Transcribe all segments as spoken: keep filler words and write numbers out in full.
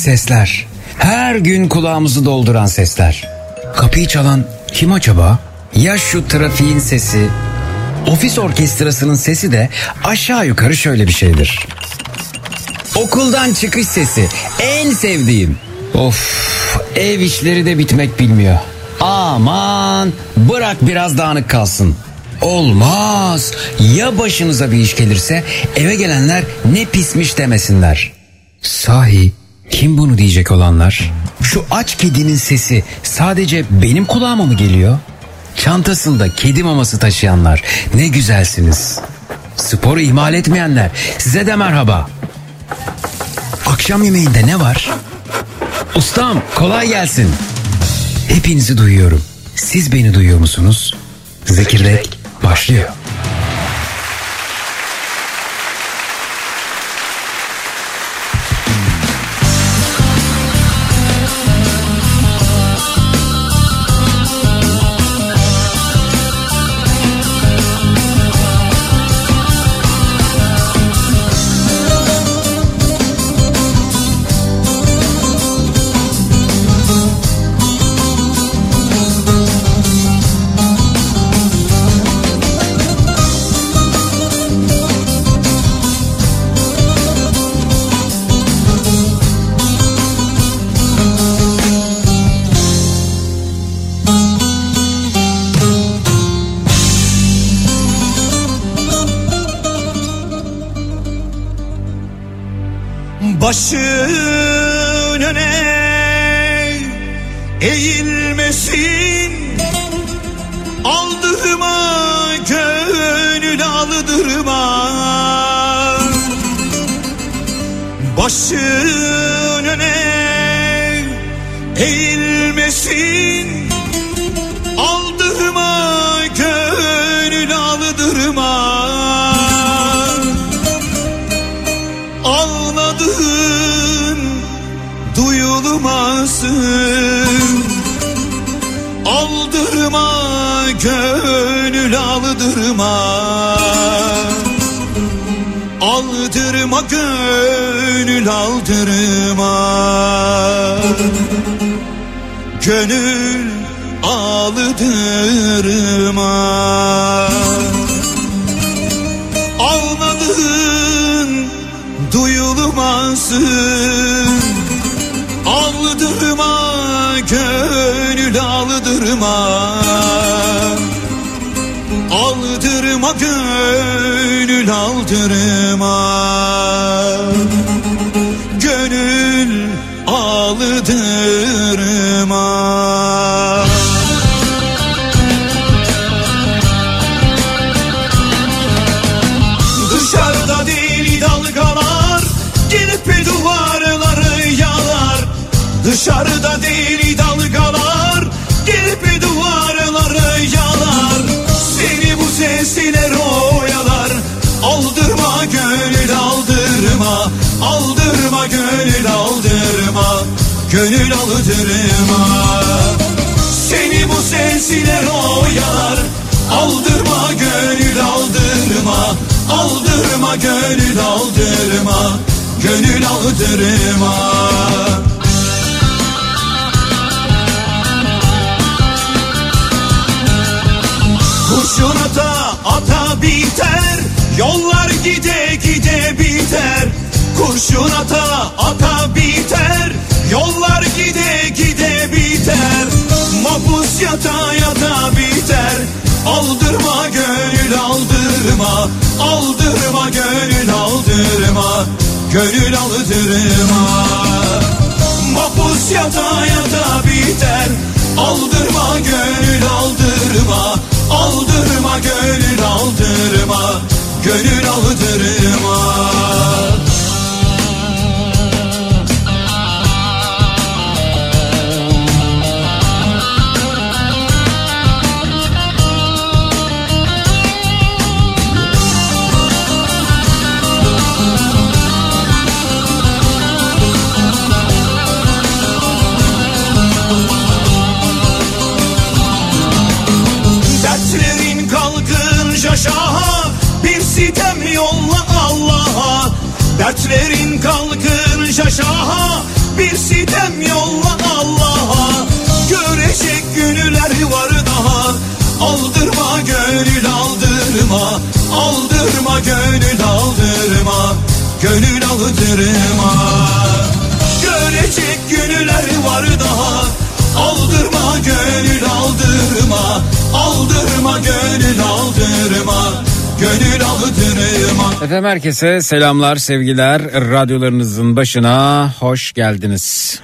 sesler. Her gün kulağımızı dolduran sesler. Kapıyı çalan kim acaba? Ya şu trafiğin sesi, ofis orkestrasının sesi de aşağı yukarı şöyle bir şeydir. Okuldan çıkış sesi, en sevdiğim. Of, ev işleri de bitmek bilmiyor. Aman, bırak biraz dağınık kalsın. Olmaz. Ya başınıza bir iş gelirse eve gelenler ne pismiş demesinler. Sahi kim bunu diyecek olanlar? Şu aç kedinin sesi sadece benim kulağıma mı geliyor? Çantasında kedi maması taşıyanlar ne güzelsiniz. Sporu ihmal etmeyenler size de merhaba. Akşam yemeğinde ne var? Ustam kolay gelsin. Hepinizi duyuyorum. Siz beni duyuyor musunuz? Zekirdek başlıyor. Başın öne eğilmesin, aldırma gönül aldırma. Başın öne eğilmesin, aldırma gönül aldırma. Ağladığın duyulmasın, aldırma gönül aldırma. Aldırma gönül aldırma. Gönül aldırma. Ağladığın duyulmasın, aldırma gönül aldırma. Aldırma gönül aldırma. Gönül aldırma. Dışarıda deli dalgalar gelip duvarları yalar. Dışarıda deli dalgalar gelip duvarları yalar. Seni bu sesler oyalar. Aldırma gönül aldırma. Aldırma gönül aldırma. Gönül aldırma. Seni bu sesler oyalar. Aldırma gönül aldırma. Aldırma gönül aldırma. Gönül aldırma. Kurşun ata ata biter, yollar gide gide biter. Kurşun ata ata biter, yollar gide gide biter. Mapus yata yata biter. Aldırma gönül aldırma. Aldırma gönül aldırma. Gönül aldırma. Mapus yata yata biter. Aldırma gönül aldırma. Aldırma gönül aldırma. Gönül aldırma. Dertlerin kalkınca şaha, bir sitem yolla Allah'a. gönül aldırma. Görecek günler var daha, aldırma gönül aldırma. Aldırma gönül aldırma, gönül aldırma. Efendim herkese selamlar, sevgiler. Radyolarınızın başına hoş geldiniz.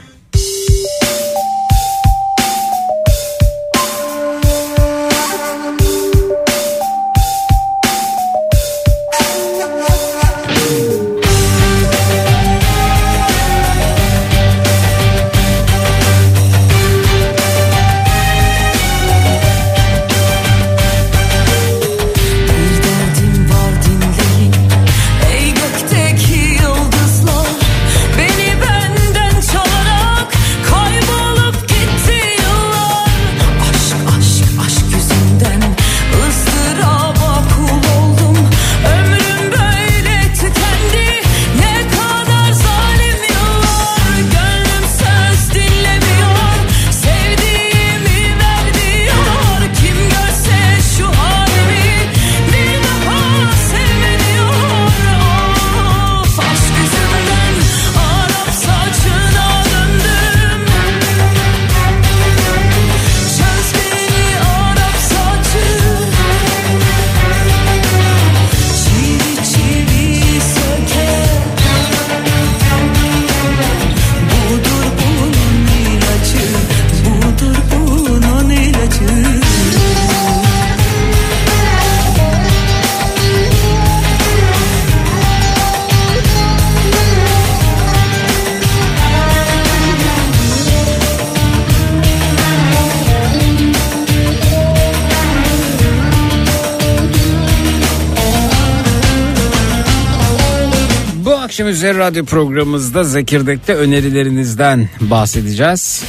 Akşam üzeri radyo programımızda Zekirdek'te önerilerinizden bahsedeceğiz.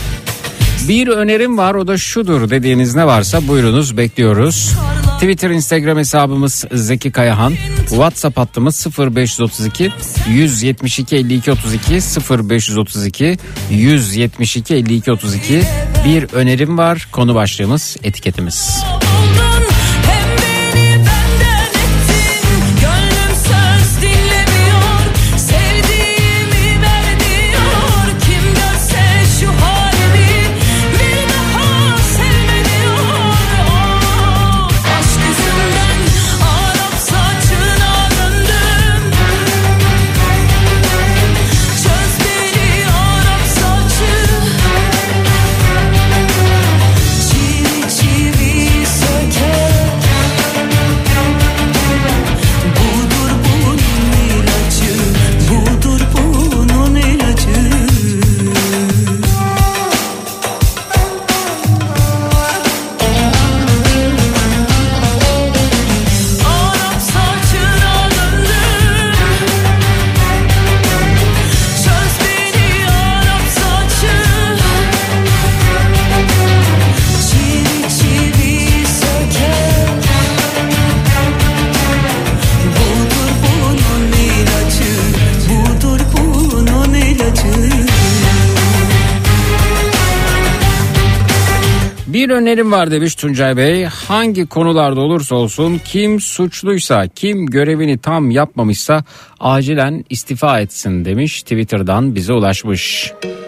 Bir önerim var, o da şudur dediğiniz ne varsa buyurunuz, bekliyoruz. Twitter, Instagram hesabımız Zeki Kayahan. WhatsApp hattımız sıfır beş otuz iki yüz yetmiş iki elli iki otuz iki sıfır beş otuz iki yüz yetmiş iki elli iki otuz iki. Bir önerim var, konu başlığımız, etiketimiz. Bir önerim var demiş Tuncay Bey. Hangi konularda olursa olsun, kim suçluysa, kim görevini tam yapmamışsa acilen istifa etsin demiş, Twitter'dan bize ulaşmış.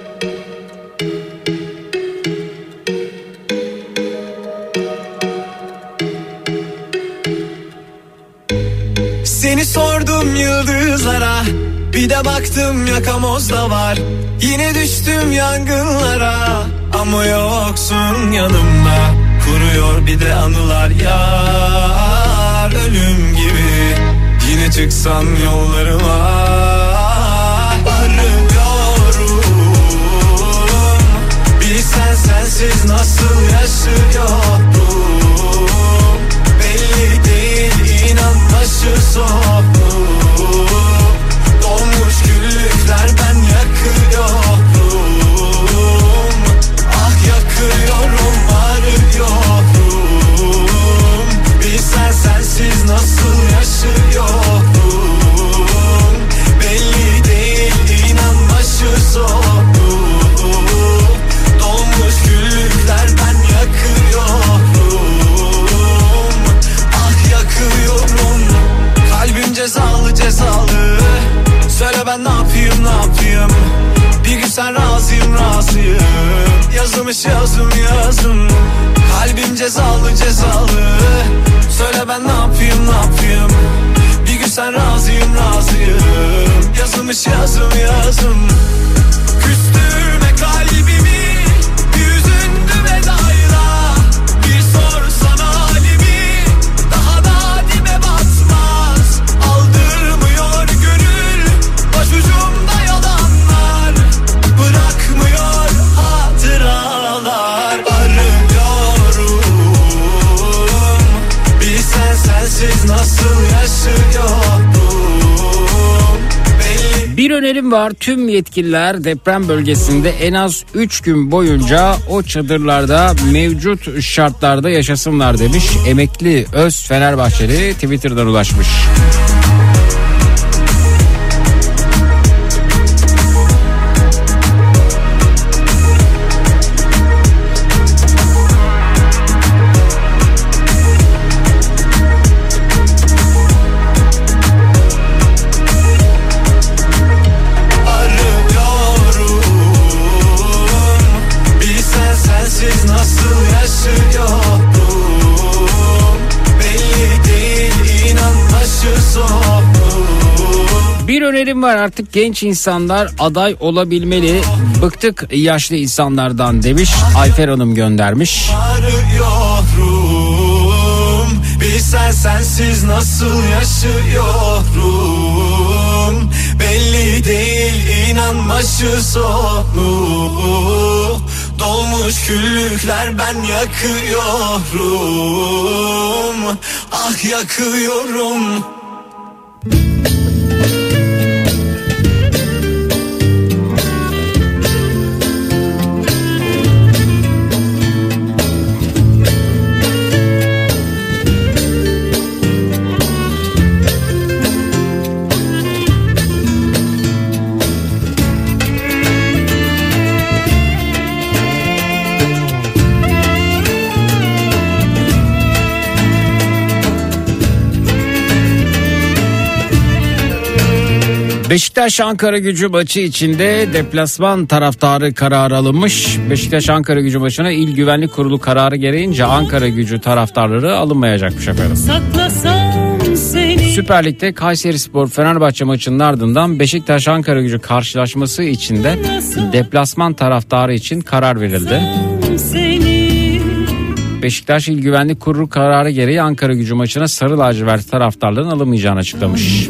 Seni sordum yıldızlara, bir de baktım yakamozda var. Yine düştüm yangınlara, ama yoksun yanımda. Kuruyor bir de anılar yar, ölüm gibi. Yine çıksam yollarıma, arıyorum. Bilsen sensiz nasıl yaşıyorum. Belli değil, inan başı soğuk. Dolmuş güllükler, ben yakıyorum. Ah yakıyorum, arıyorum. Bilsen sensiz nasıl yaşıyorum. Yazılmış yazım yazım. Kalbim cezalı cezalı. Söyle ben ne yapayım ne yapayım. Bir gün sen razıyım razıyım. Yazılmış yazım yazım. Küstürme kalbimi. Yüzündü vedayla. Bir sorsana halimi. Daha da dibe batmaz. Aldırmıyor gönül. Başucumda yalanlar. Bırakmıyor hatıralar. Arıyorum. Bilsen sensiz nasıl yaşıyorum. Bir önerim var. Tüm yetkililer deprem bölgesinde en az üç gün boyunca o çadırlarda mevcut şartlarda yaşasınlar demiş. Emekli Öz Fenerbahçeli Twitter'dan ulaşmış. Bir önerim var, artık genç insanlar aday olabilmeli. Bıktık yaşlı insanlardan demiş. Ayfer Hanım göndermiş. Arıyorum, bilsen sensiz nasıl yaşıyorum. Belli değil inan başı sonu. Dolmuş küllükler ben yakıyorum. Ah yakıyorum. Beşiktaş Ankara Gücü maçı içinde deplasman taraftarı kararı alınmış. Beşiktaş Ankara Gücü maçına İl Güvenlik Kurulu kararı gereğince Ankara Gücü taraftarları alınmayacakmış efendim. Süper Lig'de Kayserispor Fenerbahçe maçının ardından Beşiktaş Ankara Gücü karşılaşması içinde deplasman taraftarı için karar verildi. Beşiktaş İl Güvenlik Kurulu kararı gereği Ankara Gücü maçına sarı lacivert taraftarların alınmayacağını açıklamış.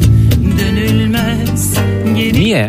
Niye?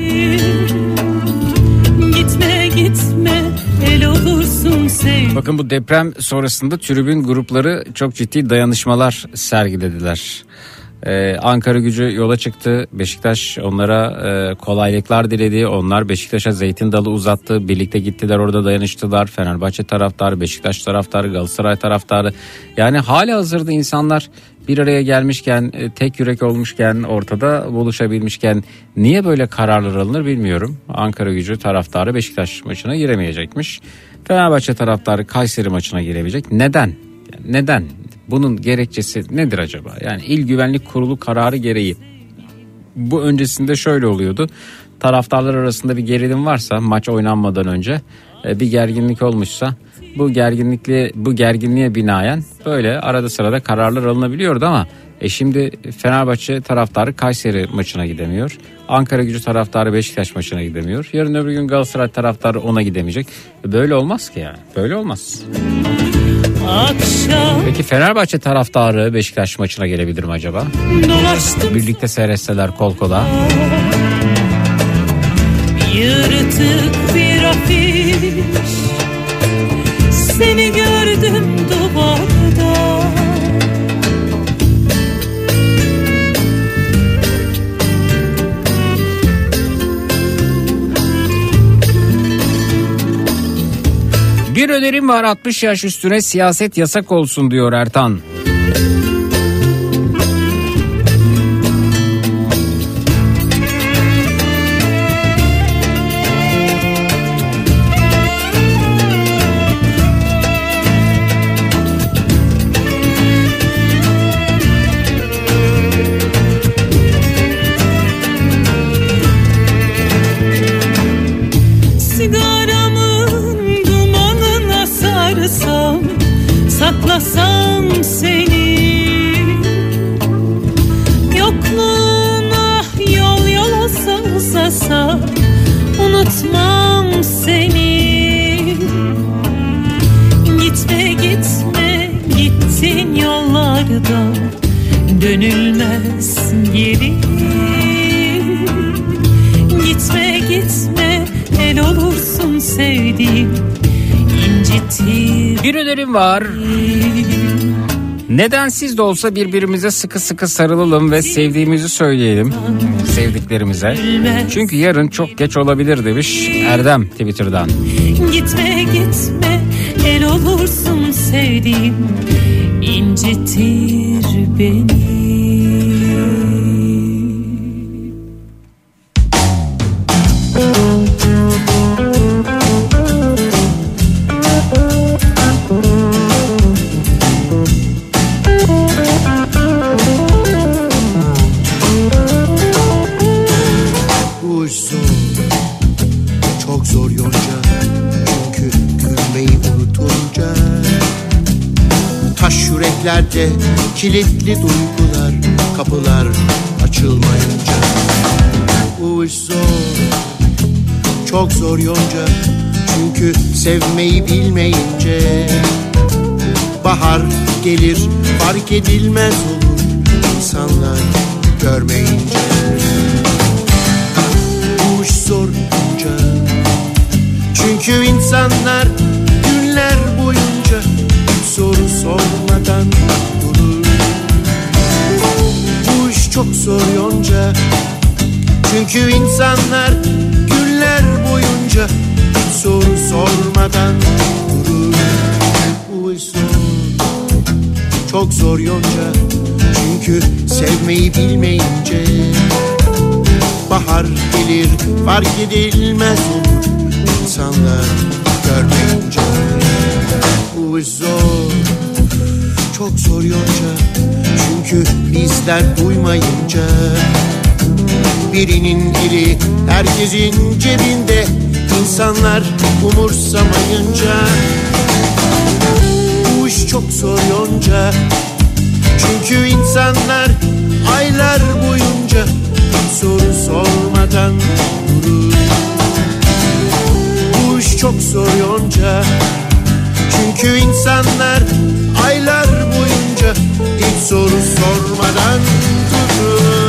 Gitme gitme el olursun sev. Bakın, bu deprem sonrasında tribün grupları çok ciddi dayanışmalar sergilediler. Ee, Ankara Gücü yola çıktı. Beşiktaş onlara e, kolaylıklar diledi. Onlar Beşiktaş'a zeytin dalı uzattı. Birlikte gittiler, orada dayanıştılar. Fenerbahçe taraftarı, Beşiktaş taraftarı, Galatasaray taraftarı. Yani halihazırda insanlar bir araya gelmişken, tek yürek olmuşken, ortada buluşabilmişken niye böyle kararlar alınır bilmiyorum. Ankara Gücü taraftarı Beşiktaş maçına giremeyecekmiş. Fenerbahçe taraftarı Kayseri maçına girebilecek. Neden? Yani neden? Bunun gerekçesi nedir acaba? Yani İl Güvenlik Kurulu kararı gereği. Bu öncesinde şöyle oluyordu. Taraftarlar arasında bir gerilim varsa, maç oynanmadan önce bir gerginlik olmuşsa, bu gerginlikle bu gerginliğe binaen böyle arada sırada kararlar alınabiliyordu ama e şimdi Fenerbahçe taraftarı Kayseri maçına gidemiyor. Ankara Gücü taraftarı Beşiktaş maçına gidemiyor. Yarın öbür gün Galatasaray taraftarı ona gidemeyecek. Böyle olmaz ki yani. Böyle olmaz. Akşam Peki Fenerbahçe taraftarı Beşiktaş maçına gelebilir mi acaba? dolaştım. Birlikte seyretseler kol kola. Yırtık bir afiş, seni gördüm duvarda. Bir önerim var, altmış yaş üstüne siyaset yasak olsun diyor Ertan. Sigaramın dumanı dönülmez geri. Gitme gitme el olursun sevdiğim, incitir. Bir önerim var. Nedensiz de olsa birbirimize sıkı sıkı sarılalım ve sevdiğimizi söyleyelim sevdiklerimize. Çünkü yarın çok geç olabilir demiş Erdem Twitter'dan. Gitme gitme el olursun sevdiğim, incitir beni. Yüreklerde kilitli duygular, kapılar açılmayınca. Bu iş zor, çok zor yonca. Çünkü sevmeyi bilmeyince. Bahar gelir fark edilmez olur insanlar görmeyince. Bu iş zor yonca. Çünkü insanlar günler boyunca soru sormadan durur. Bu iş çok zor yonca. Çünkü insanlar günler boyunca hiç soru sormadan durur. Bu iş zor, çok zor yonca. Çünkü sevmeyi bilmeyince. Bahar gelir fark edilmez olur insanlar görmeyince. Bu iş zor, çok zor yonca. Çünkü bizler duymayınca. Birinin eli herkesin cebinde, insanlar umursamayınca. Bu iş çok zor yonca. Çünkü insanlar aylar boyunca hiç soru sormadan durur. Bu iş çok zor yonca. Çünkü insanlar aylar boyunca hiç soru sormadan durur.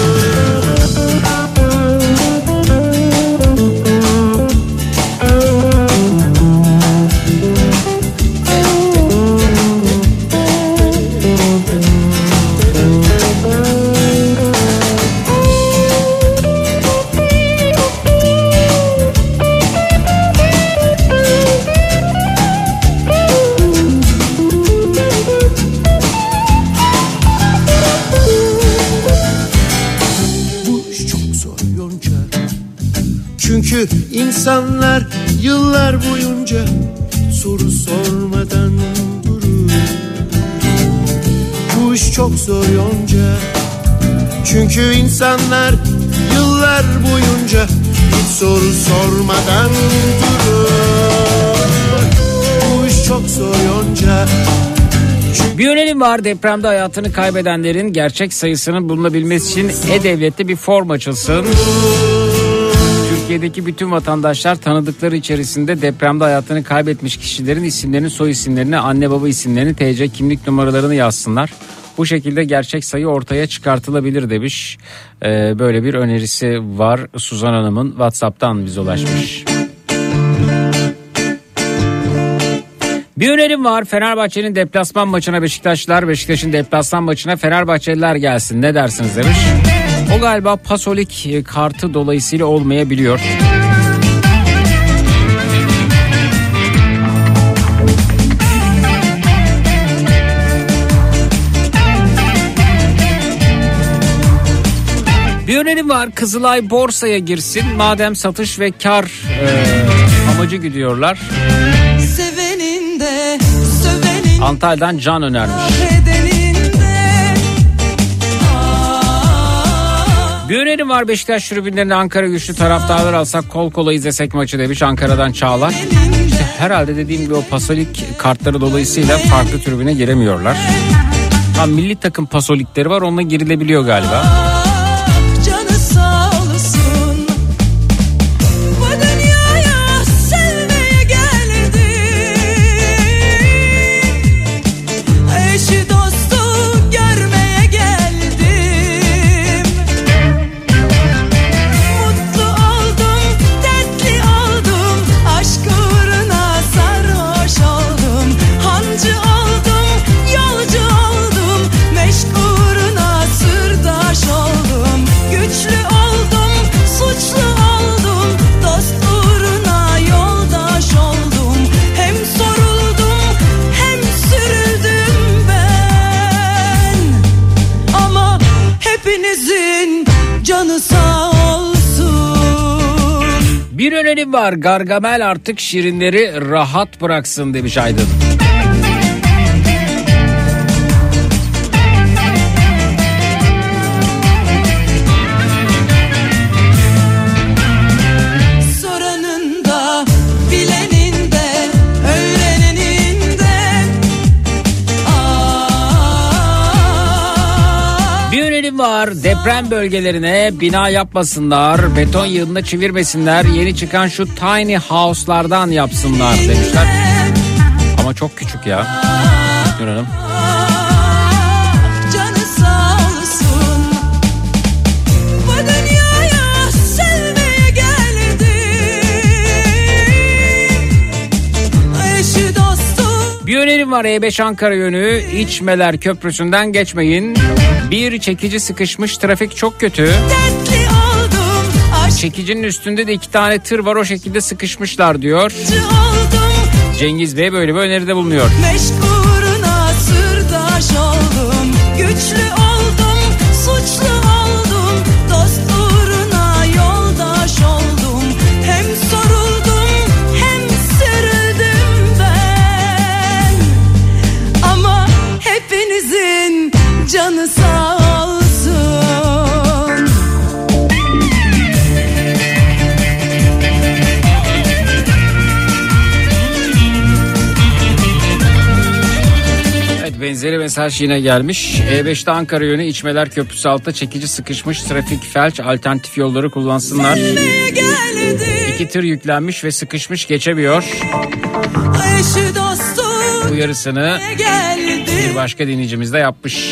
Çünkü insanlar yıllar boyunca soru sormadan durur. Bu iş çok zor yonca. Çünkü insanlar yıllar boyunca hiç soru sormadan durur. Bu iş çok zor yonca. Bir önerim var. Depremde hayatını kaybedenlerin gerçek sayısının bulunabilmesi için E-Devlet'te bir form açılsın. Türkiye'deki bütün vatandaşlar tanıdıkları içerisinde depremde hayatını kaybetmiş kişilerin isimlerini, soy isimlerini, anne baba isimlerini, T C kimlik numaralarını yazsınlar. Bu şekilde gerçek sayı ortaya çıkartılabilir demiş. Ee, böyle bir önerisi var. Suzan Hanım'ın WhatsApp'tan bize ulaşmış. Bir önerim var. Fenerbahçe'nin deplasman maçına Beşiktaşlılar, Beşiktaş'ın deplasman maçına Fenerbahçeliler gelsin. Ne dersiniz demiş. O galiba Pasolik kartı dolayısıyla olmayabiliyor. Bir önerim var. Kızılay borsaya girsin. Madem satış ve kar e, amacı gidiyorlar. Seveninde, sevenin Antalya'dan Can önermiş. Bir önerim var. Beşiktaş tribünlerinde Ankara güçlü taraftarlar alsak, kol kola izlesek maçı demiş. Ankara'dan Çağlar. İşte herhalde dediğim gibi o pasolik kartları dolayısıyla farklı tribüne giremiyorlar. Ha, milli takım pasolikleri var, onunla girilebiliyor galiba. canı sağ olsun. Bu dünyaya sevmeye geldim. Eşi dostu görmeye geldim. Bir önerim var, Gargamel artık şirinleri rahat bıraksın demiş Aydın. Soranın da, bilenin de, öğrenenin de. Aa. Bir önerim var, deprem bölgelerine bina yapmasınlar, beton yığınına çevirmesinler, yeni çıkan şu tiny house'lardan yapsınlar demişler. Ama çok küçük ya. Nur Hanım. Canı sağ olsun. Bu dünyaya sevmeye geldim. Eşi dostu. Bir önerim var, E beş Ankara yönü İçmeler Köprüsü'nden geçmeyin. Bir çekici sıkışmış, trafik çok kötü. Dertli oldum. Aşkçı Çekicinin üstünde de iki tane tır var, o şekilde sıkışmışlar diyor. oldum. Cengiz Bey böyle bir öneride bulunuyor. Meşguruna sırdaş oldum. Güçlü oldum. Suçlu oldum. Dost uğruna yoldaş oldum. Hem soruldum hem sürüldüm ben. Ama hepinizin canı sağ olsun. Evet, benzeri mesaj yine gelmiş. E beşte Ankara yönü İçmeler Köprüsü altta çekici sıkışmış, trafik felç, alternatif yolları kullansınlar. Sevmeye geldim. İki tır yüklenmiş ve sıkışmış, geçemiyor. Eşi dostu Uyarısını geldim. bir başka dinleyicimiz de yapmış.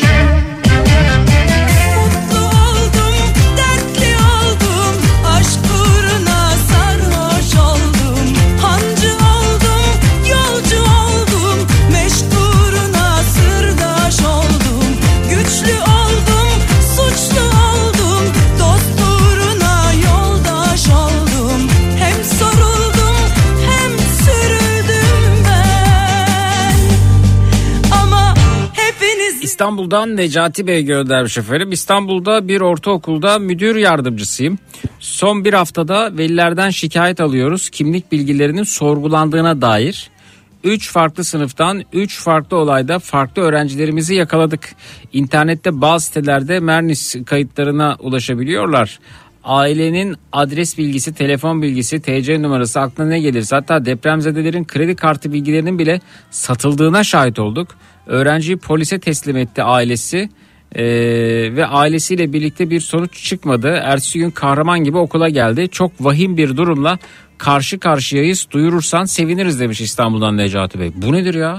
Mutlu oldum, dertli oldum. Aşk uğruna sarhoş oldum. Hancı oldum, yolcu oldum. Meşk uğruna sırdaş oldum. Güçlü oldum, suçlu oldum. Dost uğruna yoldaş oldum. Hem soruldum hem sürüldüm ben. Ama hepiniz İstanbul'dan Necati Bey göndermiş efendim. İstanbul'da bir ortaokulda müdür yardımcısıyım. Son bir haftada velilerden şikayet alıyoruz. Kimlik bilgilerinin sorgulandığına dair. Üç farklı sınıftan üç farklı olayda farklı öğrencilerimizi yakaladık. İnternette bazı sitelerde Mernis kayıtlarına ulaşabiliyorlar. Ailenin adres bilgisi, telefon bilgisi, T C numarası, aklına ne gelirse, hatta depremzedelerin kredi kartı bilgilerinin bile satıldığına şahit olduk. Öğrenciyi polise teslim etti ailesi ee, ve ailesiyle birlikte bir sonuç çıkmadı. Ertesi gün kahraman gibi okula geldi. Çok vahim bir durumla karşı karşıyayız, duyurursan seviniriz demiş İstanbul'dan Necati Bey. Bu nedir ya?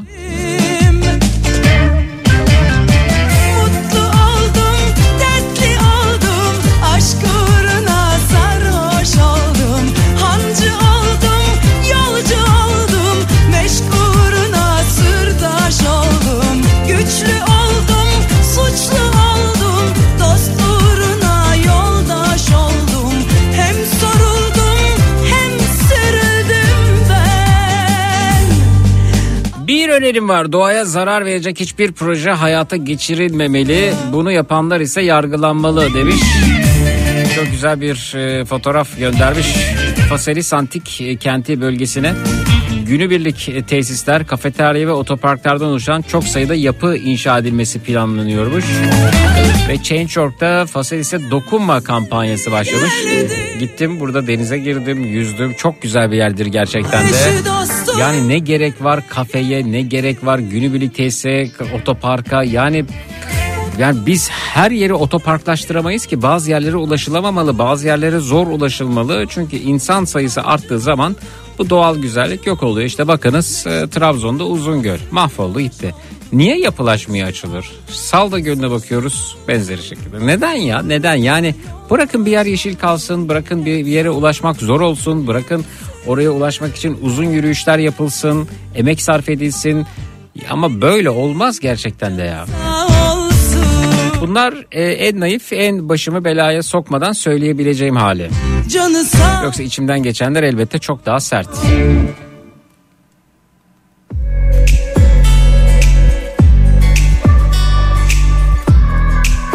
mutlu oldum, dertli oldum. Aşk uğruna sarhoş oldum. Hancı oldum, yolcu oldum. Meşk uğruna sırdaş oldum. Güçlü oldum, suçlu oldum. Dost uğruna yoldaş oldum. Hem soruldum hem sürüldüm ben. Bir önerim var. Doğaya zarar verecek hiçbir proje hayata geçirilmemeli. Bunu yapanlar ise yargılanmalı demiş. Çok güzel bir e, fotoğraf göndermiş. Faselis Antik e, kenti bölgesine günübirlik e, tesisler, kafeterya ve otoparklardan oluşan çok sayıda yapı inşa edilmesi planlanıyormuş. Ve Change nokta org'da Faselis'e dokunma kampanyası başlamış. Gittim, burada denize girdim, yüzdüm. Çok güzel bir yerdir gerçekten de. Eşi dostu Yani ne gerek var kafeye, ne gerek var günübirlik tesise, otoparka. Yani yani biz her yeri otoparklaştıramayız ki. Bazı yerlere ulaşılamamalı, bazı yerlere zor ulaşılmalı. Çünkü insan sayısı arttığı zaman bu doğal güzellik yok oluyor. İşte bakınız e, Trabzon'da Uzungöl mahvoldu gitti. Niye yapılaşmaya açılır? Salda Gölü'ne bakıyoruz benzeri şekilde. Neden ya? Neden? Yani bırakın bir yer yeşil kalsın, bırakın bir yere ulaşmak zor olsun, bırakın oraya ulaşmak için uzun yürüyüşler yapılsın, emek sarf edilsin. Ama böyle olmaz gerçekten de ya. olsun. Bunlar e, en naif, en başımı belaya sokmadan söyleyebileceğim hali. Canı sağ. Yoksa içimden geçenler elbette çok daha sert.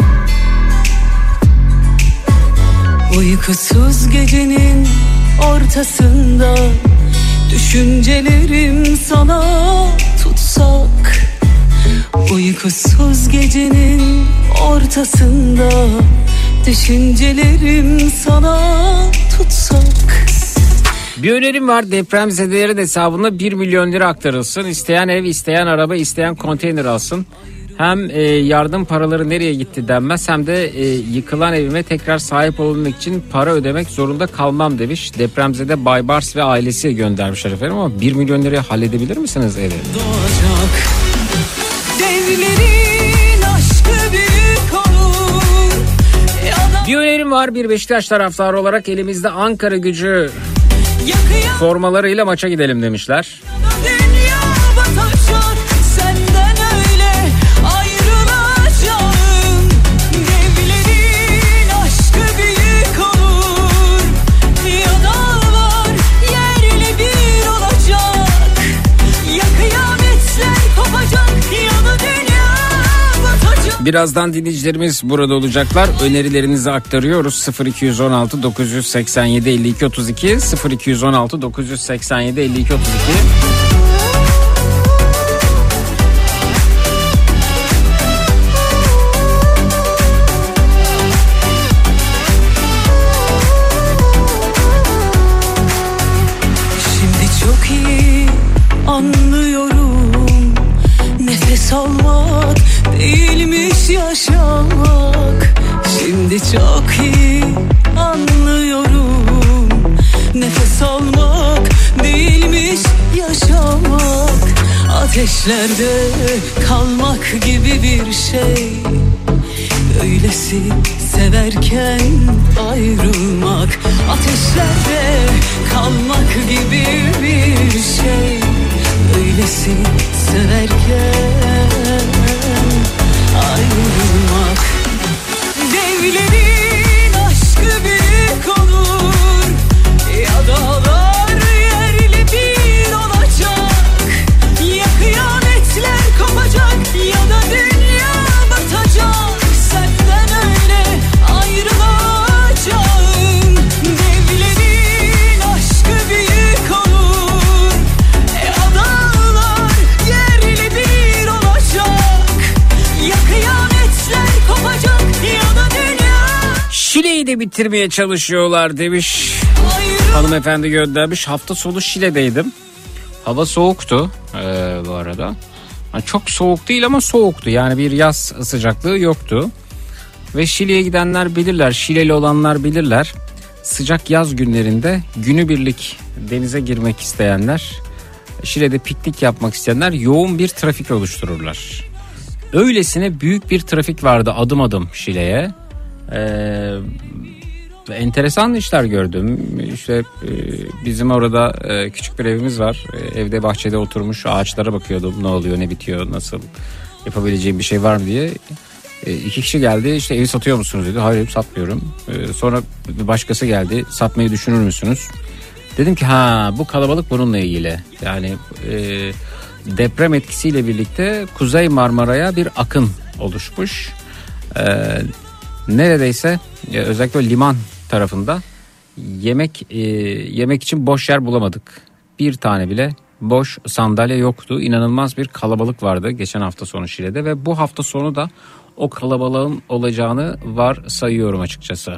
Uykusuz gecenin ortasında, düşüncelerim sana tutsak. Uykusuz gecenin ortasında, düşüncelerim sana tutsak. Bir önerim var, depremzedelerin hesabına bir milyon lira aktarılsın. İsteyen ev, isteyen araba, isteyen konteyner alsın. Hem e, yardım paraları nereye gitti denmez, hem de e, yıkılan evime tekrar sahip olabilmek için para ödemek zorunda kalmam demiş. Depremzede Baybars ve ailesi göndermişler efendim, ama bir milyon liraya halledebilir misiniz evi? Doğacak devlerin aşkı büyük olur. Bir önerim var, bir Beşiktaş taraftarı olarak elimizde Ankara Gücü Yakıya formalarıyla maça gidelim demişler. dünya batacak, senden öyle ayrılacağım. Devlerin aşkı büyük olur. Ya dağlar yerle bir olacak. Ya kıyametler kopacak, ya da dünya batacak. Birazdan dinleyicilerimiz burada olacaklar. Önerilerinizi aktarıyoruz. sıfır iki on altı dokuz seksen yedi elli iki otuz iki sıfır iki on altı dokuz seksen yedi elli iki otuz iki. Şimdi çok iyi anlıyorum, nefes almak değilmiş yaşamak. Şimdi çok iyi anlıyorum, nefes almak değilmiş yaşamak. Ateşlerde kalmak gibi bir şey, öylesi severken ayrılmak. Ateşlerde kalmak gibi bir şey, öylesi severken ayrılmak. Devlerin aşkı büyük olur. Ya dağlar yerli bir olacak. Ya kıyametler kopacak, ya da dünya batacak. Senden öyle ayrılacağım. Devlerin aşkı büyük olur. Ya dağlar yerli bir olacak. Ya kıyametler kopacak, ya da dünya. Şile'yi de bitirmeye çalışıyorlar demiş. Hanımefendi göndermiş. Hafta sonu Şile'deydim. Hava soğuktu ee, bu arada. Yani çok soğuk değil ama soğuktu. Yani bir yaz sıcaklığı yoktu. Ve Şile'ye gidenler bilirler. Şileli olanlar bilirler. Sıcak yaz günlerinde günübirlik denize girmek isteyenler, Şile'de piknik yapmak isteyenler yoğun bir trafik oluştururlar. Öylesine büyük bir trafik vardı adım adım Şile'ye. Ee, enteresan işler gördüm. İşte e, bizim orada e, küçük bir evimiz var. E, evde bahçede oturmuş ağaçlara bakıyordum. Ne oluyor, ne bitiyor, nasıl yapabileceğim bir şey var mı diye. E, iki kişi geldi. İşte evi satıyor musunuz dedi. Hayır, satmıyorum. E, sonra bir başkası geldi. Satmayı düşünür müsünüz? Dedim ki ha, bu kalabalık bununla ilgili. Yani e, deprem etkisiyle birlikte Kuzey Marmara'ya bir akın oluşmuş. E, neredeyse e, özellikle liman tarafında yemek e, yemek için boş yer bulamadık. Bir tane bile boş sandalye yoktu. İnanılmaz bir kalabalık vardı geçen hafta sonu Şile'de ve bu hafta sonu da o kalabalığın olacağını varsayıyorum açıkçası.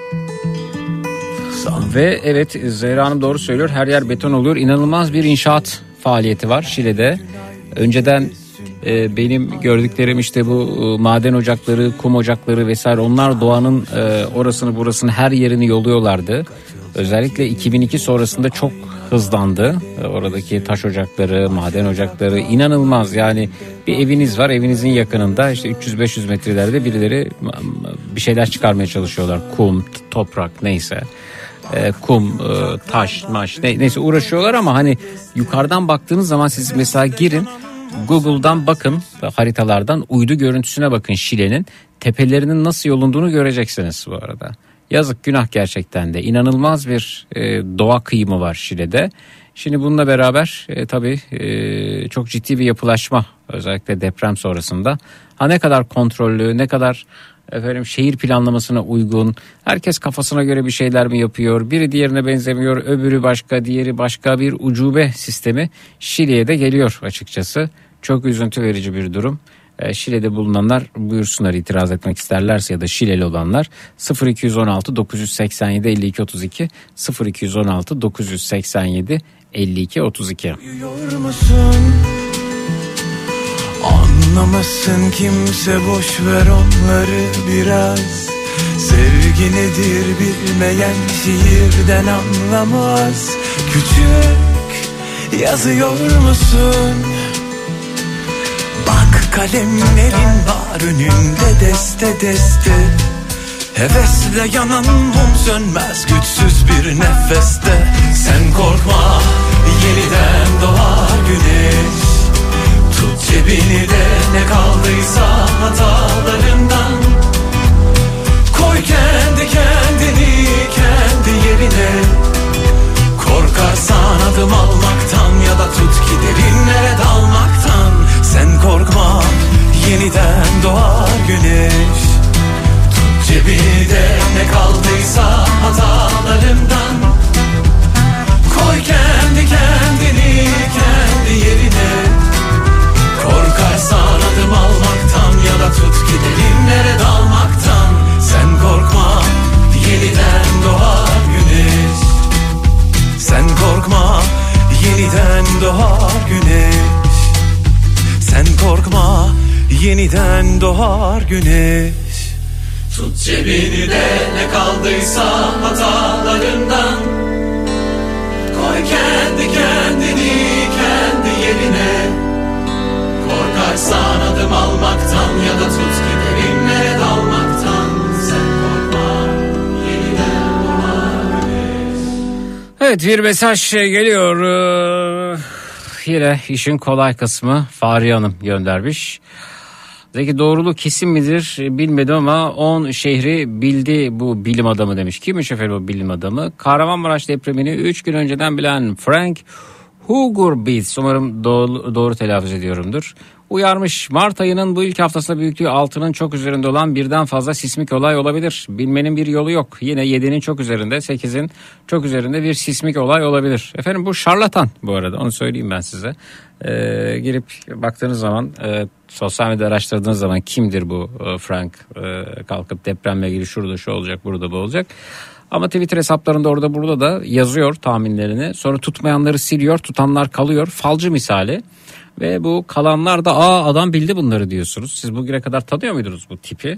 Ve evet, Zehra Hanım doğru söylüyor. Her yer beton oluyor. İnanılmaz bir inşaat faaliyeti var Şile'de. Önceden e, benim gördüklerim işte bu e, maden ocakları, kum ocakları vesaire, onlar doğanın e, orasını burasını her yerini yoluyorlardı. Özellikle iki bin iki sonrasında çok hızlandı. E, oradaki taş ocakları, maden ocakları inanılmaz. Yani bir eviniz var, evinizin yakınında işte üç yüz beş yüz metrelerde birileri bir şeyler çıkarmaya çalışıyorlar. Kum, toprak neyse. E, kum, e, taş, maş ne, neyse uğraşıyorlar ama hani yukarıdan baktığınız zaman siz mesela girin Google'dan bakın, haritalardan uydu görüntüsüne bakın, Şile'nin tepelerinin nasıl yolunduğunu göreceksiniz bu arada. Yazık, günah gerçekten de. İnanılmaz bir e, doğa kıyımı var Şile'de. Şimdi bununla beraber e, tabii e, çok ciddi bir yapılaşma, özellikle deprem sonrasında. Ha ne kadar kontrollü, ne kadar efendim şehir planlamasına uygun. Herkes kafasına göre bir şeyler mi yapıyor? Biri diğerine benzemiyor, öbürü başka, diğeri başka, bir ucube sistemi Şili'ye de geliyor açıkçası. Çok üzüntü verici bir durum. Şile'de bulunanlar buyursunlar, itiraz etmek isterlerse ya da Şileli olanlar. Sıfır iki on altı dokuz seksen yedi elli iki otuz iki sıfır iki on altı dokuz seksen yedi elli iki otuz iki. Uyuyor musun? Anlamasın kimse, boş ver onları biraz. Sevgi nedir bilmeyen şiirden anlamaz. Küçük yazıyor musun? Bak kalemlerin var önünde deste deste. Hevesle yanan mum sönmez güçsüz bir nefeste. Sen korkma, yeniden doğar güneş. Tut cebini de ne kaldıysa hatalarından. Koy kendi kendini kendi yerine. Korkarsan adım almaktan ya da tut ki derinlere dalmaktan. Sen korkma, yeniden doğar güneş. Tut cebini de ne kaldıysa hatalarından. Koy kendi kendini kendi yerine. Korkarsan adım almaktan ya da tut ki derinlere dalmaktan. Sen korkma, yeniden doğar güneş. Sen korkma, yeniden doğar güneş. Sen korkma, yeniden doğar güneş. Tut cebini de ne kaldıysa hatalarından. Koy kendi kendini kendi yerine. Korkarsan adım almaktan ya da tut ki derinlere dalmaktan. Sen korkma, yeniden doğar güneş. Evet, bir mesaj geliyor. Ee, yine işin kolay kısmı Fahriye Hanım göndermiş. Peki doğruluğu kesin midir bilmedim ama on şehri bildi bu bilim adamı demiş. Kimmiş efendim o bilim adamı? Kahramanmaraş depremini üç gün önceden bilen Frank Haugerbis, umarım doğru, doğru telaffuz ediyorumdur, uyarmış. Mart ayının bu ilk haftasında büyüklüğü altının çok üzerinde olan birden fazla sismik olay olabilir. Bilmenin bir yolu yok. Yine yedinin çok üzerinde, sekizin çok üzerinde bir sismik olay olabilir. Efendim bu şarlatan bu arada, onu söyleyeyim ben size. Ee, girip baktığınız zaman, e, sosyal medyada araştırdığınız zaman kimdir bu e, Frank e, kalkıp depremle ilgili şurada şu olacak, burada bu olacak. Ama Twitter hesaplarında orada burada da yazıyor tahminlerini. Sonra tutmayanları siliyor, tutanlar kalıyor. Falcı misali. Ve bu kalanlar da aa adam bildi bunları diyorsunuz. Siz bugüne kadar tanıyor muydunuz bu tipi?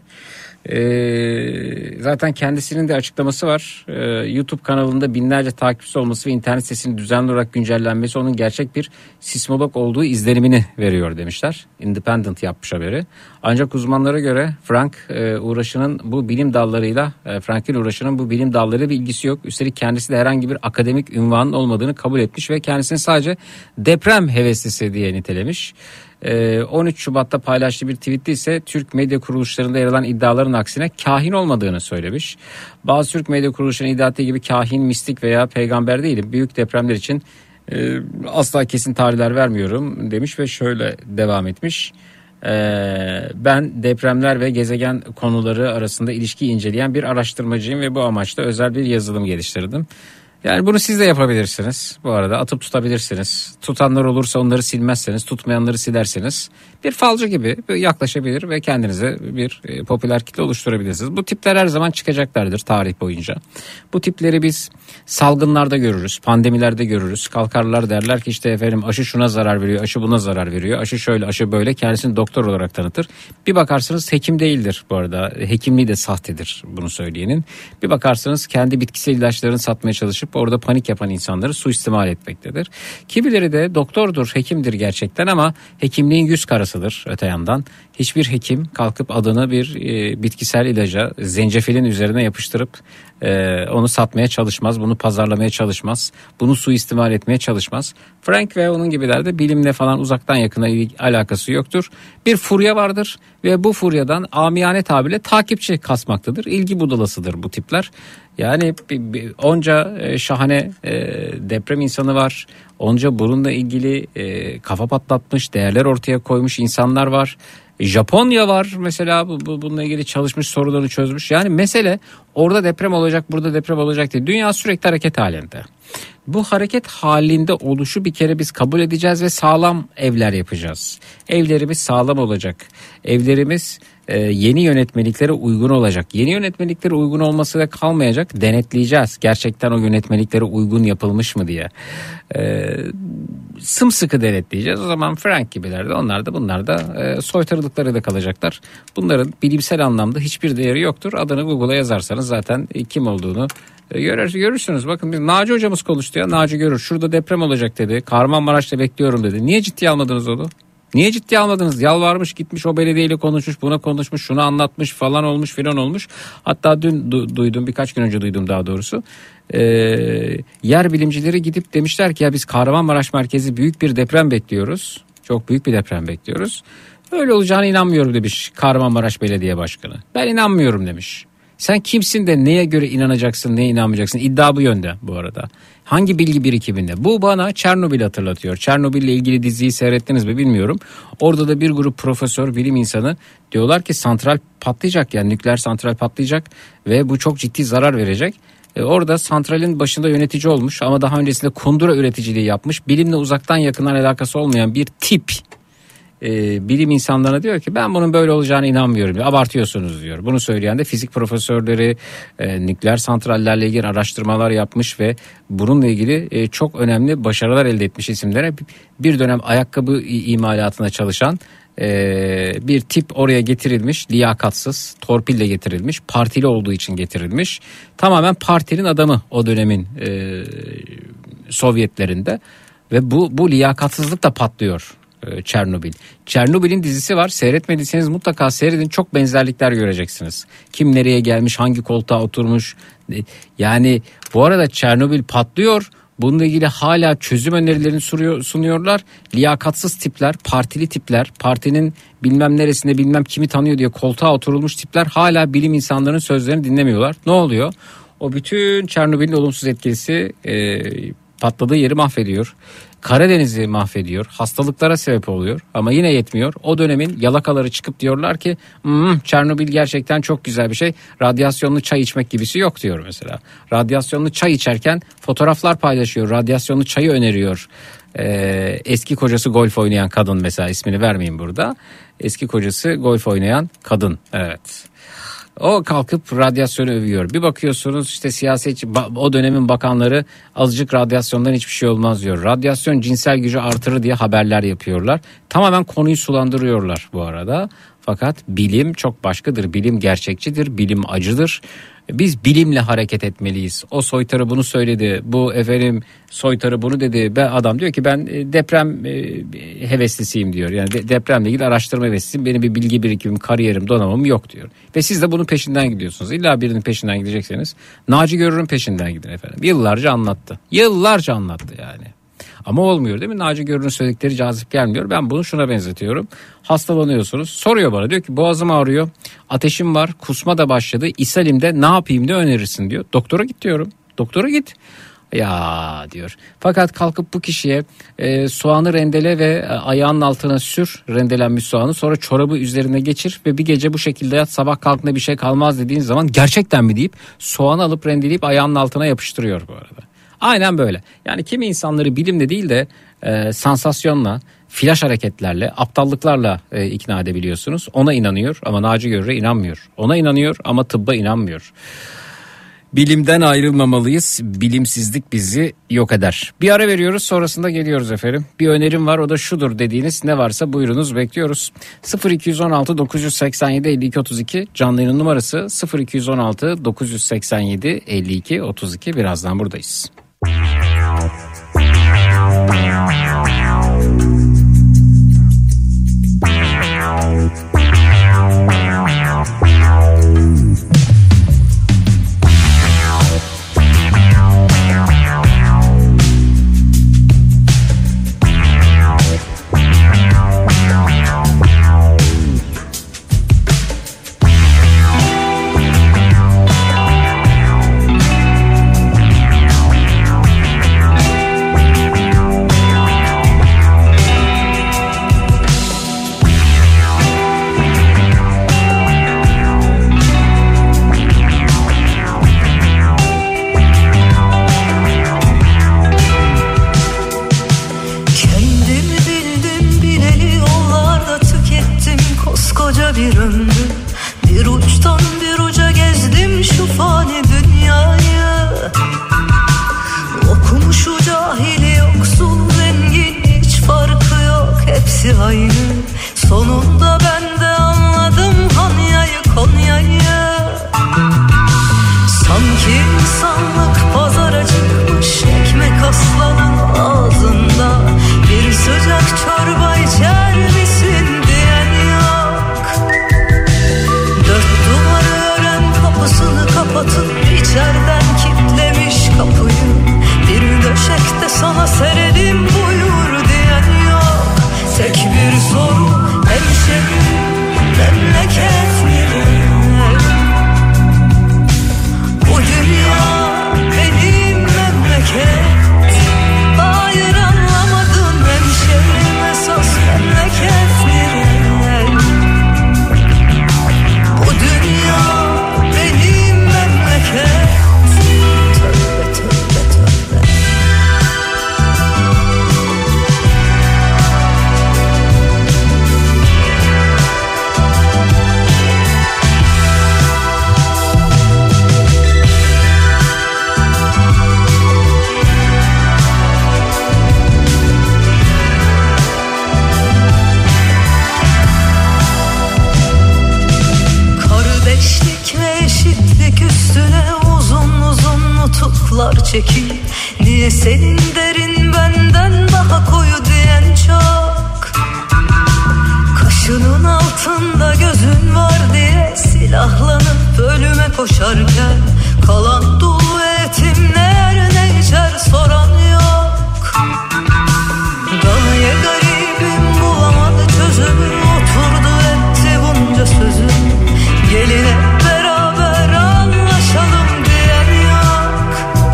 Ee, zaten kendisinin de açıklaması var. Ee, YouTube kanalında binlerce takipçisi olması ve internet sitesinin düzenli olarak güncellenmesi onun gerçek bir sismolog olduğu izlenimini veriyor demişler. Independent yapmış haberi. Ancak uzmanlara göre Frank e, uğraşının bu bilim dallarıyla, e, Frank'in uğraşının bu bilim dallarıyla bir ilgisi yok. Üstelik kendisi de herhangi bir akademik ünvanın olmadığını kabul etmiş ve kendisini sadece deprem heveslisi diye nitelemiş. on üç Şubat'ta paylaştığı bir tweette ise Türk medya kuruluşlarında yer alan iddiaların aksine kahin olmadığını söylemiş. Bazı Türk medya kuruluşlarının iddia ettiği gibi kahin, mistik veya peygamber değilim. Büyük depremler için e, asla kesin tarihler vermiyorum demiş ve şöyle devam etmiş. E, ben depremler ve gezegen konuları arasında ilişkiyi inceleyen bir araştırmacıyım ve bu amaçla özel bir yazılım geliştirdim. Yani bunu siz de yapabilirsiniz. Bu arada atıp tutabilirsiniz. Tutanlar olursa onları silmezseniz, tutmayanları silerseniz bir falcı gibi yaklaşabilir ve kendinize bir e, popüler kitle oluşturabilirsiniz. Bu tipler her zaman çıkacaklardır tarih boyunca. Bu tipleri biz salgınlarda görürüz, pandemilerde görürüz. Kalkarlar derler ki işte efendim aşı şuna zarar veriyor, aşı buna zarar veriyor. Aşı şöyle, aşı böyle, kendisini doktor olarak tanıtır. Bir bakarsınız hekim değildir bu arada. Hekimliği de sahtedir bunu söyleyenin. Bir bakarsınız kendi bitkisel ilaçlarını satmaya çalışıp orada panik yapan insanları suistimal etmektedir. Kimileri de doktordur, hekimdir gerçekten ama hekimliğin yüz karasıdır öte yandan. Hiçbir hekim kalkıp adını bir e, bitkisel ilaca, zencefilin üzerine yapıştırıp e, onu satmaya çalışmaz, bunu pazarlamaya çalışmaz, bunu suistimal etmeye çalışmaz. Frank ve onun gibiler de bilimle falan uzaktan yakına alakası yoktur. Bir furya vardır ve bu furyadan amiyane tabirle takipçi kasmaktadır. İlgi budalasıdır bu tipler. Yani onca şahane deprem insanı var. Onca bununla ilgili kafa patlatmış, değerler ortaya koymuş insanlar var. Japonya var mesela bu, bu, bununla ilgili çalışmış, sorunları çözmüş. Yani mesele orada deprem olacak, burada deprem olacak değil. Dünya sürekli hareket halinde. Bu hareket halinde oluşu bir kere biz kabul edeceğiz ve sağlam evler yapacağız. Evlerimiz sağlam olacak. Evlerimiz e, yeni yönetmeliklere uygun olacak. Yeni yönetmeliklere uygun olmasıyla kalmayacak. Denetleyeceğiz. Gerçekten o yönetmeliklere uygun yapılmış mı diye. E, sımsıkı denetleyeceğiz. O zaman Frank gibiler de onlar da bunlar da e, soytarılıklarıyla kalacaklar. Bunların bilimsel anlamda hiçbir değeri yoktur. Adını Google'a yazarsanız zaten kim olduğunu Görür, görürsünüz. Bakın biz Naci hocamız konuştu ya. Naci Görür şurada deprem olacak dedi. Kahramanmaraş'ta bekliyorum dedi. Niye ciddiye almadınız onu? Niye ciddiye almadınız? Yalvarmış gitmiş o belediyeyle konuşmuş, buna konuşmuş, şunu anlatmış falan olmuş filan olmuş. Hatta dün du- duydum birkaç gün önce duydum daha doğrusu. Ee, yer bilimcileri gidip demişler ki ya biz Kahramanmaraş merkezi büyük bir deprem bekliyoruz. Çok büyük bir deprem bekliyoruz. Öyle olacağına inanmıyorum demiş Kahramanmaraş Belediye Başkanı. Ben inanmıyorum demiş. Sen kimsin de neye göre inanacaksın, neye inanmayacaksın? İddia bu yönde bu arada. Hangi bilgi birikiminde? Bu bana Çernobil hatırlatıyor. Çernobil ile ilgili diziyi seyrettiniz mi bilmiyorum. Orada da bir grup profesör, bilim insanı diyorlar ki santral patlayacak, yani nükleer santral patlayacak ve bu çok ciddi zarar verecek. E orada santralin başında yönetici olmuş ama daha öncesinde kundura üreticiliği yapmış. Bilimle uzaktan yakından alakası olmayan bir tip. E, bilim insanlarına diyor ki ben bunun böyle olacağına inanmıyorum diyor. Abartıyorsunuz diyor. Bunu söyleyen de fizik profesörleri, e, nükleer santrallerle ilgili araştırmalar yapmış ve bununla ilgili e, çok önemli başarılar elde etmiş isimlere. Bir dönem ayakkabı imalatına çalışan e, bir tip oraya getirilmiş, liyakatsız, torpille getirilmiş, partili olduğu için getirilmiş. Tamamen partinin adamı o dönemin e, Sovyetlerinde ve bu bu liyakatsızlık da patlıyor. Çernobil. Çernobil'in dizisi var. Seyretmediyseniz mutlaka seyredin. Çok benzerlikler göreceksiniz. Kim nereye gelmiş, hangi koltuğa oturmuş. Yani bu arada Çernobil patlıyor. Bununla ilgili hala çözüm önerilerini sunuyorlar. Liyakatsız tipler, partili tipler, partinin bilmem neresinde bilmem kimi tanıyor diye koltuğa oturulmuş tipler hala bilim insanlarının sözlerini dinlemiyorlar. Ne oluyor? O bütün Çernobil'in olumsuz etkisi e, patladığı yeri mahvediyor. Karadeniz'i mahvediyor. Hastalıklara sebep oluyor. Ama yine yetmiyor. O dönemin yalakaları çıkıp diyorlar ki mmm, Çernobil gerçekten çok güzel bir şey. Radyasyonlu çay içmek gibisi yok diyor mesela. Radyasyonlu çay içerken fotoğraflar paylaşıyor. Radyasyonlu çayı öneriyor. Ee, eski kocası golf oynayan kadın mesela, ismini vermeyeyim burada. Eski kocası golf oynayan kadın. Evet. O kalkıp radyasyonu övüyor. Bir bakıyorsunuz işte siyasetçi, o dönemin bakanları azıcık radyasyondan hiçbir şey olmaz diyor. Radyasyon cinsel gücü artırır diye haberler yapıyorlar. Tamamen konuyu sulandırıyorlar bu arada. Fakat bilim çok başkadır. Bilim gerçekçidir. Bilim acıdır. Biz bilimle hareket etmeliyiz. O soytarı bunu söyledi. Bu efendim soytarı bunu dedi. Ben, adam diyor ki ben deprem e, heveslisiyim diyor. Yani de, depremle ilgili araştırma heveslisiyim. Benim bir bilgi birikimim, kariyerim, donanımım yok diyor. Ve siz de bunun peşinden gidiyorsunuz. İlla birinin peşinden gidecekseniz Naci Görür'ün peşinden gidin efendim. Yıllarca anlattı. Yıllarca anlattı yani. Ama olmuyor değil mi? Naci Görür'ün söyledikleri cazip gelmiyor. Ben bunu şuna benzetiyorum. Hastalanıyorsunuz. Soruyor bana, diyor ki boğazım ağrıyor. Ateşim var. Kusma da başladı. İshalimde ne yapayım, ne önerirsin diyor. Doktora git diyorum. Doktora git. Ya diyor. Fakat kalkıp bu kişiye e, soğanı rendele ve e, ayağının altına sür rendelenmiş soğanı, sonra çorabı üzerine geçir ve bir gece bu şekilde yat, sabah kalktığında bir şey kalmaz dediğin zaman gerçekten mi deyip soğanı alıp rendeleyip ayağının altına yapıştırıyor bu arada. Aynen böyle. Yani kimi insanları bilimle değil de e, sansasyonla, flash hareketlerle, aptallıklarla e, ikna edebiliyorsunuz. Ona inanıyor ama Naci Görür'e inanmıyor. Ona inanıyor ama tıbba inanmıyor. Bilimden ayrılmamalıyız. Bilimsizlik bizi yok eder. Bir ara veriyoruz, sonrasında geliyoruz efendim. Bir önerim var, o da şudur dediğiniz ne varsa buyurunuz, bekliyoruz. sıfır iki on altı dokuz seksen yedi elli iki otuz iki canlı yayın numarası sıfır iki on altı dokuz seksen yedi elli iki otuz iki. Birazdan buradayız. bir ömrüm, bir uçtan bir uca gezdim şu fani dünyayı. Okumuşu cahili yoksul zengin hiç farkı yok, hepsi aynı. Sonunda ben de anladım Hanya'yı Konya'yı. Sanki insanlık pazara çıkmış, ekmek aslanın ağzında. Bir sıcak çorba içer misin diyen yok. Dört duvarı ören kapısını kapatıp içeriden kilitlemiş kapıyı. Bir döşekte sana serelim buyur diyen yok. Tek bir soru, hemşerim, memleket nereye? Bu dünya benim memleket. Hayır anlamadım hemşerim, esas memleket nereye? Bu dünya benim memleket. Tövbe tövbe tövbe. Kardeşlik ve eşitlik üstüne uzun uzun nutuklar çekil. Niye senin derin benden daha koyu diyen çok. Kaşının altında gözün var diye silahlanıp ölüme koşarken, kalan dolu etim ne yer ne içer soran yok. Gaye garibim bulamadı çözümü, oturdu etti bunca sözüm. Gelin hep beraber anlaşalım diyen yok.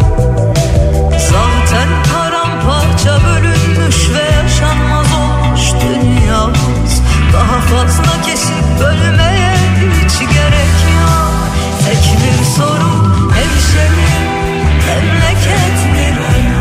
Zaten paramparça bölünmüş ve yaşanmaz olmuş dünyamız. Daha fazla kesip bölmeye hiç gerek yok. Tek bir soru, hemşerim, memleket nereye?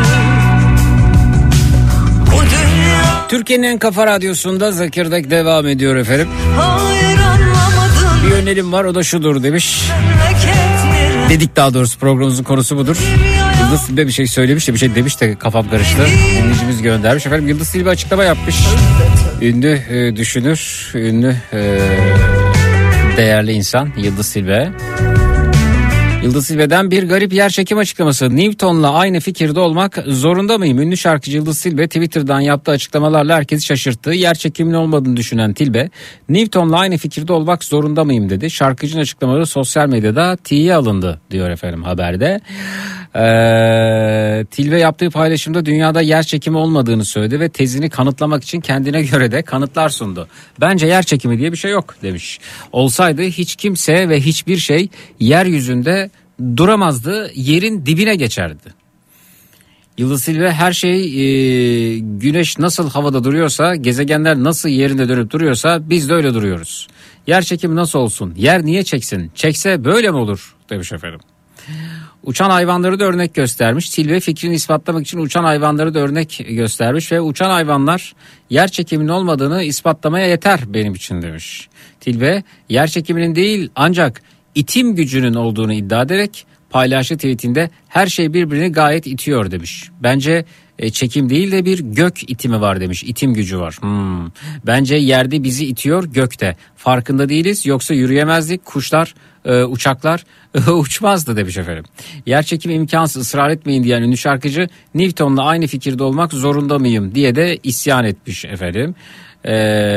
Bu dünya... Türkiye'nin en kafa radyosunda Zekirdek devam ediyor efendim. Hayır anlamadım. Bir önerim var, o da şudur demiş. Memleket nereye? Dedik daha doğrusu, programımızın konusu budur. Yıldız Silbe bir şey söylemiş de bir şey demiş de kafam karıştı. Dinleyicimiz göndermiş. Efendim Yıldız Silbe açıklama yapmış. Ünlü e, düşünür, ünlü e, değerli insan Yıldız Silbe. Yıldız Silbe'den bir garip yerçekim açıklaması. Newton'la aynı fikirde olmak zorunda mıyım? Ünlü şarkıcı Yıldız Silbe Twitter'dan yaptığı açıklamalarla herkesi şaşırttı. Yerçekimin olmadığını düşünen Tilbe, Newton'la aynı fikirde olmak zorunda mıyım dedi. Şarkıcının açıklamaları sosyal medyada tiye alındı diyor efendim haberde. Ee, Tilbe yaptığı paylaşımda dünyada yerçekimi olmadığını söyledi ve tezini kanıtlamak için kendine göre de kanıtlar sundu. Bence yerçekimi diye bir şey yok demiş. Olsaydı hiç kimse ve hiçbir şey yeryüzünde duramazdı, yerin dibine geçerdi. Yıldız Silve her şey e, güneş nasıl havada duruyorsa, gezegenler nasıl yerinde dönüp duruyorsa biz de öyle duruyoruz. Yer çekimi nasıl olsun? Yer niye çeksin? Çekse böyle mi olur? Demiş efendim. Uçan hayvanları da örnek göstermiş. Tilbe fikrini ispatlamak için uçan hayvanları da örnek göstermiş ve uçan hayvanlar yer çekiminin olmadığını ispatlamaya yeter benim için demiş. Tilbe yer çekiminin değil ancak itim gücünün olduğunu iddia ederek paylaştığı tweetinde her şey birbirini gayet itiyor demiş. Bence e, çekim değil de bir gök itimi var demiş. İtim gücü var. Hmm. Bence yerde bizi itiyor, gökte. Farkında değiliz, yoksa yürüyemezdik. Kuşlar, e, uçaklar e, uçmazdı demiş efendim. Yer çekimi imkansız, ısrar etmeyin diyen ünlü şarkıcı Newton'la aynı fikirde olmak zorunda mıyım diye de isyan etmiş efendim. Ee,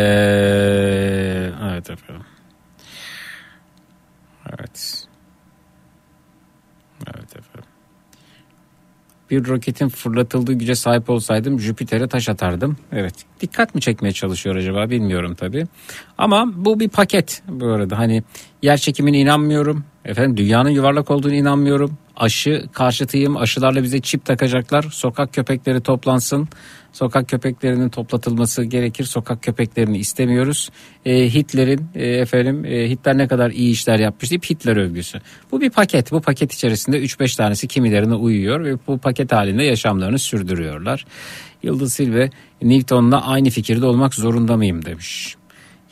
evet efendim. Evet. Evet efendim. Bir roketin fırlatıldığı güce sahip olsaydım Jüpiter'e taş atardım. Evet. Dikkat mi çekmeye çalışıyor acaba bilmiyorum tabii. Ama bu bir paket bu arada. Hani yer çekimine inanmıyorum. Efendim dünyanın yuvarlak olduğunu inanmıyorum. Aşı karşıtıyım. Aşılarla bize çip takacaklar. Sokak köpekleri toplansın. Sokak köpeklerinin toplatılması gerekir. Sokak köpeklerini istemiyoruz. E, Hitler'in e, efendim e, Hitler ne kadar iyi işler yapmış deyip Hitler övgüsü. Bu bir paket. Bu paket içerisinde üç beş tanesi kimilerine uyuyor ve bu paket halinde yaşamlarını sürdürüyorlar. Yıldız Silve Newton'la aynı fikirde olmak zorunda mıyım demiş.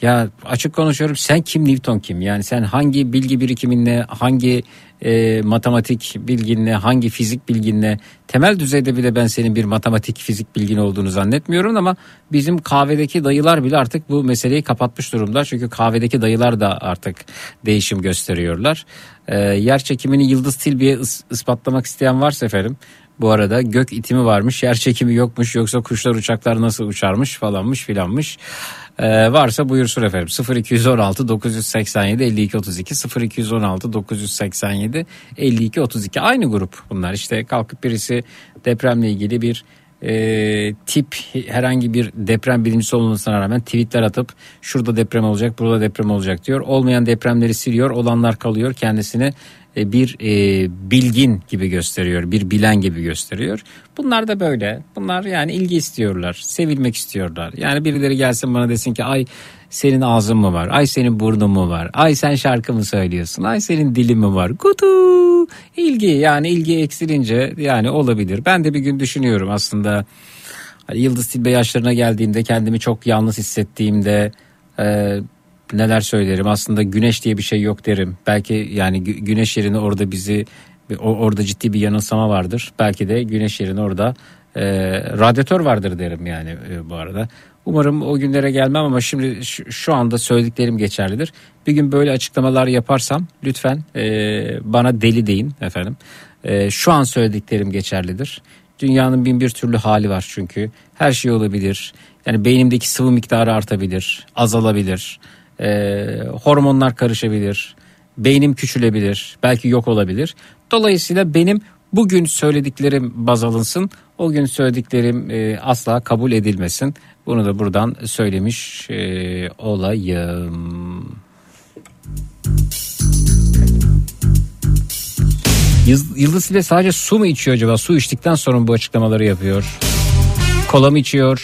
Ya açık konuşuyorum, sen kim, Newton kim? Yani sen hangi bilgi birikiminle, hangi e, matematik bilginle, hangi fizik bilginle, temel düzeyde bile ben senin bir matematik fizik bilgin olduğunu zannetmiyorum ama bizim kahvedeki dayılar bile artık bu meseleyi kapatmış durumda. Çünkü kahvedeki dayılar da artık değişim gösteriyorlar. E, yer çekimini Yıldız Tilbe'ye is- ispatlamak isteyen varsa efendim, bu arada gök itimi varmış, yer çekimi yokmuş, yoksa kuşlar uçaklar nasıl uçarmış falanmış filanmış. Ee, varsa buyursun efendim. sıfır iki on altı dokuz yüz seksen yedi elli iki otuz iki sıfır iki on altı dokuz yüz seksen yedi elli iki otuz iki aynı grup bunlar. İşte kalkıp birisi depremle ilgili bir e, tip, herhangi bir deprem bilimcisi olmasına rağmen tweetler atıp şurada deprem olacak, burada deprem olacak diyor. Olmayan depremleri siliyor, olanlar kalıyor, kendisini bir e, bilgin gibi gösteriyor, bir bilen gibi gösteriyor. Bunlar da böyle. Bunlar yani ilgi istiyorlar, sevilmek istiyorlar. Yani birileri gelsin bana desin ki ay senin ağzın mı var, ay senin burnun mu var, ay sen şarkı mı söylüyorsun, ay senin dilin mi var, kutu ilgi, yani ilgi eksilince yani olabilir. Ben de bir gün düşünüyorum aslında, hani Yıldız Tilbe yaşlarına geldiğimde, kendimi çok yalnız hissettiğimde e, neler söylerim, aslında güneş diye bir şey yok derim. Belki yani gü- güneş yerine orada bizi, o, orada ciddi bir yanılsama vardır. Belki de güneş yerine orada e, radyatör vardır derim yani e, bu arada. Umarım o günlere gelmem ama şimdi şu, şu anda söylediklerim geçerlidir. Bir gün böyle açıklamalar yaparsam lütfen e, bana deli deyin efendim. E, şu an söylediklerim geçerlidir. Dünyanın bin bir türlü hali var çünkü. Her şey olabilir. Yani beynimdeki sıvı miktarı artabilir, azalabilir. Ee, hormonlar karışabilir, beynim küçülebilir, belki yok olabilir. Dolayısıyla benim bugün söylediklerim baz alınsın, o gün söylediklerim e, asla kabul edilmesin. Bunu da buradan söylemiş e, olayım. Yıldız Tilbe sadece su mu içiyor acaba? Su içtikten sonra mı bu açıklamaları yapıyor? Kola mı içiyor?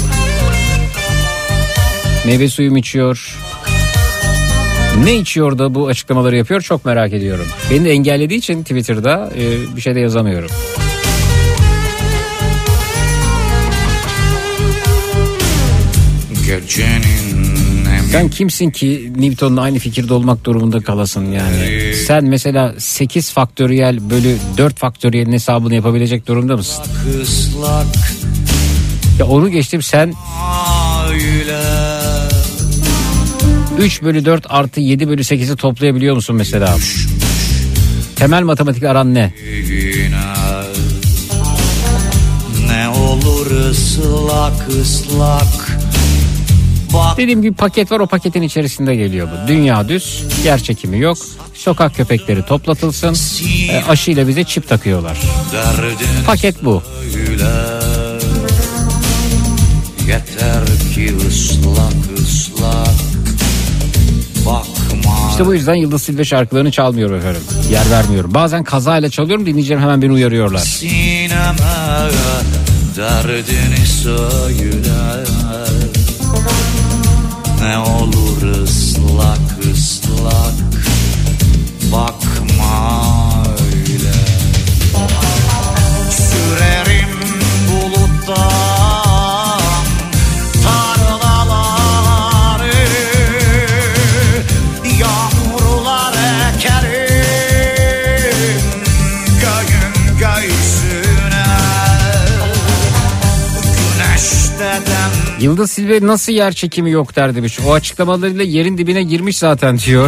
Meyve suyu mu içiyor? Ne içiyor da bu açıklamaları yapıyor, çok merak ediyorum. Beni de engellediği için Twitter'da e, bir şey de yazamıyorum. Sen kimsin ki Newton'la aynı fikirde olmak durumunda kalasın yani? Sen mesela sekiz faktöriyel bölü dört faktöriyelin hesabını yapabilecek durumda mısın? Ya onu geçtim, sen üç bölü dört artı yedi bölü sekizi toplayabiliyor musun mesela? Temel matematik aran ne? Ne olur ıslak ıslak. Dediğim gibi paket var, o paketin içerisinde geliyor bu. Dünya düz, yer çekimi yok. Sokak köpekleri toplatılsın. E, aşıyla bize çip takıyorlar. Paket bu. Yeter ki ıslak ıslak. Bakma. İşte bu yüzden Yıldız Tilbe şarkılarını çalmıyorum efendim. Yer vermiyorum. Bazen kazayla çalıyorum, dinleyeceğim hemen beni uyarıyorlar. Sineme derdini söyle. Ne olur ıslak ıslak. Bakma öyle. Sürerim buluttan tarlaları, yağmurlar ekerim göğün göğsüne. Güneş dedem. Yıldız Tilbe nasıl yer çekimi yok der demiş. O açıklamalarıyla yerin dibine girmiş zaten diyor.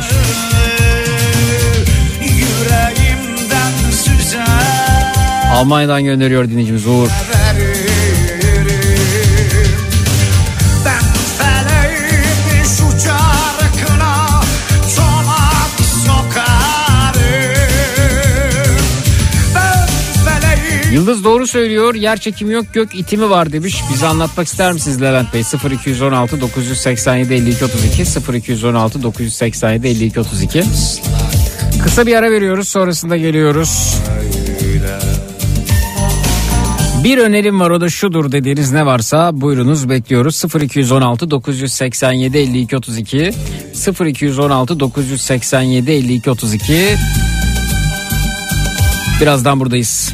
Almanya'dan gönderiyor dinleyicimiz Uğur. Yıldız doğru söylüyor, yer çekimi yok, gök itimi var demiş. Bize anlatmak ister misiniz Levent Bey? sıfır iki on altı dokuz yüz seksen yedi elli iki otuz iki sıfır iki on altı dokuz yüz seksen yedi elli iki otuz iki. Kısa bir ara veriyoruz, sonrasında geliyoruz. Bir önerim var, o da şudur dediğiniz ne varsa buyurunuz, bekliyoruz. sıfır iki on altı dokuz yüz seksen yedi elli iki otuz iki sıfır iki on altı dokuz yüz seksen yedi elli iki otuz iki. Birazdan buradayız.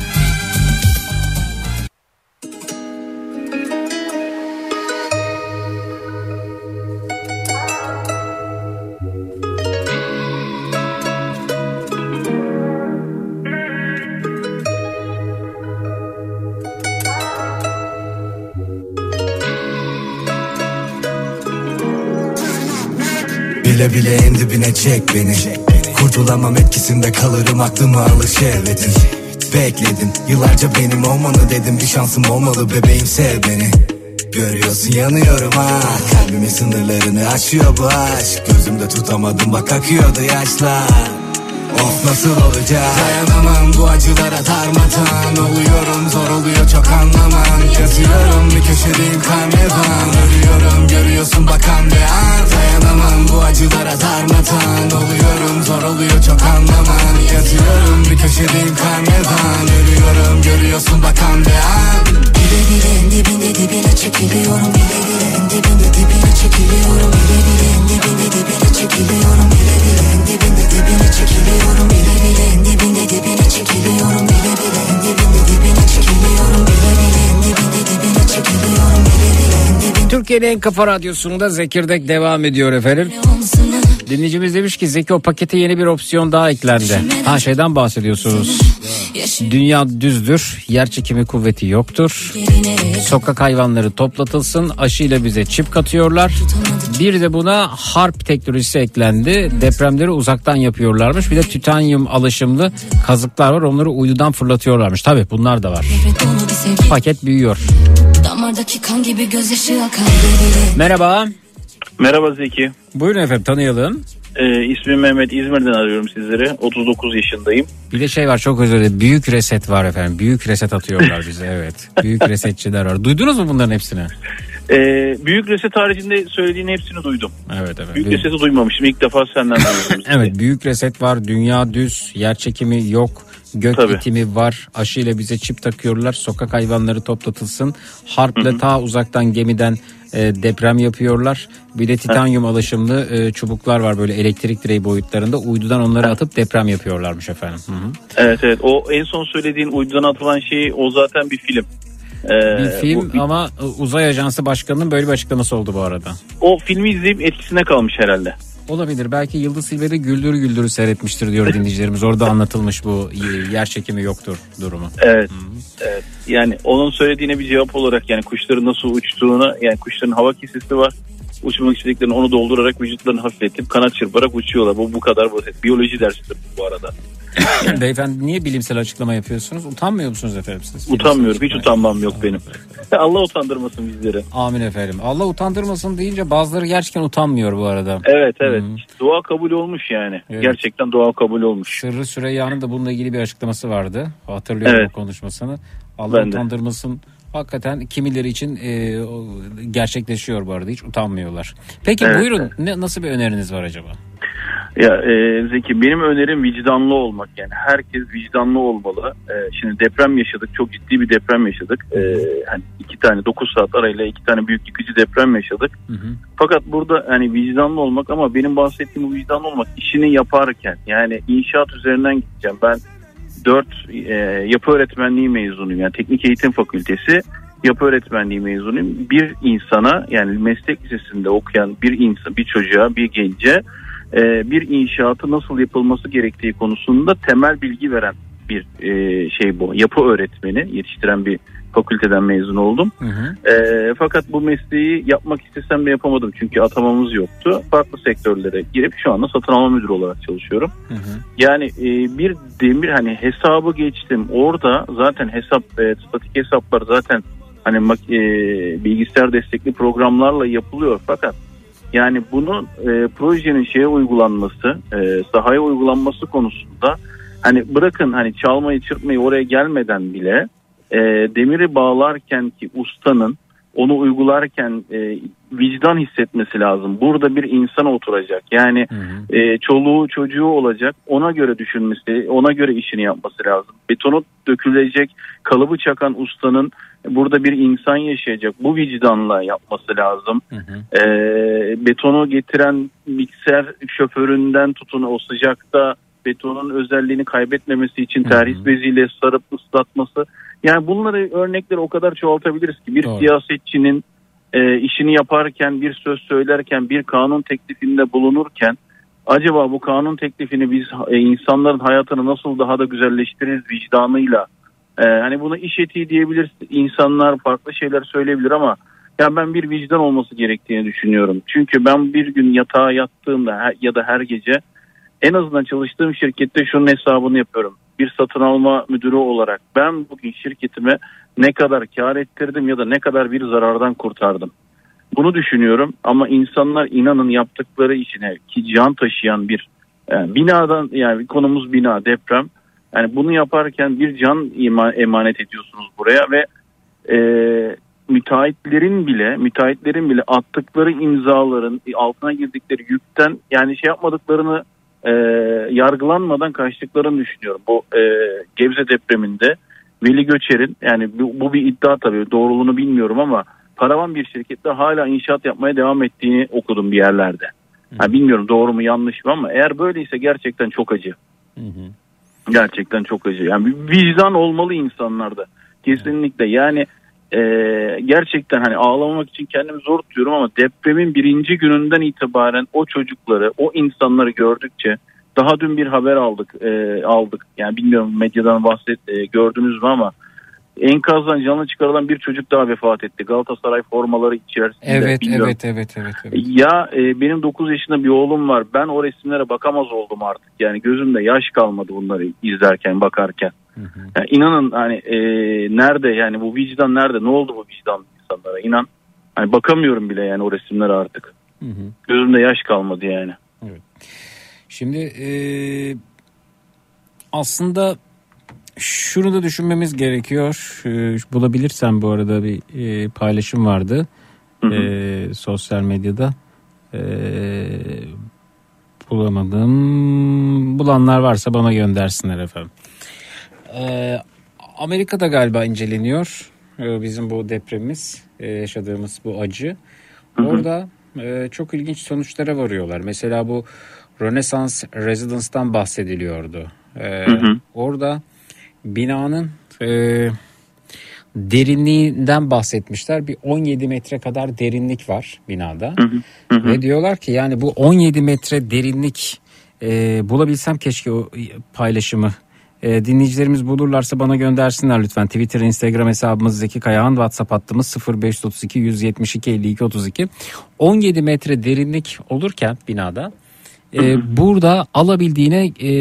Bile bile en dibine çek beni. Kurtulamam etkisinde kalırım, aklımı alır şehvetin. Bekledim yıllarca benim olmanı, dedim bir şansım olmalı bebeğim, sev beni. Görüyorsun yanıyorum ha, kalbimin sınırlarını aşıyor bu aşk. Gözümde tutamadım bak akıyordu yaşlar. Of nasıl olacak, dayanamam bu acılara darmadan. Oluyorum zor oluyor çok anlaman. Yazıyorum bir köşedeyim karnevan. Ölüyorum görüyorsun bakan bir an. Dayanamam bu acılara darmadan. Oluyorum zor oluyor çok anlaman. Yazıyorum bir köşedeyim karnevan. Ölüyorum görüyorsun bakan bir an. Bile bile en dibine dibine çekiliyorum. Bile bile en dibine dibine çekiliyorum. Bile bile en dibine dibine çekiliyorum. Bile bile en dibine dibine çekiliyorum. Bile bile en dibine dibine çekiliyorum. Bile bile en dibine dibine çekiliyorum. Bile bile en dibine dibine çekiliyorum. Bile bile en dibine. Türkiye'nin en kafa radyosunda Zekirdek devam ediyor efendim. Dinleyicimiz demiş ki Zeki o pakete yeni bir opsiyon daha eklendi. Ha şeyden bahsediyorsunuz. Dünya düzdür, yer çekimi kuvveti yoktur. Sokak hayvanları toplatılsın, aşıyla bize çip katıyorlar. Bir de buna harp teknolojisi eklendi. Depremleri uzaktan yapıyorlarmış. Bir de titanyum alaşımlı kazıklar var, onları uydudan fırlatıyorlarmış. Tabii bunlar da var. Paket büyüyor. Damardaki kan gibi gözyaşı akan. Merhaba. Merhaba Zeki. Buyurun efendim, tanıyalım. Ee, ismim Mehmet, İzmir'den arıyorum sizleri. otuz dokuz yaşındayım. Bir de şey var, çok özür dilerim. Büyük reset var efendim. Büyük reset atıyorlar bize, evet. Büyük resetçiler var. Duydunuz mu bunların hepsini? Ee, büyük reset haricinde söylediğin hepsini duydum. Evet evet. Büyük, büyük... reseti duymamıştım. İlk defa senden duyuyorum. Evet, büyük reset var. Dünya düz, yer çekimi yok. Gök Tabii. itimi var. Aşıyla bize çip takıyorlar. Sokak hayvanları toplatılsın. Harple Hı hı. ta uzaktan gemiden e, deprem yapıyorlar. Bir de titanyum alaşımlı e, çubuklar var böyle elektrik direği boyutlarında. Uydudan onları atıp deprem yapıyorlarmış efendim. Hı hı. Evet evet. O en son söylediğin uydudan atılan şey, o zaten bir film. Ee, Bir film bu, ama Uzay Ajansı Başkanı'nın böyle bir açıklaması oldu bu arada. O filmi izleyip etkisine kalmış herhalde. Olabilir. Belki Yıldız Silve'de Güldür Güldür'ü seyretmiştir diyor dinleyicilerimiz. Orada anlatılmış bu yer çekimi yoktur durumu. Evet. Evet. Yani onun söylediğine bir cevap olarak, yani kuşların nasıl uçtuğuna, yani kuşların hava kesesi var. Uçmak istediklerini onu doldurarak vücutlarını hafifletip kanat çırparak uçuyorlar. Bu bu kadar basit. Biyoloji dersidir bu arada. Beyefendi niye bilimsel açıklama yapıyorsunuz? Utanmıyor musunuz efendim siz? Utanmıyorum. Hiç utanmam yok benim. Allah utandırmasın bizleri. Amin efendim. Allah utandırmasın deyince bazıları gerçekten utanmıyor bu arada. Evet evet. Hmm. İşte dua kabul olmuş yani. Evet. Gerçekten dua kabul olmuş. Sırrı Süreyya'nın da bununla ilgili bir açıklaması vardı. Hatırlıyorum Evet. o konuşmasını. Allah Ben de. utandırmasın. Hakikaten kimileri için e, o gerçekleşiyor bu arada. Hiç utanmıyorlar. Peki Evet. buyurun. Ne, nasıl bir öneriniz var acaba? Ya e, Zeki, benim önerim vicdanlı olmak. Yani herkes vicdanlı olmalı. E, şimdi deprem yaşadık. Çok ciddi bir deprem yaşadık. E, hani iki tane dokuz saat arayla iki tane büyük yıkıcı deprem yaşadık. Hı hı. Fakat burada hani vicdanlı olmak, ama benim bahsettiğim bu vicdanlı olmak işini yaparken, yani inşaat üzerinden gideceğim. Ben dört e, yapı öğretmenliği mezunuyum. Yani teknik eğitim fakültesi yapı öğretmenliği mezunuyum. Bir insana, yani meslek lisesinde okuyan bir insan, bir çocuğa, bir gence e, bir inşaatı nasıl yapılması gerektiği konusunda temel bilgi veren bir e, şey bu. Yapı öğretmeni yetiştiren bir fakülteden mezun oldum. Hı hı. E, fakat bu mesleği yapmak istesem de yapamadım. Çünkü atamamız yoktu. Farklı sektörlere girip şu anda satın alma müdürü olarak çalışıyorum. Hı hı. Yani e, bir demir, hani hesabı geçtim. Orada zaten hesap, e, statik hesaplar zaten hani e, bilgisayar destekli programlarla yapılıyor. Fakat yani bunun e, projenin şeye uygulanması, e, sahaya uygulanması konusunda, hani bırakın hani çalmayı çırpmayı oraya gelmeden bile e, demiri bağlarken ki ustanın onu uygularken e, vicdan hissetmesi lazım. Burada bir insana oturacak. Yani Hı hı. e, çoluğu çocuğu olacak. Ona göre düşünmesi, ona göre işini yapması lazım. Betonu dökülecek, kalıbı çakan ustanın burada bir insan yaşayacak. Bu vicdanla yapması lazım. Hı hı. E, betonu getiren mikser şoföründen tutun, o sıcakta betonun özelliğini kaybetmemesi için terhis beziyle sarıp ıslatması. Yani bunları, örnekleri o kadar çoğaltabiliriz ki bir Doğru. siyasetçinin e, işini yaparken, bir söz söylerken, bir kanun teklifinde bulunurken, acaba bu kanun teklifini biz e, insanların hayatını nasıl daha da güzelleştiririz vicdanıyla. E, hani buna iş etiği diyebiliriz. İnsanlar farklı şeyler söyleyebilir ama Ya ben bir vicdan olması gerektiğini düşünüyorum. Çünkü ben bir gün yatağa yattığımda ya da her gece en azından çalıştığım şirkette şunun hesabını yapıyorum. Bir satın alma müdürü olarak ben bugün şirketime ne kadar kar ettirdim ya da ne kadar bir zarardan kurtardım. Bunu düşünüyorum ama insanlar inanın yaptıkları işine ki can taşıyan bir yani binadan yani konumuz bina deprem. Yani bunu yaparken bir can emanet ediyorsunuz buraya ve e, müteahhitlerin bile müteahhitlerin bile attıkları imzaların altına girdikleri yükten yani şey yapmadıklarını e, yargılanmadan kaçtıklarını düşünüyorum. Bu e, Gebze depreminde Veli Göçer'in yani bu, bu bir iddia tabii doğruluğunu bilmiyorum ama paravan bir şirkette hala inşaat yapmaya devam ettiğini okudum bir yerlerde. Yani bilmiyorum doğru mu yanlış mı ama eğer böyleyse gerçekten çok acı. Hı hı. Gerçekten çok acı. Yani bir vicdan olmalı insanlarda. Kesinlikle yani e, gerçekten hani ağlamamak için kendimi zor tutuyorum ama depremin birinci gününden itibaren o çocukları, o insanları gördükçe daha dün bir haber aldık. E, aldık. Yani bilmiyorum medyadan bahset e, gördünüz mü ama enkazdan canlı çıkarılan bir çocuk daha vefat etti. Galatasaray formaları içerisinde. Evet, bilmiyorum. evet, evet, evet, evet. Ya e, benim dokuz yaşında bir oğlum var. Ben o resimlere bakamaz oldum artık. Yani gözümde yaş kalmadı bunları izlerken, bakarken. Hı hı. Yani inanın hani e, nerede yani bu vicdan nerede? Ne oldu bu vicdan insanlara? İnan. Hani bakamıyorum bile yani o resimlere artık. Hı hı. Gözümde yaş kalmadı yani. Evet. Şimdi e, aslında şunu da düşünmemiz gerekiyor. Ee, bulabilirsem bu arada bir e, paylaşım vardı. Hı hı. E, sosyal medyada. E, bulamadım. Bulanlar varsa bana göndersinler efendim. E, Amerika'da galiba inceleniyor. E, bizim bu depremimiz, e, yaşadığımız bu acı. Hı hı. Orada e, çok ilginç sonuçlara varıyorlar. Mesela bu Renaissance Residence'dan bahsediliyordu. E, hı hı. Orada binanın e, derinliğinden bahsetmişler. Bir on yedi metre kadar derinlik var binada. Hı hı, hı. Ve diyorlar ki yani bu on yedi metre derinlik e, bulabilsem keşke o paylaşımı. E, dinleyicilerimiz bulurlarsa bana göndersinler lütfen. Twitter, Instagram hesabımız Zeki Kayağan, WhatsApp hattımız sıfır beş otuz iki yüz yetmiş iki elli iki otuz iki. on yedi metre derinlik olurken binada Ee, burada alabildiğine e,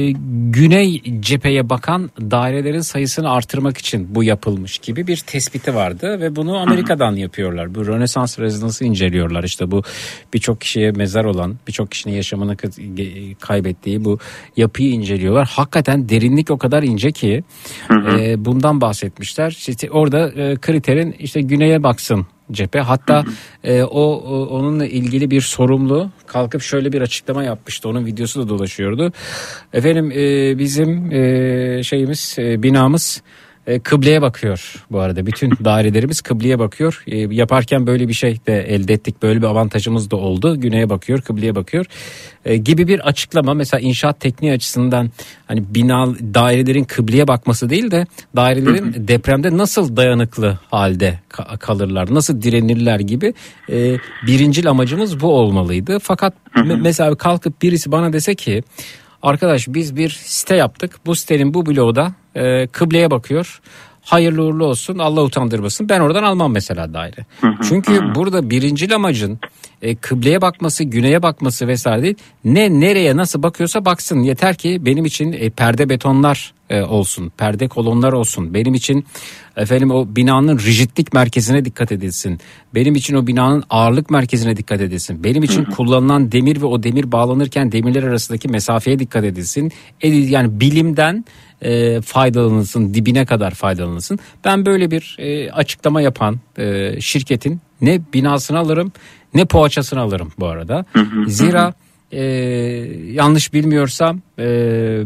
güney cepheye bakan dairelerin sayısını artırmak için bu yapılmış gibi bir tespiti vardı ve bunu Amerika'dan yapıyorlar. Bu Renaissance Residence'ı inceliyorlar. İşte bu birçok kişiye mezar olan, birçok kişinin yaşamını kaybettiği bu yapıyı inceliyorlar. Hakikaten derinlik o kadar ince ki e, bundan bahsetmişler. İşte orada e, kriterin işte güneye baksın cephe. Hatta e, o, o onunla ilgili bir sorumlu kalkıp şöyle bir açıklama yapmıştı. Onun videosu da dolaşıyordu. Efendim e, bizim e, şeyimiz e, binamız e, kıbleye bakıyor bu arada. Bütün dairelerimiz kıbleye bakıyor. E, yaparken böyle bir şey de elde ettik. Böyle bir avantajımız da oldu. Güneye bakıyor, kıbleye bakıyor. E, gibi bir açıklama. Mesela inşaat tekniği açısından hani bina dairelerin kıbleye bakması değil de dairelerin depremde nasıl dayanıklı halde kalırlar, nasıl direnirler gibi e, birincil amacımız bu olmalıydı. Fakat me- mesela kalkıp birisi bana dese ki arkadaş biz bir site yaptık. Bu sitenin bu bloğu da e, kıbleye bakıyor. Hayırlı uğurlu olsun, Allah utandırmasın. Ben oradan almam mesela daire. Çünkü burada birincil amacın e, kıbleye bakması, güneye bakması vesaire değil. Ne nereye nasıl bakıyorsa baksın. Yeter ki benim için e, perde betonlar e, olsun, perde kolonlar olsun. Benim için efendim o binanın rigidlik merkezine dikkat edilsin. Benim için o binanın ağırlık merkezine dikkat edilsin. Benim için kullanılan demir ve o demir bağlanırken demirler arasındaki mesafeye dikkat edilsin. Yani bilimden e, faydalanılsın, dibine kadar faydalanılsın. Ben böyle bir e, açıklama yapan e, şirketin ne binasını alırım ne poğaçasını alırım bu arada. Zira e, yanlış bilmiyorsam e,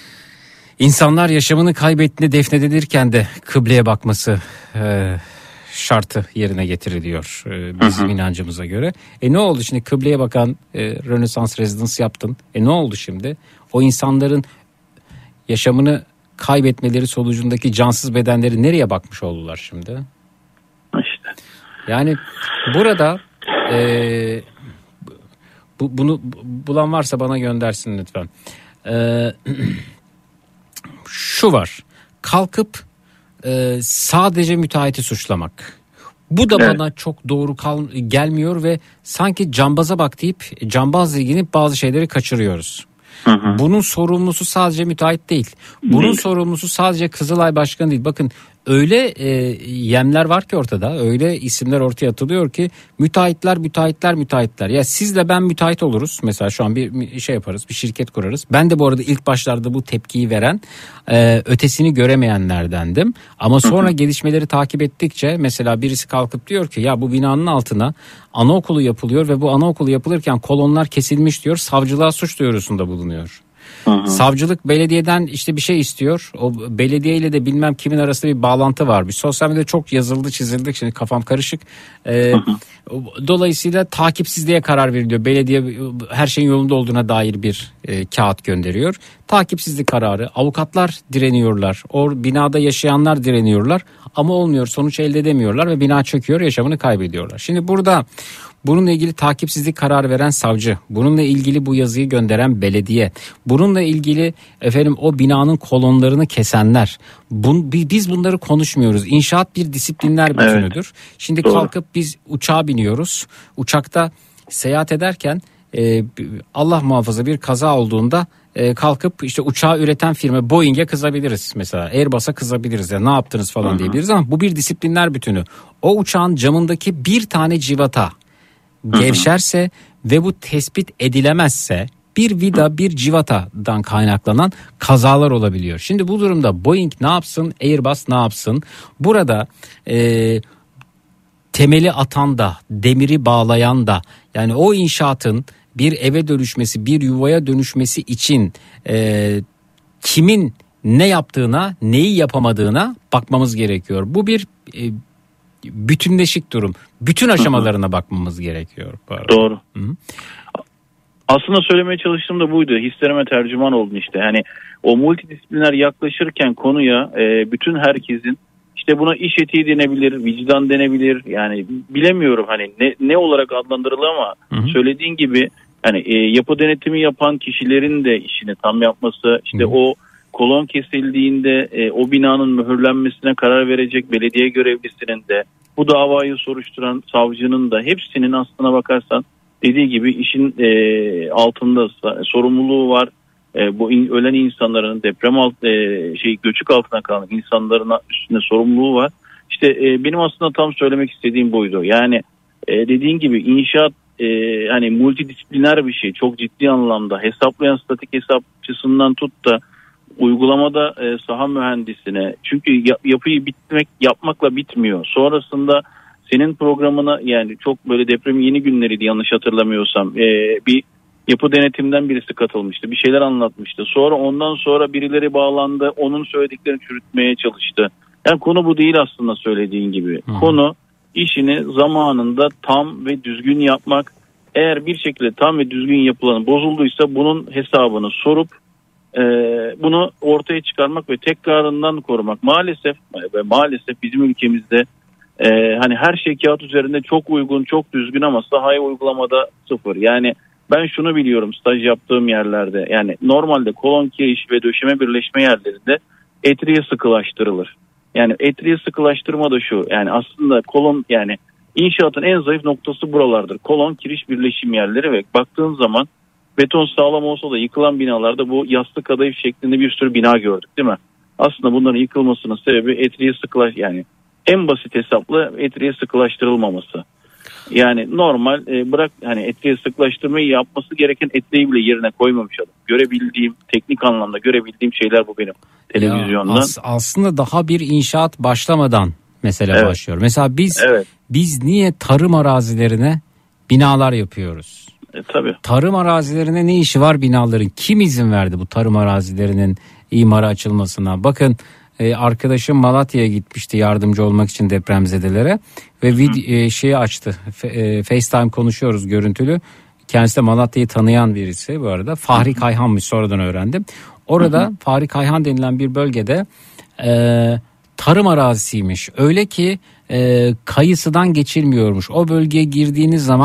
insanlar yaşamını kaybettiğinde defnedilirken de kıbleye bakması e, şartı yerine getiriliyor e, bizim inancımıza göre. E ne oldu şimdi kıbleye bakan e, Renaissance Residence yaptın. E ne oldu şimdi? O insanların yaşamını kaybetmeleri sonucundaki cansız bedenleri nereye bakmış oldular şimdi? İşte. Yani burada e, bu, bunu bulan varsa bana göndersin lütfen. E, şu var. Kalkıp e, sadece müteahhiti suçlamak. Bu da Evet. bana çok doğru kal gelmiyor ve sanki cambaza bak deyip cambazla ilgili bazı şeyleri kaçırıyoruz. Hı hı. Bunun sorumlusu sadece müteahhit değil. Bunun Değil. sorumlusu sadece Kızılay Başkanı değil. Bakın öyle e, yemler var ki ortada, öyle isimler ortaya atılıyor ki müteahhitler müteahhitler müteahhitler. Ya sizle ben müteahhit oluruz. Mesela şu an bir şey yaparız, bir şirket kurarız. Ben de bu arada ilk başlarda bu tepkiyi veren, e, ötesini göremeyenlerdendim. Ama sonra gelişmeleri takip ettikçe mesela birisi kalkıp diyor ki ya bu binanın altına anaokulu yapılıyor ve bu anaokulu yapılırken kolonlar kesilmiş diyor. Savcılığa suç duyurusunda bulunuyor. Hı hı. Savcılık belediyeden işte bir şey istiyor. O belediyeyle de bilmem kimin arasında bir bağlantı var. Bir sosyal medyada çok yazıldı çizildi. Şimdi kafam karışık. Ee, hı hı. Dolayısıyla takipsizliğe karar veriliyor. Belediye her şeyin yolunda olduğuna dair bir e, kağıt gönderiyor. Takipsizlik kararı. Avukatlar direniyorlar. O binada yaşayanlar direniyorlar. Ama olmuyor. Sonuç elde edemiyorlar ve bina çöküyor. Yaşamını kaybediyorlar. Şimdi burada bununla ilgili takipsizlik kararı veren savcı, bununla ilgili bu yazıyı gönderen belediye, bununla ilgili efendim o binanın kolonlarını kesenler, bun, biz bunları konuşmuyoruz. İnşaat bir disiplinler bütünüdür. Evet. Şimdi Doğru. kalkıp biz uçağa biniyoruz. Uçakta seyahat ederken e, Allah muhafaza bir kaza olduğunda e, kalkıp işte uçağı üreten firma Boeing'e kızabiliriz mesela. Airbus'a kızabiliriz ya ne yaptınız falan Hı-hı. diyebiliriz ama bu bir disiplinler bütünü. O uçağın camındaki bir tane civata gevşerse Hı-hı. ve bu tespit edilemezse bir vida bir civatadan kaynaklanan kazalar olabiliyor. Şimdi bu durumda Boeing ne yapsın, Airbus ne yapsın? Burada e, temeli atan da, demiri bağlayan da, yani o inşaatın bir eve dönüşmesi, bir yuvaya dönüşmesi için e, kimin ne yaptığına, neyi yapamadığına bakmamız gerekiyor. Bu bir e, bütünleşik durum. Bütün aşamalarına Hı-hı. bakmamız gerekiyor. Doğru. Hı-hı. Aslında söylemeye çalıştığım da buydu. Hislerime tercüman oldun işte. Hani o multidisipliner yaklaşırken konuya e, bütün herkesin işte buna iş etiği denebilir, vicdan denebilir. Yani bilemiyorum hani ne ne olarak adlandırılır ama Hı-hı. söylediğin gibi hani e, yapı denetimi yapan kişilerin de işini tam yapması, işte Hı-hı. o kolon kesildiğinde e, o binanın mühürlenmesine karar verecek belediye görevlisinin de bu davayı soruşturan savcının da hepsinin aslına bakarsan dediği gibi işin e, altında sorumluluğu var. E, bu in, ölen insanların deprem alt e, şey göçük altına kalan insanların üstünde sorumluluğu var. İşte e, benim aslında tam söylemek istediğim buydu. Yani e, dediğin gibi inşaat e, hani multidisipliner bir şey. Çok ciddi anlamda hesaplayan statik hesapçısından tut da uygulamada e, saha mühendisine, çünkü yapıyı bitmek yapmakla bitmiyor. Sonrasında senin programına, yani çok böyle depremin yeni günleriydi yanlış hatırlamıyorsam, e, bir yapı denetimden birisi katılmıştı, bir şeyler anlatmıştı. Sonra ondan sonra birileri bağlandı, onun söylediklerini çürütmeye çalıştı. Yani konu bu değil aslında söylediğin gibi. Hı. Konu işini zamanında tam ve düzgün yapmak. Eğer bir şekilde tam ve düzgün yapılanı bozulduysa bunun hesabını sorup Ee, bunu ortaya çıkarmak ve tekrarından korumak. Maalesef ve maalesef bizim ülkemizde e, hani her şey kağıt üzerinde çok uygun, çok düzgün ama sahaya uygulamada sıfır. Yani ben şunu biliyorum staj yaptığım yerlerde, yani normalde kolon kiriş ve döşeme birleşme yerlerinde etriye sıkılaştırılır. Yani etriye sıkılaştırma da şu, yani aslında kolon, yani inşaatın en zayıf noktası buralardır. Kolon kiriş birleşim yerleri ve baktığın zaman beton sağlam olsa da yıkılan binalarda bu yastık kadayıf şeklinde bir sürü bina gördük değil mi? Aslında bunların yıkılmasının sebebi etriye sıkılaş, yani en basit hesapla etriye sıkılaştırılmaması. Yani normal e, bırak hani etriye sıkılaştırmayı yapması gereken etriği bile yerine koymamış adam. Görebildiğim, teknik anlamda görebildiğim şeyler bu benim televizyondan. Ya, as- aslında daha bir inşaat başlamadan mesela evet. başlıyor. Mesela biz evet. biz niye tarım arazilerine binalar yapıyoruz? E, tabii. Tarım arazilerine ne işi var binaların? Kim izin verdi bu tarım arazilerinin imara açılmasına? Bakın e, arkadaşım Malatya'ya gitmişti yardımcı olmak için depremzedelere ve vid- e, şeyi açtı. F- e, FaceTime konuşuyoruz görüntülü. Kendisi de Malatya'yı tanıyan birisi bu arada. Fahri Kayhan'mış, sonradan öğrendim. Orada Hı-hı. Fahri Kayhan denilen bir bölgede e, tarım arazisiymiş. Öyle ki e, kayısıdan geçilmiyormuş. O bölgeye girdiğiniz zaman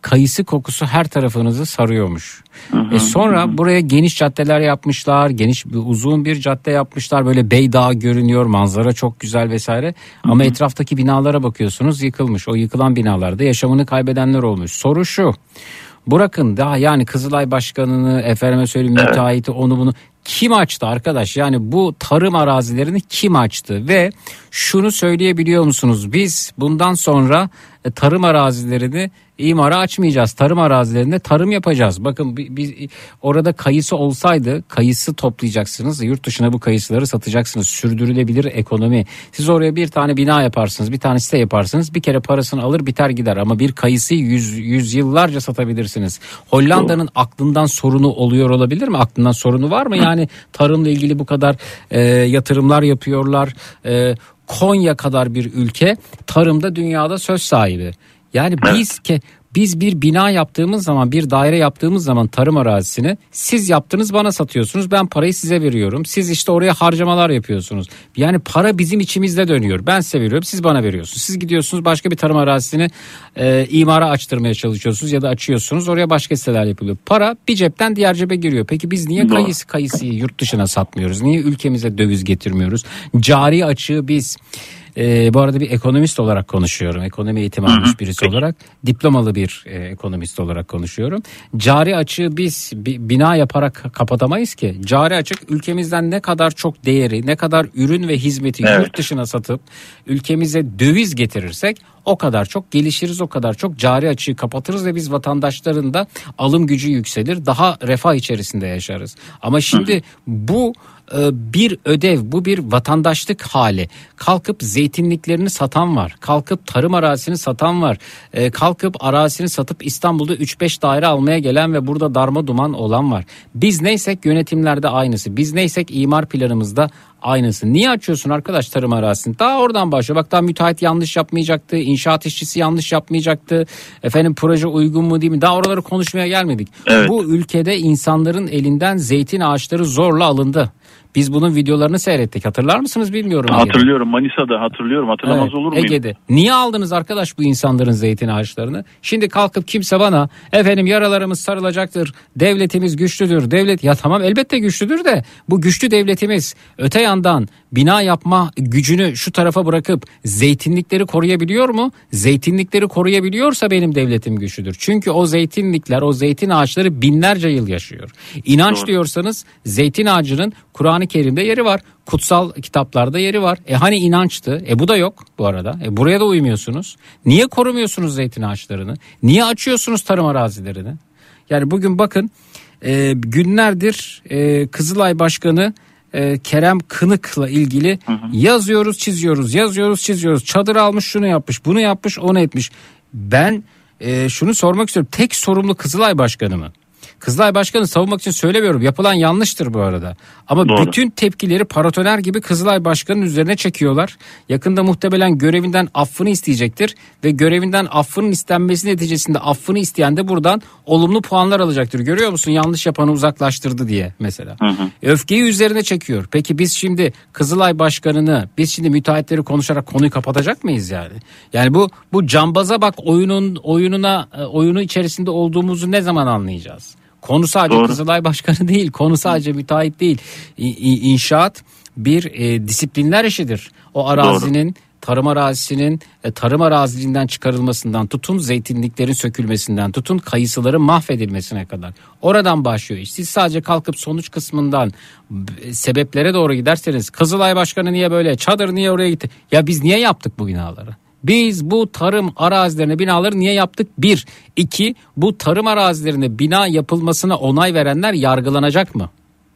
kayısı kokusu her tarafınızı sarıyormuş. E sonra buraya geniş caddeler yapmışlar, geniş bir uzun bir cadde yapmışlar, böyle Beydağ görünüyor, manzara çok güzel vesaire. Ama etraftaki binalara bakıyorsunuz, yıkılmış. O yıkılan binalarda yaşamını kaybedenler olmuş. Soru şu: bırakın daha yani Kızılay Başkanı'nı, efendime söyleyeyim müteahhiti, onu bunu kim açtı arkadaş? Yani bu tarım arazilerini kim açtı? Ve şunu söyleyebiliyor musunuz? Biz bundan sonra tarım arazilerini imara açmayacağız. Tarım arazilerinde tarım yapacağız. Bakın biz orada kayısı olsaydı, kayısı toplayacaksınız. Yurt dışına bu kayısıları satacaksınız. Sürdürülebilir ekonomi. Siz oraya bir tane bina yaparsınız, bir tane site yaparsınız. Bir kere parasını alır biter gider. Ama bir kayısıyı yüz, yüz yıllarca satabilirsiniz. Hollanda'nın aklından sorunu oluyor olabilir mi? Aklından sorunu var mı? Yani tarımla ilgili bu kadar e, yatırımlar yapıyorlar. E, Konya kadar bir ülke tarımda dünyada söz sahibi. Yani biz ke biz bir bina yaptığımız zaman, bir daire yaptığımız zaman tarım arazisini siz yaptınız, bana satıyorsunuz, ben parayı size veriyorum. Siz işte oraya harcamalar yapıyorsunuz. Yani para bizim içimizde dönüyor. Ben size veriyorum, siz bana veriyorsunuz. Siz gidiyorsunuz başka bir tarım arazisini e, imara açtırmaya çalışıyorsunuz ya da açıyorsunuz. Oraya başka siteler yapılıyor. Para bir cepten diğer cebe giriyor. Peki biz niye kayısı kayısıyı yurt dışına satmıyoruz? Niye ülkemize döviz getirmiyoruz? Cari açığı biz... Ee, bu arada bir ekonomist olarak konuşuyorum. Ekonomi eğitimi almış birisi olarak. Diplomalı bir e, ekonomist olarak konuşuyorum. Cari açığı biz bi, bina yaparak kapatamayız ki. Cari açık ülkemizden ne kadar çok değeri, ne kadar ürün ve hizmeti evet. yurt dışına satıp ülkemize döviz getirirsek o kadar çok gelişiriz, o kadar çok cari açığı kapatırız ve biz vatandaşların da alım gücü yükselir. Daha refah içerisinde yaşarız. Ama şimdi bu bir ödev, bu bir vatandaşlık hali. Kalkıp zeytinliklerini satan var. Kalkıp tarım arazisini satan var. Kalkıp arazisini satıp İstanbul'da üç beş daire almaya gelen ve burada darma duman olan var. Biz neysek yönetimlerde aynısı. Biz neysek imar planımızda aynısı. Niye açıyorsun arkadaş tarım arazisini? Daha oradan başlıyor. Bak daha müteahhit yanlış yapmayacaktı. İnşaat işçisi yanlış yapmayacaktı. Efendim proje uygun mu değil mi? Daha oraları konuşmaya gelmedik. Evet. Bu ülkede insanların elinden zeytin ağaçları zorla alındı. Biz bunun videolarını seyrettik. Hatırlar mısınız bilmiyorum. Hatırlıyorum. Ege'de. Manisa'da hatırlıyorum. Hatırlamaz evet, olur muyum? Ege'de. Niye aldınız arkadaş bu insanların zeytin ağaçlarını? Şimdi kalkıp kimse bana efendim yaralarımız sarılacaktır. Devletimiz güçlüdür. Devlet ya tamam elbette güçlüdür de bu güçlü devletimiz öte yandan bina yapma gücünü şu tarafa bırakıp zeytinlikleri koruyabiliyor mu? Zeytinlikleri koruyabiliyorsa benim devletim güçlüdür. Çünkü o zeytinlikler, o zeytin ağaçları binlerce yıl yaşıyor. İnanç Doğru. diyorsanız zeytin ağacının Kur'an-ı Kerim'de yeri var. Kutsal kitaplarda yeri var. E hani inançtı? E bu da yok bu arada. E buraya da uymuyorsunuz. Niye korumuyorsunuz zeytin ağaçlarını? Niye açıyorsunuz tarım arazilerini? Yani bugün bakın e, günlerdir e, Kızılay Başkanı e, Kerem Kınık'la ilgili hı hı. yazıyoruz, çiziyoruz, yazıyoruz, çiziyoruz. Çadır almış, şunu yapmış, bunu yapmış, onu etmiş. Ben e, şunu sormak istiyorum. Tek sorumlu Kızılay Başkanı mı? Kızılay Başkanı savunmak için söylemiyorum. Yapılan yanlıştır bu arada. Ama Doğru. bütün tepkileri paratoner gibi Kızılay Başkanı'nın üzerine çekiyorlar. Yakında muhtemelen görevinden affını isteyecektir. Ve görevinden affının istenmesi neticesinde affını isteyen de buradan olumlu puanlar alacaktır. Görüyor musun? Yanlış yapanı uzaklaştırdı diye mesela. Hı hı. Öfkeyi üzerine çekiyor. Peki biz şimdi Kızılay Başkanı'nı, biz şimdi müteahhitleri konuşarak konuyu kapatacak mıyız yani? Yani bu bu cambaza bak oyunun oyununa oyunu içerisinde olduğumuzu ne zaman anlayacağız? Konu sadece Doğru. Kızılay Başkanı değil, konu sadece müteahhit değil. İ- İnşaat bir e, disiplinler işidir. O arazinin, Doğru. tarım arazisinin e, tarım araziliğinden çıkarılmasından tutun zeytinliklerin sökülmesinden tutun kayısıların mahvedilmesine kadar. Oradan başlıyor. Siz sadece kalkıp sonuç kısmından e, sebeplere doğru giderseniz Kızılay Başkanı niye böyle, çadır niye oraya gitti? Ya biz niye yaptık bu binaları? Biz bu tarım arazilerine binaları niye yaptık? Bir. İki, bu tarım arazilerine bina yapılmasına onay verenler yargılanacak mı?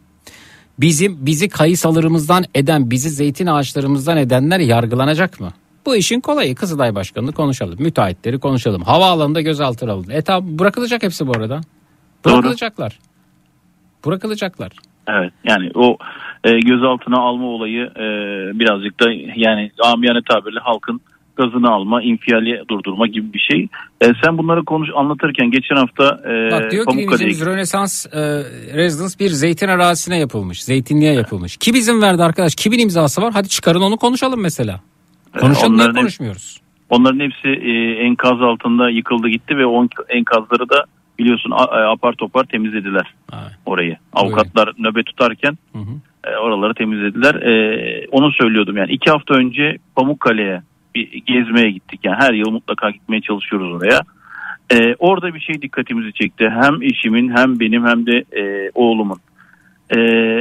Bizim bizi kayısalarımızdan eden, bizi zeytin ağaçlarımızdan edenler yargılanacak mı? Bu işin kolayı. Kızılay Başkanı'nı konuşalım. Müteahhitleri konuşalım. Havaalanında gözaltına alın. E tamam, bırakılacak hepsi bu arada. Bırakılacaklar. Doğru. Bırakılacaklar. Evet, yani o e, gözaltına alma olayı e, birazcık da yani amiyane tabirle halkın gazını alma, infiali durdurma gibi bir şey. E, sen bunları konuş anlatırken geçen hafta e, Bak diyor ki bizim Rönesans e, Residence bir zeytin arazisine yapılmış. Zeytinliğe yapılmış. Kim izin verdi arkadaş? Kimin imzası var? Hadi çıkarın onu konuşalım mesela. Konuşalım, niye konuşmuyoruz? Onların hepsi e, enkaz altında yıkıldı gitti ve o enkazları da biliyorsun a, apar topar temizlediler evet. orayı. Avukatlar evet. nöbet tutarken hı hı. E, oraları temizlediler. E, onu söylüyordum yani iki hafta önce Pamukkale'ye bir gezmeye gittik. Yani her yıl mutlaka gitmeye çalışıyoruz oraya. E, orada bir şey dikkatimizi çekti. Hem eşimin hem benim hem de e, oğlumun. E,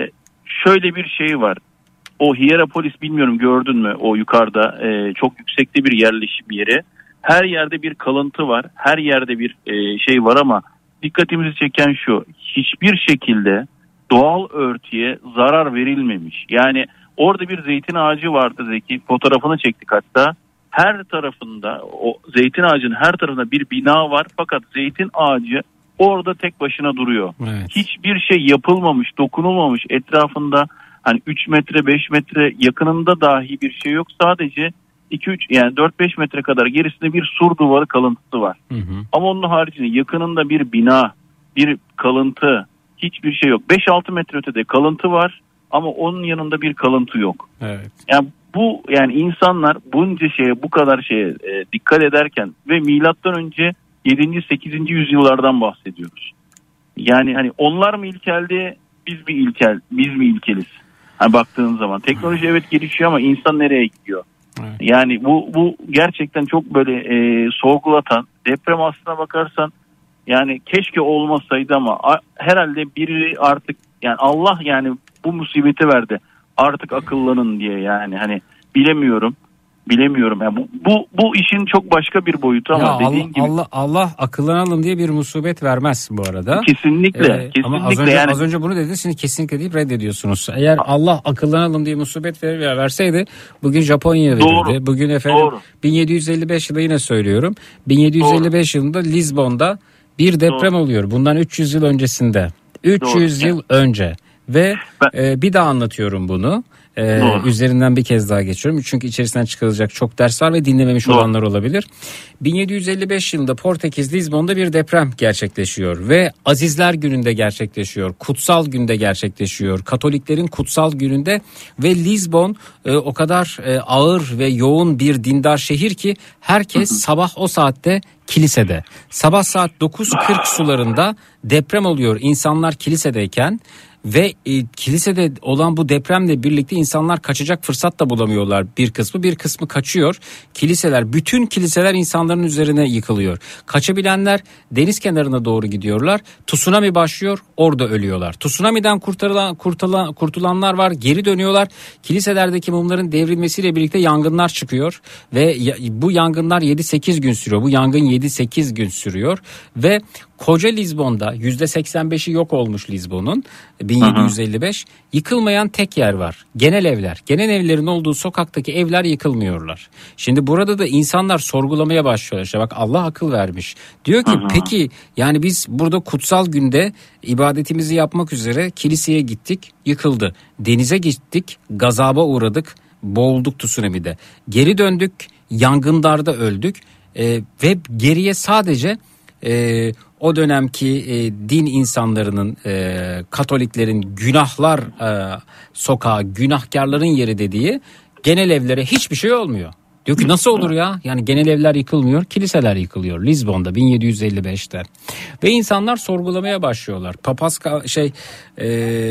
şöyle bir şey var. O Hierapolis bilmiyorum gördün mü o yukarıda e, çok yüksekte bir yerleşim yeri. Her yerde bir kalıntı var. Her yerde bir e, şey var ama dikkatimizi çeken şu. Hiçbir şekilde doğal örtüye zarar verilmemiş. Yani orada bir zeytin ağacı vardı Zeki. Fotoğrafını çektik hatta. Her tarafında o zeytin ağacının her tarafında bir bina var. Fakat zeytin ağacı orada tek başına duruyor. Evet. Hiçbir şey yapılmamış, dokunulmamış etrafında. Hani üç metre beş metre yakınında dahi bir şey yok. Sadece iki üç yani dört beş metre kadar gerisinde bir sur duvarı kalıntısı var. Hı hı. Ama onun haricinde yakınında bir bina, bir kalıntı, hiçbir şey yok. beş altı metre ötede kalıntı var ama onun yanında bir kalıntı yok. Evet. Yani bu yani insanlar bunca şeye bu kadar şeye e, dikkat ederken ve milattan önce yedinci sekizinci yüzyıllardan bahsediyoruz. Yani hani onlar mı ilkeldi, biz mi ilkel, biz mi ilkeliz? Hani baktığın zaman teknoloji evet gelişiyor ama insan nereye gidiyor? Evet. Yani bu bu gerçekten çok böyle e, sorgulatan, deprem aslına bakarsan yani keşke olmasaydı ama a, herhalde biri artık yani Allah yani bu musibeti verdi. Artık akıllanın diye yani hani bilemiyorum. Bilemiyorum. Yani bu, bu bu işin çok başka bir boyutu ama ya dediğin Allah, gibi. Allah Allah akıllanalım diye bir musibet vermez bu arada. Kesinlikle. Ee, kesinlikle ama az önce, yani. az önce bunu dediniz, şimdi kesinlikle deyip reddediyorsunuz. Eğer Allah akıllanalım diye musibet ver, verseydi bugün Japonya verirdi. Doğru. Bugün efendim Doğru. bin yedi yüz elli beş yılında yine söylüyorum. bin yedi yüz elli beş Doğru. yılında Lizbon'da bir deprem Doğru. oluyor. Bundan üç yüz yıl öncesinde. üç yüz Doğru. yıl önce. Ve ben... e, bir daha anlatıyorum bunu. Ee, üzerinden bir kez daha geçiyorum. Çünkü içerisinden çıkarılacak çok ders var ve dinlememiş Doğru. olanlar olabilir. bin yedi yüz elli beş yılında Portekiz Lizbon'da bir deprem gerçekleşiyor ve Azizler Günü'nde gerçekleşiyor. Kutsal günde gerçekleşiyor. Katoliklerin kutsal gününde ve Lizbon e, o kadar e, ağır ve yoğun bir dindar şehir ki herkes hı hı. sabah o saatte kilisede. Sabah saat dokuz kırk sularında deprem oluyor. İnsanlar kilisedeyken ve e, kilisede olan bu depremle birlikte insanlar kaçacak fırsat da bulamıyorlar. Bir kısmı bir kısmı kaçıyor. Kiliseler, bütün kiliseler insanların üzerine yıkılıyor. Kaçabilenler deniz kenarına doğru gidiyorlar. Tsunami başlıyor, orada ölüyorlar. Tsunami'den kurtulan, kurtulan, kurtulanlar var, geri dönüyorlar. Kiliselerdeki mumların devrilmesiyle birlikte yangınlar çıkıyor ve bu yangınlar yedi sekiz gün sürüyor. Bu yangın yedi sekiz gün sürüyor ve koca Lizbon'da yüzde seksen beşi yok olmuş Lizbon'un bin yedi yüz elli beş. Yıkılmayan tek yer var. Genel evler. Genel evlerin olduğu sokaktaki evler yıkılmıyorlar. Şimdi burada da insanlar sorgulamaya başlıyorlar. İşte bak Allah akıl vermiş. Diyor ki Aha. peki yani biz burada kutsal günde ibadetimizi yapmak üzere kiliseye gittik, yıkıldı. Denize gittik, gazaba uğradık, boğulduk tsunami'de. Geri döndük, yangınlarda öldük ee, ve geriye sadece Ee, o dönemki e, din insanlarının, e, Katoliklerin günahlar e, sokağı, günahkarların yeri dediği genel evlere hiçbir şey olmuyor. Diyor ki nasıl olur ya? Yani genel evler yıkılmıyor, kiliseler yıkılıyor Lizbon'da bin yedi yüz elli beşte. Ve insanlar sorgulamaya başlıyorlar. Papaz şey e,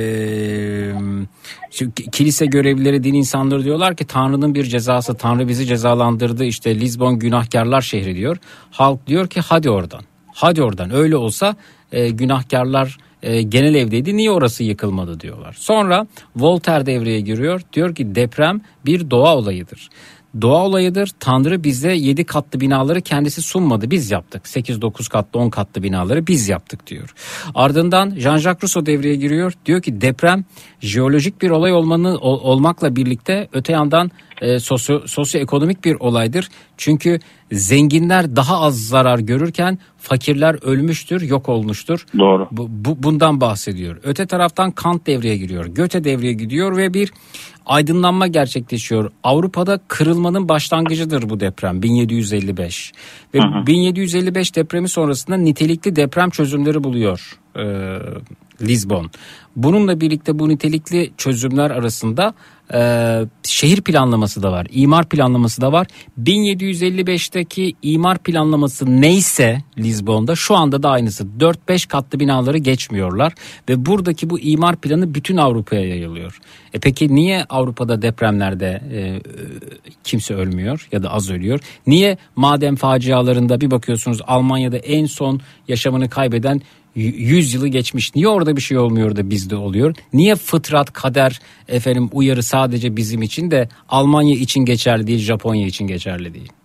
kilise görevlileri, din insanları diyorlar ki Tanrı'nın bir cezası, Tanrı bizi cezalandırdı. İşte Lizbon günahkarlar şehri diyor. Halk diyor ki hadi oradan. Hadi oradan öyle olsa e, günahkarlar e, genel evdeydi, niye orası yıkılmadı diyorlar. Sonra Voltaire devreye giriyor, diyor ki deprem bir doğa olayıdır. Doğa olayıdır. Tanrı bize yedi katlı binaları kendisi sunmadı, biz yaptık. sekiz dokuz katlı, on katlı binaları biz yaptık diyor. Ardından Jean-Jacques Rousseau devreye giriyor. Diyor ki deprem jeolojik bir olay olmanı, olmakla birlikte öte yandan e, sosyo, sosyoekonomik bir olaydır. Çünkü zenginler daha az zarar görürken fakirler ölmüştür, yok olmuştur. Doğru. Bu, bu, bundan bahsediyor. Öte taraftan Kant devreye giriyor. Goethe devreye gidiyor ve bir aydınlanma gerçekleşiyor. Avrupa'da kırılmanın başlangıcıdır bu deprem bin yedi yüz elli beş. Ve hı hı. bin yedi yüz elli beş depremi sonrasında nitelikli deprem çözümleri buluyor e, Lizbon. Bununla birlikte bu nitelikli çözümler arasında e, şehir planlaması da var, imar planlaması da var. bin yedi yüz elli beşteki imar planlaması neyse Lizbon'da şu anda da aynısı. dört beş katlı binaları geçmiyorlar ve buradaki bu imar planı bütün Avrupa'ya yayılıyor. E peki niye Avrupa'da depremlerde e, kimse ölmüyor ya da az ölüyor? Niye maden facialarında bir bakıyorsunuz Almanya'da en son yaşamını kaybeden yüz yılı geçmiş. Niye orada bir şey olmuyor da bizde oluyor? Niye fıtrat, kader, efendim uyarı sadece bizim için de Almanya için geçerli değil, Japonya için geçerli değil?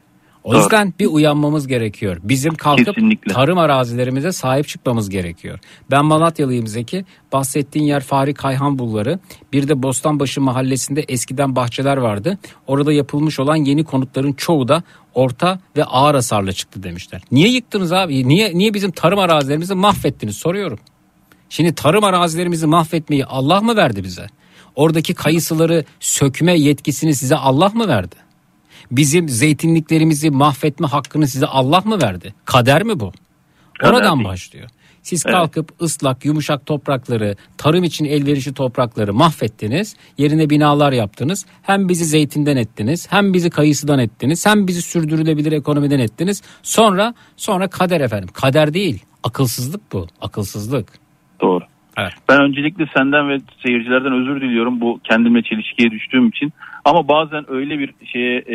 O Doğru. yüzden bir uyanmamız gerekiyor. Bizim kalkıp Kesinlikle. tarım arazilerimize sahip çıkmamız gerekiyor. Ben Malatyalıyım Zeki. Bahsettiğin yer Fahri Kayhan Bulvarı. Bir de Bostanbaşı mahallesinde eskiden bahçeler vardı. Orada yapılmış olan yeni konutların çoğu da orta ve ağır hasarla çıktı demişler. Niye yıktınız abi? Niye niye bizim tarım arazilerimizi mahvettiniz soruyorum. Şimdi tarım arazilerimizi mahvetmeyi Allah mı verdi bize? Oradaki kayısıları sökme yetkisini size Allah mı verdi? Bizim zeytinliklerimizi mahvetme hakkını size Allah mı verdi? Kader mi bu? Oradan değil. başlıyor. Siz Evet. kalkıp ıslak, yumuşak toprakları, tarım için elverişli toprakları mahvettiniz. Yerine binalar yaptınız. Hem bizi zeytinden ettiniz, hem bizi kayısıdan ettiniz, hem bizi sürdürülebilir ekonomiden ettiniz. Sonra sonra kader efendim. Kader değil, akılsızlık bu. Akılsızlık. Doğru. Evet. Ben öncelikle senden ve seyircilerden özür diliyorum bu kendimle çelişkiye düştüğüm için. Ama bazen öyle bir şeye e,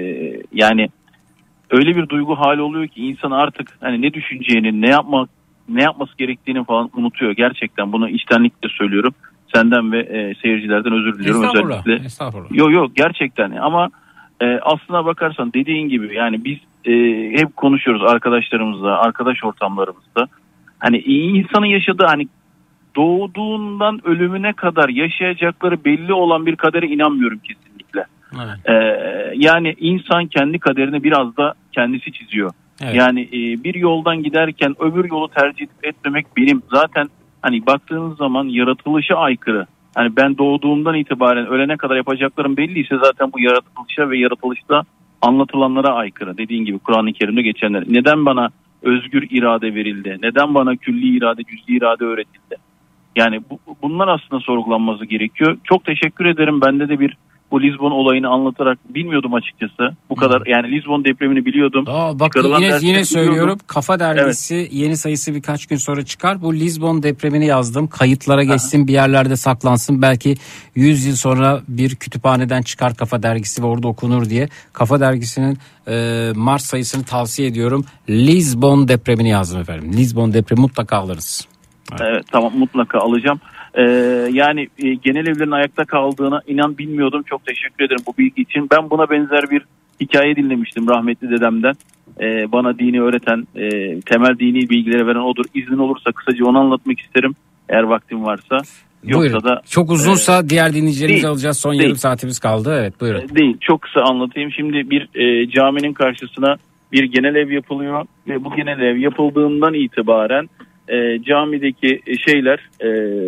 yani öyle bir duygu hali oluyor ki insan artık hani ne düşüneceğini, ne yapmak, ne yapması gerektiğini falan unutuyor. Gerçekten bunu içtenlikle söylüyorum. Senden ve e, seyircilerden özür diliyorum Estağfurullah. özellikle. Estağfurullah. Yok yok gerçekten ama e, aslına bakarsan dediğin gibi yani biz e, hep konuşuyoruz arkadaşlarımızla, arkadaş ortamlarımızda. Hani insanın yaşadığı hani doğduğundan ölümüne kadar yaşayacakları belli olan bir kadere inanmıyorum kesinlikle. Evet. Ee, yani insan kendi kaderini biraz da kendisi çiziyor. Evet. Yani e, bir yoldan giderken öbür yolu tercih edip etmemek benim zaten hani baktığınız zaman yaratılışa aykırı. Hani ben doğduğumdan itibaren ölene kadar yapacaklarım belliyse zaten bu yaratılışa ve yaratılışta anlatılanlara aykırı. Dediğin gibi Kur'an-ı Kerim'de geçenler. Neden bana özgür irade verildi? Neden bana külli irade, cüz'i irade öğretildi? Yani bu, bunlar aslında sorgulanması gerekiyor. Çok teşekkür ederim. Bende de bir bu Lizbon olayını anlatarak bilmiyordum açıkçası. Bu kadar yani Lizbon depremini biliyordum. Aa, bak Çıkarılan yine dersleri yine söylüyorum. biliyordum. Kafa Dergisi evet. Yeni sayısı birkaç gün sonra çıkar. Bu Lizbon depremini yazdım. Kayıtlara geçsin, Aha. bir yerlerde saklansın. Belki yüz yıl sonra bir kütüphaneden çıkar Kafa Dergisi ve orada okunur diye. Kafa Dergisi'nin e, Mart sayısını tavsiye ediyorum. Lizbon depremini yazdım efendim. Lizbon depremi mutlaka alırız. Evet, evet tamam mutlaka alacağım. Ee, yani e, genel evlerin ayakta kaldığına inan bilmiyordum. Çok teşekkür ederim bu bilgi için. Ben buna benzer bir hikaye dinlemiştim rahmetli dedemden. Ee, bana dini öğreten, e, temel dini bilgileri veren odur. İznin olursa kısaca onu anlatmak isterim. Eğer vaktim varsa. Yoksa buyurun. da çok uzunsa e, diğer dinleyicilerimizi değil, alacağız. Son değil. yarım saatimiz kaldı. Evet buyurun. E, değil. Çok kısa anlatayım. Şimdi bir e, caminin karşısına bir genel ev yapılıyor ve bu genel ev yapıldığından itibaren E, camideki şeyler e,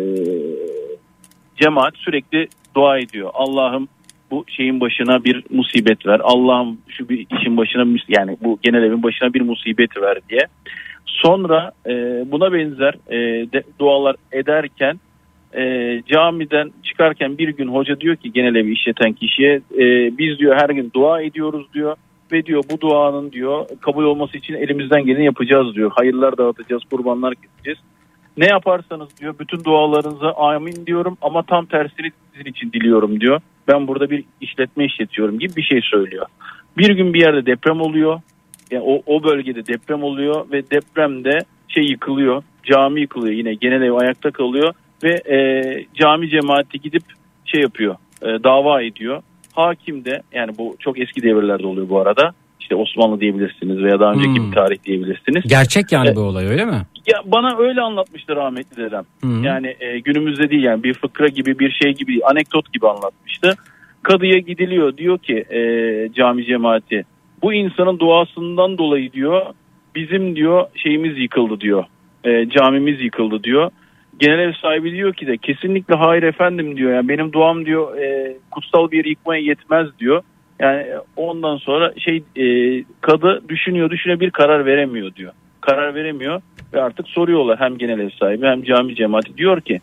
cemaat sürekli dua ediyor. Allah'ım bu şeyin başına bir musibet ver. Allah'ım şu bir işin başına yani bu genel evin başına bir musibet ver diye. Sonra e, buna benzer e, de, dualar ederken e, camiden çıkarken bir gün hoca diyor ki genel evi işleten kişiye e, biz diyor her gün dua ediyoruz diyor. Ve diyor bu duanın diyor kabul olması için elimizden geleni yapacağız diyor. Hayırlar dağıtacağız, kurbanlar keseceğiz. Ne yaparsanız diyor bütün dualarınıza amin diyorum ama tam tersini sizin için diliyorum diyor. Ben burada bir işletme işletiyorum gibi bir şey söylüyor. Bir gün bir yerde deprem oluyor. Yani o, o bölgede deprem oluyor ve depremde şey yıkılıyor. Cami yıkılıyor yine genel ev ayakta kalıyor. Ve e, cami cemaati gidip şey yapıyor e, dava ediyor. Hakim de yani bu çok eski devirlerde oluyor bu arada. İşte Osmanlı diyebilirsiniz veya daha önceki hmm. bir tarih diyebilirsiniz. Gerçek yani ee, bu olay öyle mi? Ya bana öyle anlatmıştı rahmetli dedem. Hmm. Yani e, günümüzde değil yani bir fıkra gibi bir şey gibi anekdot gibi anlatmıştı. Kadıya gidiliyor diyor ki e, cami cemaati bu insanın duasından dolayı diyor bizim diyor şeyimiz yıkıldı diyor. E, camimiz yıkıldı diyor. Genel ev sahibi diyor ki de kesinlikle hayır efendim diyor. Yani benim duam diyor e, kutsal bir yeri yıkmaya yetmez diyor. Yani ondan sonra şey e, kadı düşünüyor düşünüyor bir karar veremiyor diyor. Karar veremiyor Ve artık soruyorlar hem genel ev sahibi hem cami cemaati, diyor ki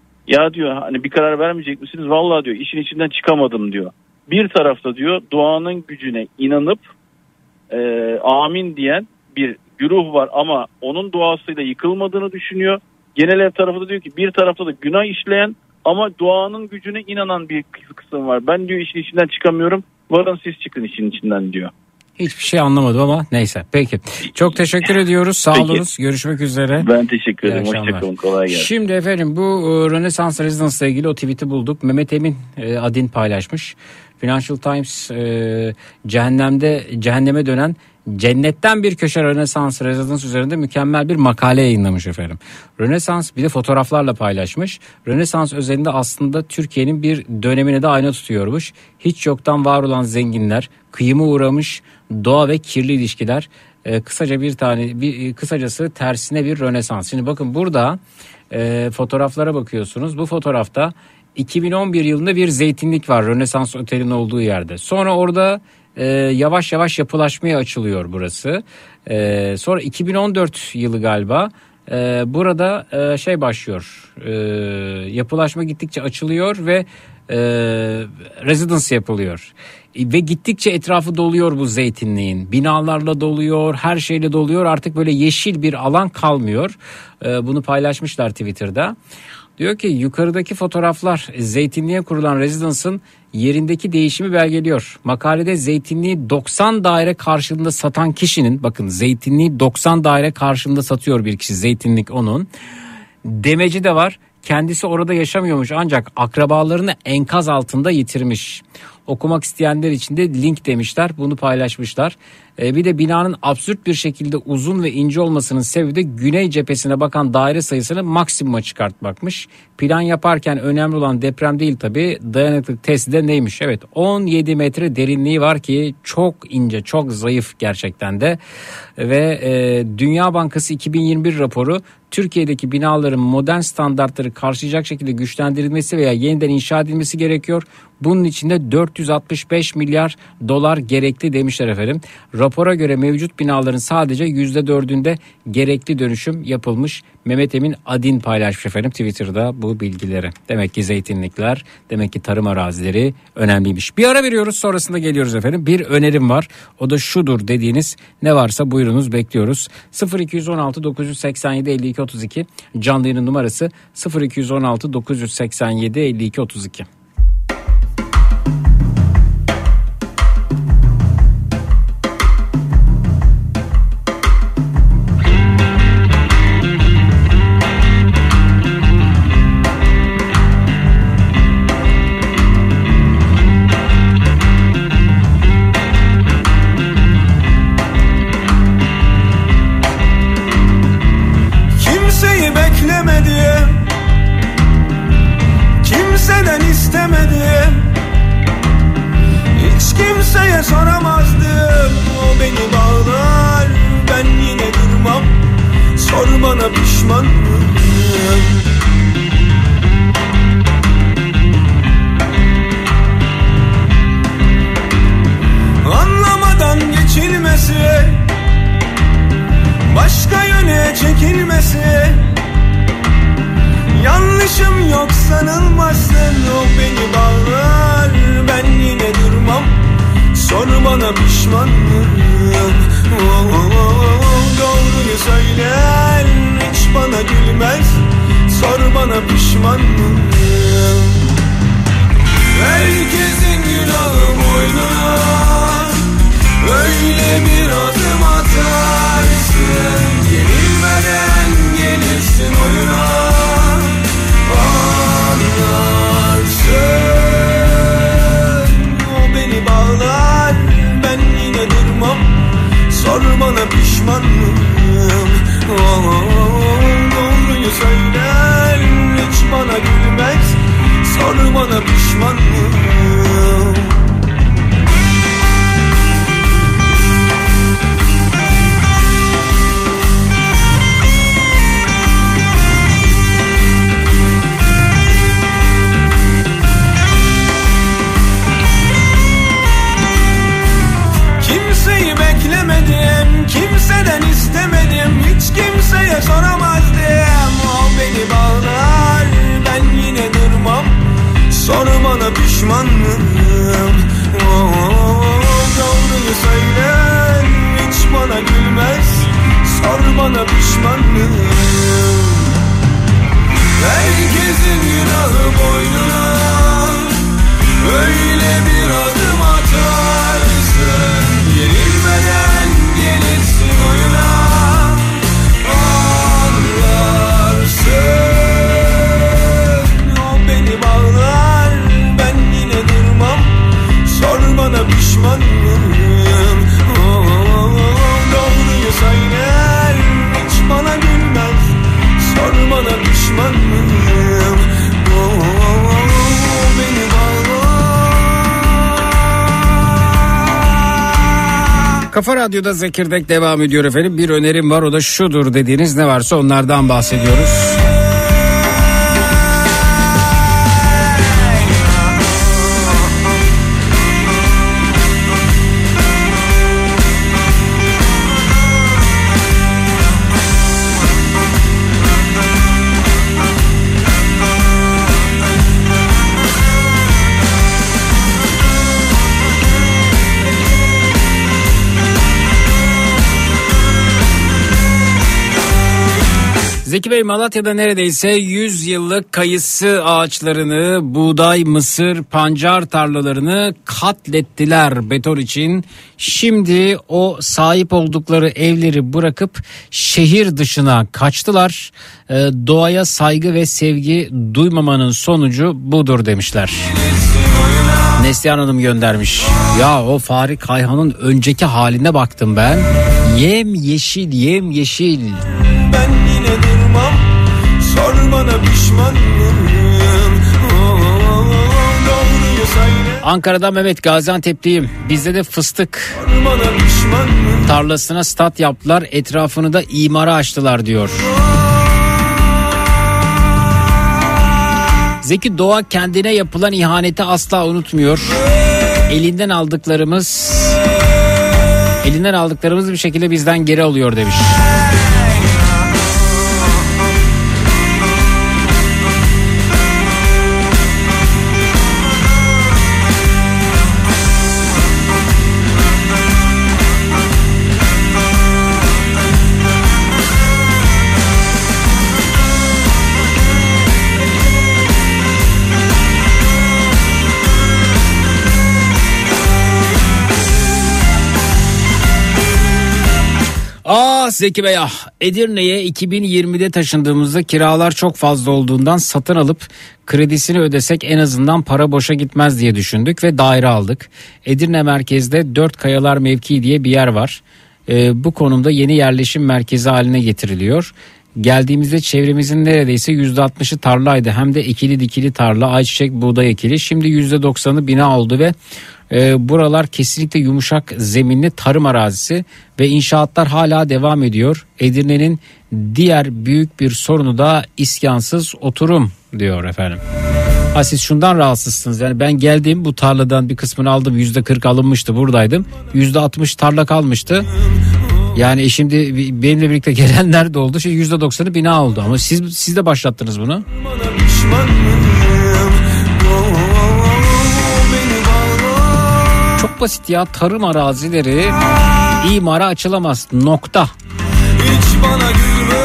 ya diyor hani bir karar vermeyecek misiniz? Vallahi diyor işin içinden çıkamadım diyor. Bir tarafta diyor duanın gücüne inanıp e, amin diyen bir güruh var ama onun duasıyla yıkılmadığını düşünüyor. Genel ev tarafı da diyor ki bir tarafta da günah işleyen ama duanın gücüne inanan bir kısım var. Ben diyor işin içinden çıkamıyorum. Varın siz çıkın işin içinden diyor. Hiçbir şey anlamadım ama neyse. Peki. Çok teşekkür ediyoruz. Sağ Peki. olunuz. Görüşmek üzere. Ben teşekkür ederim. İyi akşamlar. Hoşçakalın. Kolay gelsin. Şimdi efendim bu e, Rönesans Residence ile ilgili o tweet'i bulduk. Mehmet Emin e, Adin paylaşmış. Financial Times e, cehennemde cehenneme dönen cennetten bir köşe Rönesans Residence üzerinde mükemmel bir makale yayınlamış efendim. Rönesans bir de fotoğraflarla paylaşmış. Rönesans özelinde aslında Türkiye'nin bir dönemine de ayna tutuyormuş. Hiç yoktan var olan zenginler, kıyıma uğramış doğa ve kirli ilişkiler. Ee, kısaca bir tane, bir, kısacası tersine bir Rönesans. Şimdi bakın burada e, fotoğraflara bakıyorsunuz. Bu fotoğrafta iki bin on bir yılında bir zeytinlik var Rönesans Otel'in olduğu yerde. Sonra orada e, yavaş yavaş yapılaşmaya açılıyor burası. E, sonra iki bin on dört yılı galiba e, burada e, şey başlıyor. E, yapılaşma gittikçe açılıyor ve e, residence yapılıyor. Ve gittikçe etrafı doluyor bu zeytinliğin. Binalarla doluyor, her şeyle doluyor. Artık böyle yeşil bir alan kalmıyor. E, bunu paylaşmışlar Twitter'da. Diyor ki yukarıdaki fotoğraflar zeytinliğe kurulan rezidansın yerindeki değişimi belgeliyor. Makalede zeytinliği doksan daire karşılığında satan kişinin, bakın zeytinliği doksan daire karşılığında satıyor bir kişi, zeytinlik onun. Demeci de var. Kendisi orada yaşamıyormuş ancak akrabalarını enkaz altında yitirmiş. Okumak isteyenler için de link demişler, bunu paylaşmışlar. Ee, bir de binanın absürt bir şekilde uzun ve ince olmasının sebebi de güney cephesine bakan daire sayısını maksimuma çıkartmakmış. Plan yaparken önemli olan deprem değil tabii, dayanıklık testi de neymiş? Evet, on yedi metre derinliği var ki çok ince, çok zayıf gerçekten de. Ve e, Dünya Bankası iki bin yirmi bir raporu Türkiye'deki binaların modern standartları karşılayacak şekilde güçlendirilmesi veya yeniden inşa edilmesi gerekiyor. Bunun için de dört yüz altmış beş milyar dolar gerekli demişler efendim. Rapora göre mevcut binaların sadece yüzde dördünde gerekli dönüşüm yapılmış. Mehmet Emin Adin paylaşmış efendim Twitter'da bu bilgileri. Demek ki zeytinlikler, demek ki tarım arazileri önemliymiş. Bir ara veriyoruz, sonrasında geliyoruz efendim. Bir önerim var, o da şudur dediğiniz ne varsa buyurunuz, bekliyoruz. sıfır iki on altı dokuz yüz seksen yedi elli iki otuz iki canlı yayın numarası sıfır iki on altı dokuz yüz seksen yedi elli iki otuz iki. Soramazdım, o beni bağlar, ben yine durmam, sor bana pişman mıyım? Anlamadan geçilmesi, başka yöne çekilmesi, yanlışım yok sanılmasın, o beni bağlar, ben yine durmam, sor bana pişman mıyım? Oh, oh, oh, doğruyu söyler, hiç bana gülmez, sor bana pişman mıyım? Herkesin günahı boynuna, öyle bir adım atarsın, yenilmeden gelirsin oyuna, anlarsın. O beni bağlar, ben yine durmam, sor bana pişman mıyım? Oh, doğruyu söyler, hiç bana gülmez, sor bana pişman mıyım? Kimseyi beklemedim, kimseden istemedim, hiç kimseye soramam. Sormana pişmanım. Herkesin günahı boynuna, öyle bir adım atarsın, yenilmeden gelirsin oyuna, anlarsın. O beni bağlar, ben yine durmam, sor bana pişmanım. Oh, doğruyu söyler, hiç bana gülmez, sor bana pişmanım. Oh, beni Kafa Radyo'da Zekirdek devam ediyor efendim. Bir önerim var, o da şudur dediğiniz ne varsa onlardan bahsediyoruz. Zeki Bey, Malatya'da neredeyse yüz yıllık kayısı ağaçlarını, buğday, mısır, pancar tarlalarını katlettiler beton için. Şimdi o sahip oldukları evleri bırakıp şehir dışına kaçtılar. Ee, doğaya saygı ve sevgi duymamanın sonucu budur demişler. Neslihan Hanım göndermiş. Ya o Fahri Kayhan'ın önceki haline baktım ben. Yem yeşil, yem yeşil. ben yine durmam, sor bana pişmanım. Oh, doğruyu söyle. Ankara'dan Mehmet, Gaziantep'liyim. Bizde de fıstık Bana pişmanım. tarlasına stat yaptılar, etrafını da imara açtılar diyor. Zeki, doğa kendine yapılan ihaneti asla unutmuyor. Elinden aldıklarımız elinden aldıklarımız bir şekilde bizden geri alıyor demiş. Ah Zeki Bey, ah Edirne'ye iki bin yirmide taşındığımızda kiralar çok fazla olduğundan satın alıp kredisini ödesek en azından para boşa gitmez diye düşündük ve daire aldık. Edirne merkezde Dört Kayalar mevkii diye bir yer var. Ee, bu konumda yeni yerleşim merkezi haline getiriliyor. Geldiğimizde çevremizin neredeyse yüzde altmışı tarlaydı, hem de ekili dikili tarla, ayçiçek, buğday ekili. Şimdi yüzde doksanı bina oldu ve e, buralar kesinlikle yumuşak zeminli tarım arazisi ve inşaatlar hala devam ediyor. Edirne'nin diğer büyük bir sorunu da iskansız oturum diyor efendim. Ha, siz şundan rahatsızsınız, yani ben geldim, bu tarladan bir kısmını aldım, yüzde kırk alınmıştı, buradaydım, yüzde altmış tarla kalmıştı. Yani şimdi benimle birlikte gelenler de oldu. Şimdi yüzde doksanı bina oldu. Ama siz siz de başlattınız bunu. Çok basit ya. Tarım arazileri imara açılamaz. Nokta. Hiç bana gülme.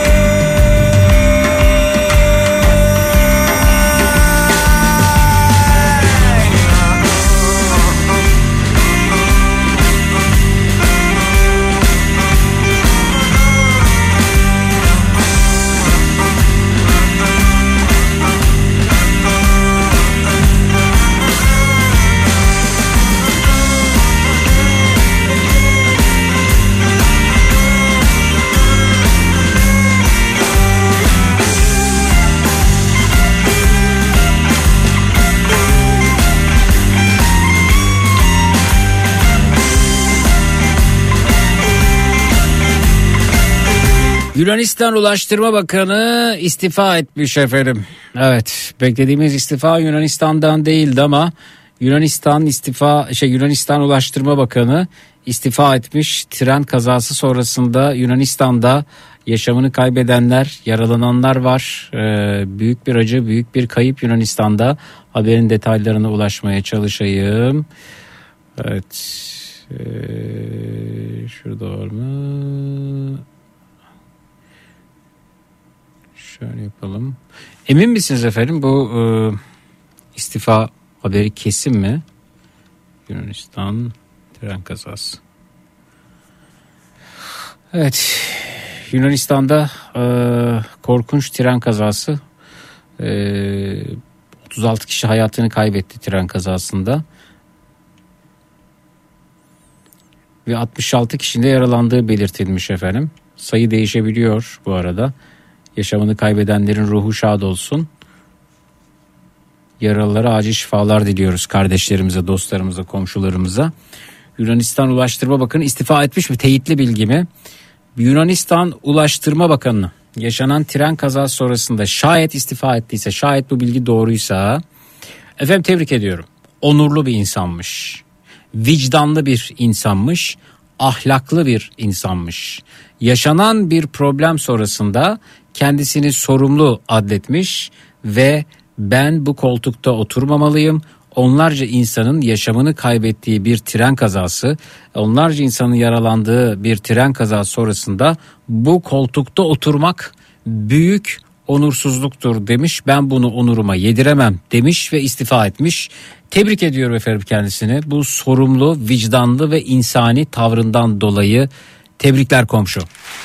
Yunanistan Ulaştırma Bakanı istifa etmiş efendim. Evet, beklediğimiz istifa Yunanistan'dan değildi ama Yunanistan istifa şey Yunanistan Ulaştırma Bakanı istifa etmiş. Tren kazası sonrasında Yunanistan'da yaşamını kaybedenler, yaralananlar var. Ee, büyük bir acı, büyük bir kayıp Yunanistan'da. Haberin detaylarına ulaşmaya çalışayım. Evet. Ee, şurada var mı? Şöyle yapalım. Emin misiniz efendim bu e, istifa haberi kesin mi? Yunanistan tren kazası. Evet, Yunanistan'da e, korkunç tren kazası. E, otuz altı kişi hayatını kaybetti tren kazasında. Ve altmış altı kişinin de yaralandığı belirtilmiş efendim. Sayı değişebiliyor bu arada. Yaşamını kaybedenlerin ruhu şad olsun. Yaralılara acil şifalar diliyoruz kardeşlerimize, dostlarımıza, komşularımıza. Yunanistan Ulaştırma Bakanı istifa etmiş mi? Teyitli bilgi mi? Yunanistan Ulaştırma Bakanı yaşanan tren kazası sonrasında şayet istifa ettiyse, şayet bu bilgi doğruysa efendim tebrik ediyorum. Onurlu bir insanmış. Vicdanlı bir insanmış. Ahlaklı bir insanmış. Yaşanan bir problem sonrasında kendisini sorumlu adletmiş ve ben bu koltukta oturmamalıyım. Onlarca insanın yaşamını kaybettiği bir tren kazası, onlarca insanın yaralandığı bir tren kazası sonrasında bu koltukta oturmak büyük onursuzluktur demiş. Ben bunu onuruma yediremem demiş ve istifa etmiş. Tebrik ediyorum efendim kendisini. Bu sorumlu, vicdanlı ve insani tavrından dolayı tebrikler komşu.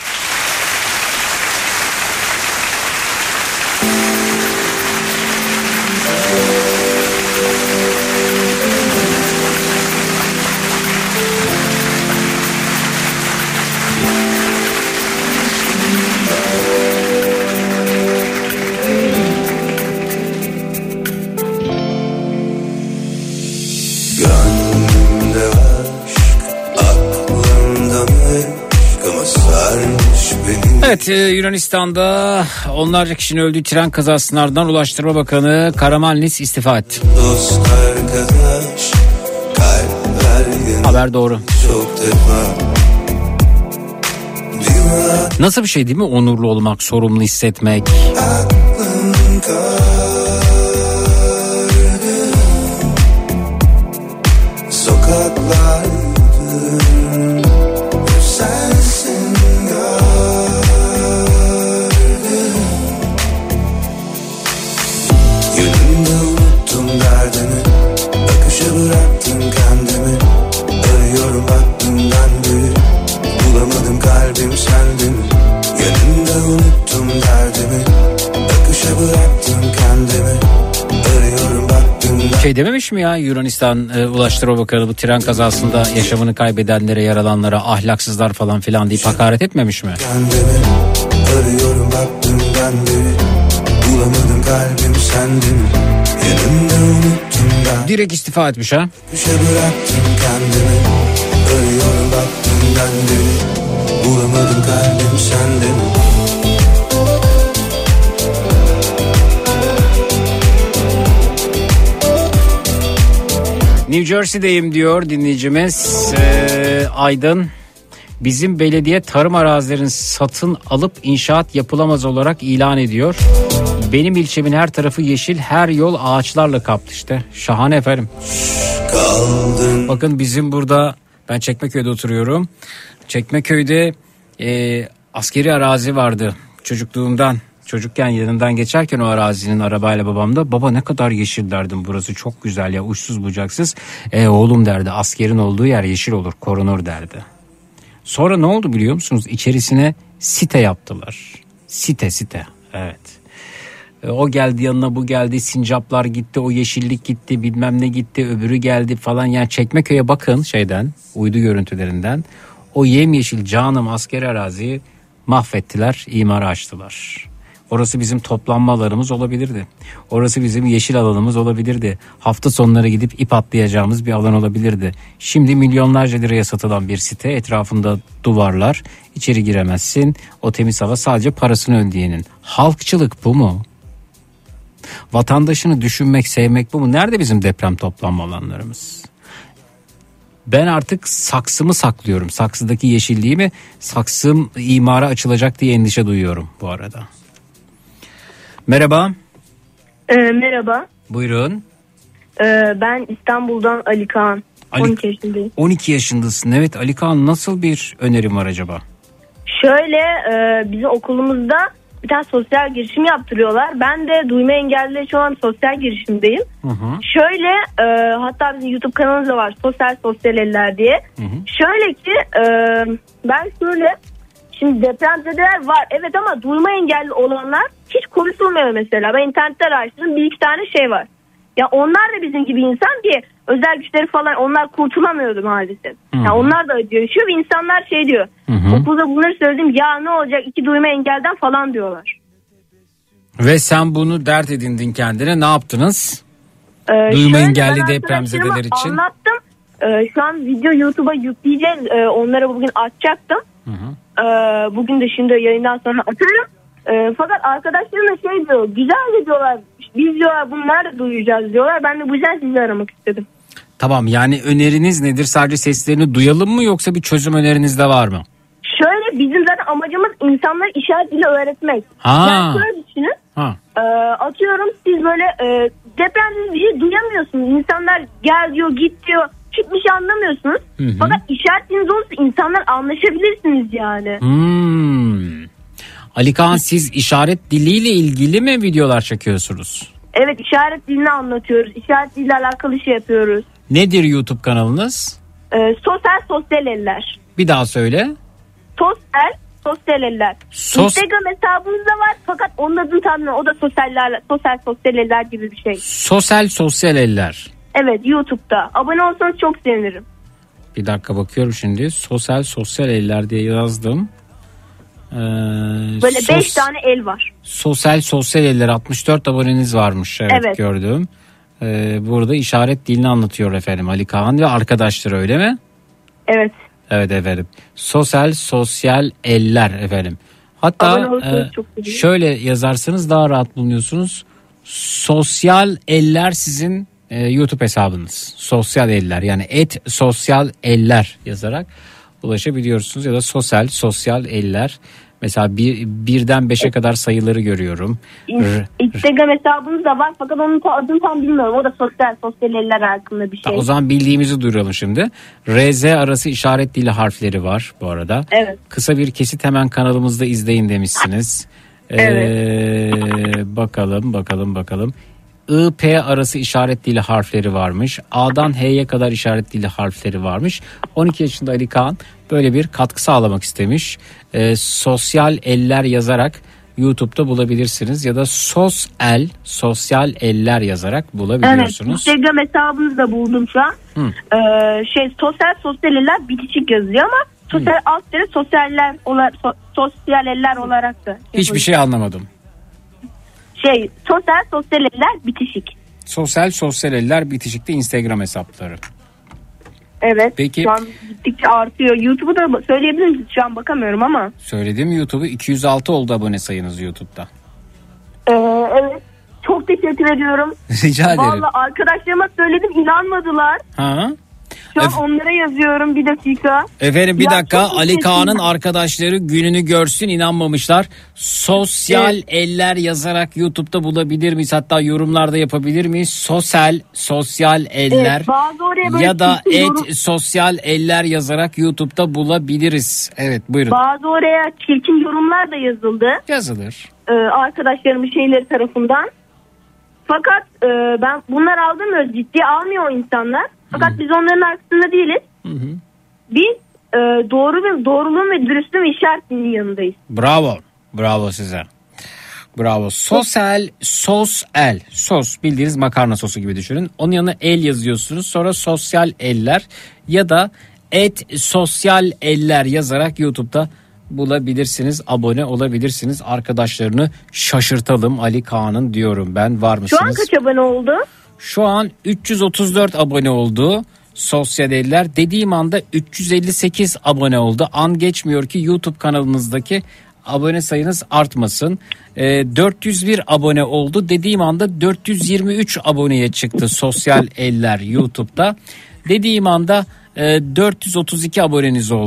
Evet, Yunanistan'da onlarca kişinin öldüğü tren kazasının ardından Ulaştırma Bakanı Karamanlis istifa etti. Dost, arkadaş, haber doğru. Nasıl bir şey değil mi? Onurlu olmak, sorumlu hissetmek. Sokaklar bıraktım kendimi, arıyorum aklımdan beri, bulamadım kalbim sendin, yanında unuttum derdimi, akışa bıraktım kendimi, arıyorum aklımdan. Şey dememiş mi ya Yunanistan e, Ulaştırma Bakanı bu tren kazasında yaşamını kaybedenlere, yaralanlara ahlaksızlar falan filan deyip hakaret etmemiş mi? Kendimi, arıyorum aklımdan beri, bulamadım kalbim sendin, yanında unuttum. Direkt istifa etmiş ha. Düşe bıraktım kendimi, arıyorum baktığımdan beri, bulamadım kalbim sende mi? New Jersey'deyim diyor dinleyicimiz ee, Aydın. Bizim belediye tarım arazilerini satın alıp inşaat yapılamaz olarak ilan ediyor. Benim ilçemin her tarafı yeşil, her yol ağaçlarla kaplı işte. Şahane efendim. Kaldın. Bakın bizim burada, ben Çekmeköy'de oturuyorum. Çekmeköy'de e, askeri arazi vardı çocukluğumdan. Çocukken yanından geçerken o arazinin arabayla babamda, baba ne kadar yeşil derdim, burası çok güzel ya, uçsuz bucaksız. E oğlum derdi, askerin olduğu yer yeşil olur, korunur derdi. Sonra ne oldu biliyor musunuz? İçerisine site yaptılar. Site site evet. O geldi yanına, bu geldi, sincaplar gitti, o yeşillik gitti, bilmem ne gitti, öbürü geldi falan. Yani Çekmeköy'e bakın şeyden, uydu görüntülerinden. O yemyeşil canım askeri araziyi mahvettiler, imara açtılar. Orası bizim toplanma alanımız olabilirdi. Orası bizim yeşil alanımız olabilirdi. Hafta sonları gidip ip atlayacağımız bir alan olabilirdi. Şimdi milyonlarca liraya satılan bir site, etrafında duvarlar, içeri giremezsin. O temiz hava sadece parasını ödeyenin. Halkçılık bu mu? Vatandaşını düşünmek, sevmek bu mu? Nerede bizim deprem toplanma alanlarımız? Ben artık saksımı saklıyorum. Saksıdaki yeşilliğimi, saksım imara açılacak diye endişe duyuyorum bu arada. Merhaba. Ee, merhaba. Buyurun. Ee, ben İstanbul'dan Ali Kaan. Ali, on iki yaşındayım. on iki yaşındasın. Evet Ali Kaan, nasıl bir önerim var acaba? Şöyle e, bizim okulumuzda bir tane sosyal girişim yaptırıyorlar. Ben de duyma engelli şu an sosyal girişimdeyim. Hı hı. Şöyle e, hatta bizim YouTube kanalımız da var, Sosyal Sosyal Eller diye. Hı hı. Şöyle ki e, ben şöyle, şimdi depremzedeler var evet ama duyma engelli olanlar hiç konuşulmuyor mesela. Ben internetten araştırdım, bir iki tane şey var. Ya onlar da bizim gibi insan diye özel güçleri falan, onlar kurtulamıyordu maalesef. Hı. Ya onlar da acı yaşıyor ve insanlar şey diyor. Hı hı. Okulda bunları söyledim, ya ne olacak iki duyma engelden falan diyorlar. Ve sen bunu dert edindin kendine, ne yaptınız? Ee, Duyma şöyle, engelli ben depremzedeler arkadaşlarıma için. anlattım. Ee, şu an video YouTube'a yükleyeceğiz. Ee, onlara bugün açacaktım. Hı hı. Ee, bugün de şimdi yayından sonra atarım. Ee, fakat arkadaşlarım da şey diyor, güzel de diyorlar. Biz diyorlar bunu nerede duyacağız diyorlar. Ben de bu yüzden sizi aramak istedim. Tamam, yani öneriniz nedir? Sadece seslerini duyalım mı yoksa bir çözüm öneriniz de var mı? Şöyle, bizim zaten amacımız insanlara işaret dili öğretmek. Ha. Yani şöyle düşünün. Ha. E, atıyorum siz böyle e, depremde bir şey duyamıyorsunuz. İnsanlar gel diyor, git diyor. Hiçbir şey anlamıyorsunuz. Hı hı. Fakat işaret diliniz olursa insanlar anlaşabilirsiniz yani. Hmm. Ali Kaan, siz işaret diliyle ilgili mi videolar çekiyorsunuz? Evet, işaret dilini anlatıyoruz. İşaret diliyle alakalı şey yapıyoruz. Nedir YouTube kanalınız? E, sosyal Sosyal Eller. Bir daha söyle. Sosyal Sosyal Eller. Sos- Instagram hesabımız da var fakat onun adını tanımıyorum. O da sosyal, sosyal Sosyal Eller gibi bir şey. Sosyal Sosyal Eller. Evet, YouTube'da. Abone olsanız çok sevinirim. Bir dakika bakıyorum şimdi. Sosyal Sosyal Eller diye yazdım. Ee, Böyle sos- beş tane el var. Sosyal Sosyal Eller, altmış dört aboneniz varmış. Evet, Evet. gördüm. Ee, burada işaret dilini anlatıyor efendim Ali Kaan ve arkadaşları, öyle mi? Evet. Evet efendim. Sosyal Sosyal Eller efendim. Hatta Abone olursanız e, çok sevinirim. şöyle yazarsanız daha rahat bulunuyorsunuz. Sosyal Eller sizin e, YouTube hesabınız. Sosyal Eller, yani et Sosyal Eller yazarak ulaşabiliyorsunuz ya da Sosyal Sosyal Eller. Mesela bir, birden beşe kadar sayıları görüyorum. R- Instagram hesabımız da var fakat onun ta- adını tam bilmiyorum. O da sosyal Sosyal Eller hakkında bir şey. O zaman bildiğimizi duyuralım şimdi. R Z arası işaret dili harfleri var bu arada. Evet. Kısa bir kesit hemen kanalımızda izleyin demişsiniz. Evet. Ee, bakalım bakalım bakalım. I P arası işaret dili harfleri varmış. A'dan H'ye kadar işaret dili harfleri varmış. on iki yaşında Ali Kaan böyle bir katkı sağlamak istemiş. Ee, sosyal Eller yazarak YouTube'da bulabilirsiniz ya da Sosyal Sosyal Eller yazarak Evet, bulabiliyorsunuz. Instagram hesabımızı da buldum şu an. Hı. Ee, şey Sosyal Sosyal Eller bitişik yazıyor ama sosyal alt tere sosyaller olarak so, sosyal eller olarak da. Hiçbir şey anlamadım. Şey Sosyal Sosyal Eller bitişik. Sosyal Sosyal Eller bitişikte Instagram hesapları. Evet. Peki. Şu an gittikçe artıyor. YouTube'u da söyleyebilir misiniz? Şu an bakamıyorum ama. Söyledim, YouTube'u iki yüz altı oldu abone sayınız YouTube'da. Ee, evet. Çok teşekkür ediyorum. Rica ederim. Vallahi arkadaşlarıma söyledim, inanmadılar. Ha? Şu an Ef- onlara yazıyorum, bir dakika. Efendim bir Ya dakika, çok Ali teşekkür Kaan'ın ederim. arkadaşları gününü görsün, inanmamışlar. Sosyal Evet. Eller yazarak YouTube'da bulabilir miyiz? Hatta yorumlarda yapabilir miyiz? Sosyal Sosyal Eller Evet, bazı oraya böyle ya da çirkin et yorum- Sosyal Eller yazarak YouTube'da bulabiliriz. Evet, buyurun. Bazı oraya çirkin yorumlar da yazıldı. Yazılır. Ee, arkadaşlarımın şeyleri tarafından. Fakat e, ben bunlar aldığım ciddiye almıyor o insanlar. Fakat biz onların arkasında değiliz. Hı hı. Biz e, doğru ve doğruluğun ve dürüstlüğün ve işaret dilinin yanındayız. Bravo. Bravo size. Bravo. Sosyal Sosyal. Sos bildiğiniz makarna sosu gibi düşünün. Onun yanına el yazıyorsunuz. Sonra Sosyal Eller ya da et Sosyal Eller yazarak YouTube'da bulabilirsiniz. Abone olabilirsiniz. Arkadaşlarını şaşırtalım Ali Kaan'ın diyorum ben. Var mısınız? Şu an kaç abone oldu? Şu an üç yüz otuz dört abone oldu. Sosyal Eller dediğim anda üç yüz elli sekiz abone oldu. An geçmiyor ki YouTube kanalınızdaki abone sayınız artmasın. E, dört yüz bir abone oldu dediğim anda dört yüz yirmi üç aboneye çıktı Sosyal Eller YouTube'da. Dediğim anda e, dört yüz otuz iki aboneniz oldu.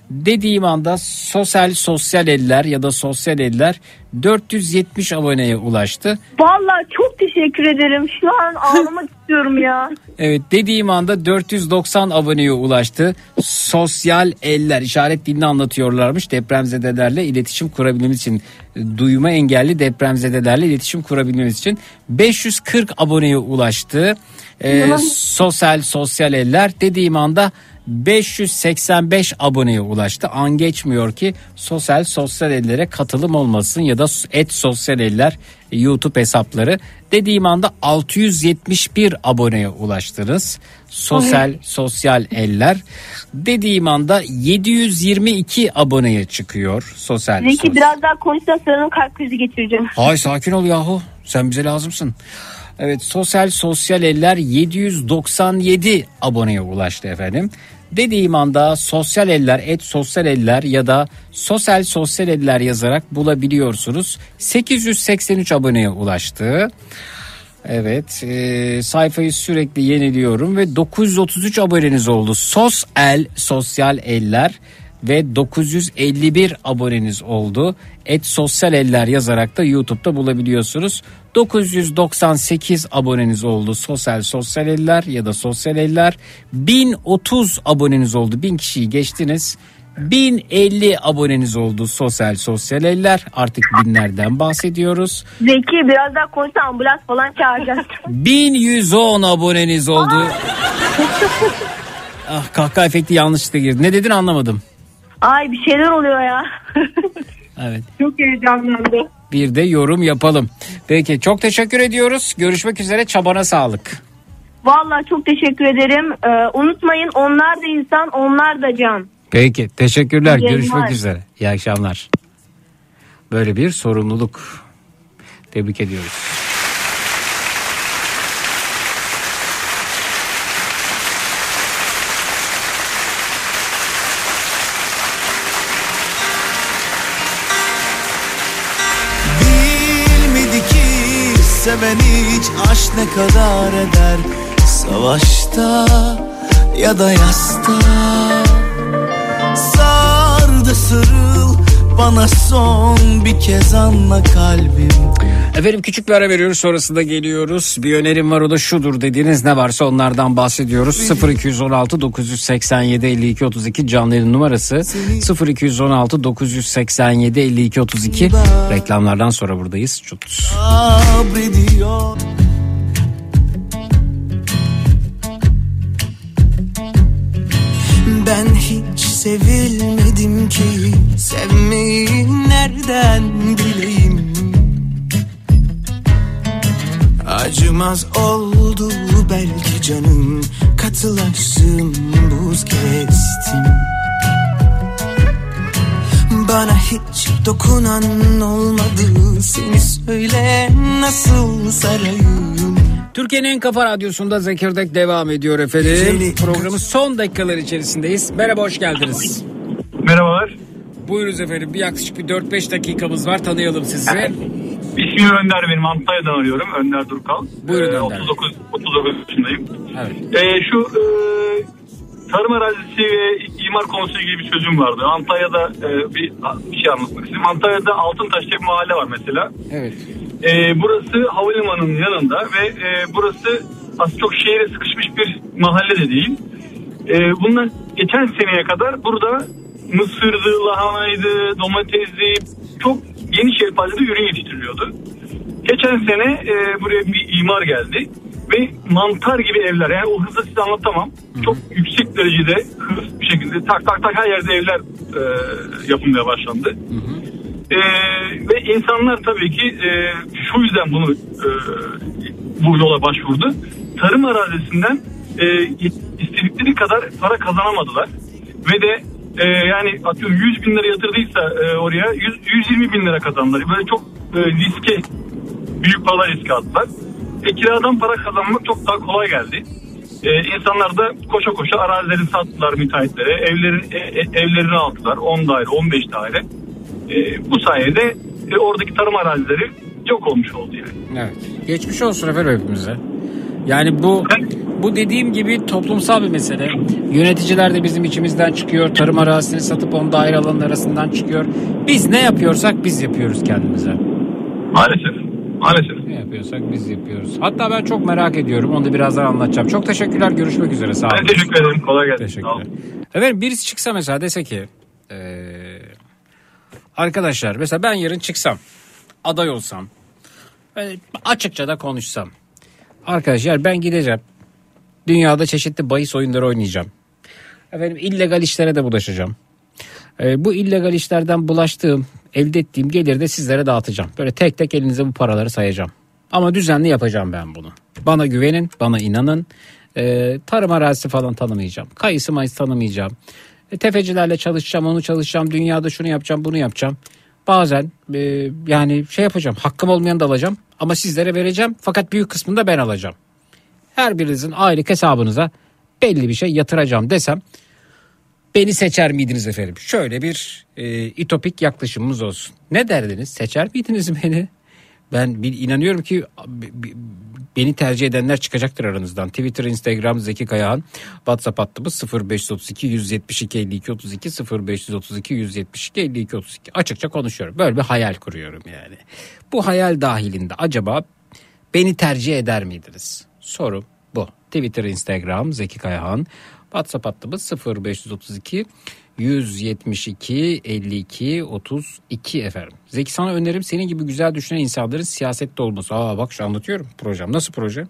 Dediğim anda sosyal sosyal eller ya da sosyal eller dört yüz yetmiş aboneye ulaştı. Vallahi çok teşekkür ederim. Şu an ağlamak istiyorum ya. Evet, dediğim anda dört yüz doksan aboneye ulaştı. Sosyal eller işaret dilini anlatıyorlarmış depremzedelerle iletişim kurabilmemiz için. Duyma engelli depremzedelerle iletişim kurabilmemiz için beş yüz kırk aboneye ulaştı. Ee, sosyal sosyal eller dediğim anda beş yüz seksen beş aboneye ulaştı. An geçmiyor ki sosyal sosyal ellere katılım olmasın ya da et sosyal eller YouTube hesapları. Dediğim anda altı yüz yetmiş bir aboneye ulaştınız. Sosyal Ay. sosyal eller. Dediğim anda yedi yüz yirmi iki aboneye çıkıyor sosyal. Zeki sosyal. Biraz daha konuşsan sanırım kalp krizi geçireceğim. Ay sakin ol yahu, sen bize lazımsın. Evet, sosyal sosyal eller yedi yüz doksan yedi aboneye ulaştı efendim. Dediğim anda sosyal eller et sosyal eller ya da sosyal sosyal eller yazarak bulabiliyorsunuz. sekiz yüz seksen üç aboneye ulaştı. Evet, e, sayfayı sürekli yeniliyorum ve dokuz yüz otuz üç aboneniz oldu. Sosyal sosyal eller ve dokuz yüz elli bir aboneniz oldu. Et sosyal eller yazarak da YouTube'da bulabiliyorsunuz. dokuz yüz doksan sekiz aboneniz oldu sosyal sosyal eller ya da sosyal eller. bin otuz aboneniz oldu, bin kişiyi geçtiniz. bin elli aboneniz oldu sosyal sosyal eller, artık binlerden bahsediyoruz. Zeki biraz daha konuşsa ambulans falan çağıracağız. bin yüz on aboneniz oldu. Ah, kahkaha efekti yanlışlıkla girdi. Ne dedin anlamadım. Ay bir şeyler oluyor ya. Evet. Çok heyecanlandı. Bir de yorum yapalım. Peki, çok teşekkür ediyoruz. Görüşmek üzere, çabana sağlık. Vallahi çok teşekkür ederim. Ee, unutmayın, onlar da insan, onlar da can. Peki, teşekkürler. İyi Görüşmek yayınlar. üzere. İyi akşamlar. Böyle bir sorumluluk. Tebrik ediyoruz. Seven hiç aşk ne kadar eder, savaşta ya da yasta. Sar da sarıl bana, son bir kez anla kalbim. Efendim, küçük bir ara veriyoruz, sonrasında geliyoruz. Bir önerim var, o da şudur dediğiniz ne varsa onlardan bahsediyoruz. sıfır iki on altı dokuz seksen yedi elli iki otuz iki canlı yayın numarası. sıfır iki on altı dokuz seksen yedi elli iki otuz iki. Reklamlardan sonra buradayız. Çut. Sabrediyor. Ben hiç sevilmedim ki, sevmeyi nereden bileyim. Acımaz oldu belki canım, katılaştım, buz kestim. Bana hiç dokunan olmadı, seni söyle nasıl sarayım. Türkiye'nin en kafa radyosunda Zekirdek devam ediyor efendim. Programın son dakikalar içerisindeyiz. Merhaba, hoş geldiniz. Merhabalar. Buyurunuz efendim, bir yaklaşık bir dört beş dakikamız var, tanıyalım sizi. İsmim Önder, benim Antalya'dan arıyorum. Önder Durkal. Buyurun ee, Önder. otuz dokuz, otuz dokuz yaşındayım. Evet. Ee, şu e, tarım arazisi ve imar konusuyla ilgili bir sözüm vardı. Antalya'da e, bir, bir şey anlatmak istedim. Antalya'da Altıntaş diye bir mahalle var mesela. Evet. Ee, burası havalimanının yanında ve e, burası aslında çok şehre sıkışmış bir mahalle de değil. E, bundan geçen seneye kadar burada mısırdı, lahanaydı, domatesdi, çok geniş yelpazede ürün yetiştiriliyordu. Geçen sene e, buraya bir imar geldi ve mantar gibi evler, yani o hızla size anlatamam. Hı-hı. Çok yüksek derecede hız bir şekilde tak tak tak her yerde evler e, yapılmaya başlandı. E, ve insanlar tabii ki e, şu yüzden bunu e, bu yola başvurdu. Tarım arazisinden e, istedikleri kadar para kazanamadılar ve de Ee, yani atıyorum yüz bin lira yatırdıysa e, oraya yüz, yüz yirmi bin lira kazandılar. Böyle çok e, riske, büyük paralar riske attılar. E, kiradan para kazanmak çok daha kolay geldi. E, insanlar da koşa koşa arazilerini sattılar müteahhitlere. Evlerin, e, evlerini aldılar. on daire, on beş daire. E, bu sayede e, oradaki tarım arazileri çok olmuş oldu yani. Evet. Geçmiş olsun efendim hepimize. Yani bu bu dediğim gibi toplumsal bir mesele. Yöneticiler de bizim içimizden çıkıyor. Tarım arazisini satıp onu daire alanın arasından çıkıyor. Biz ne yapıyorsak biz yapıyoruz kendimize. Maalesef. Maalesef. Ne yapıyorsak biz yapıyoruz. Hatta ben çok merak ediyorum. Onu da birazdan anlatacağım. Çok teşekkürler. Görüşmek üzere. Sağ olun. Ben teşekkür ederim. Kolay gelsin. Teşekkürler. Efendim birisi çıksa mesela dese ki ee, arkadaşlar mesela ben yarın çıksam, aday olsam, açıkça da konuşsam. Arkadaşlar ben gideceğim. Dünyada çeşitli bahis oyunları oynayacağım. Efendim illegal işlere de bulaşacağım. Ee, bu illegal işlerden bulaştığım, elde ettiğim geliri de sizlere dağıtacağım. Böyle tek tek elinize bu paraları sayacağım. Ama düzenli yapacağım ben bunu. Bana güvenin, bana inanın. Ee, tarım arazisi falan tanımayacağım. Kayısı mayıs tanımayacağım. E, tefecilerle çalışacağım, onu çalışacağım. Dünyada şunu yapacağım, bunu yapacağım. Bazen e, yani şey yapacağım. Hakkım olmayanı da alacağım. Ama sizlere vereceğim. Fakat büyük kısmını da ben alacağım. Her birinizin aylık hesabınıza belli bir şey yatıracağım desem beni seçer miydiniz efendim? Şöyle bir e, itopik yaklaşımımız olsun. Ne derdiniz? Seçer miydiniz beni? Ben bir inanıyorum ki beni tercih edenler çıkacaktır aranızdan. Twitter, Instagram Zeki Kayahan, WhatsApp hattımız sıfır beş otuz iki yüz yetmiş iki elli iki otuz iki sıfır beş otuz iki yüz yetmiş iki elli iki otuz iki. Açıkça konuşuyorum. Böyle bir hayal kuruyorum yani. Bu hayal dahilinde acaba beni tercih eder miydiniz? Sorum bu. Twitter, Instagram Zeki Kayahan, WhatsApp hattımız sıfır beş otuz iki yüz yetmiş iki elli iki otuz iki efendim. Zeki sana önerim senin gibi güzel düşünen insanların siyasette olması. Aa bak şu anlatıyorum projem. Nasıl proje?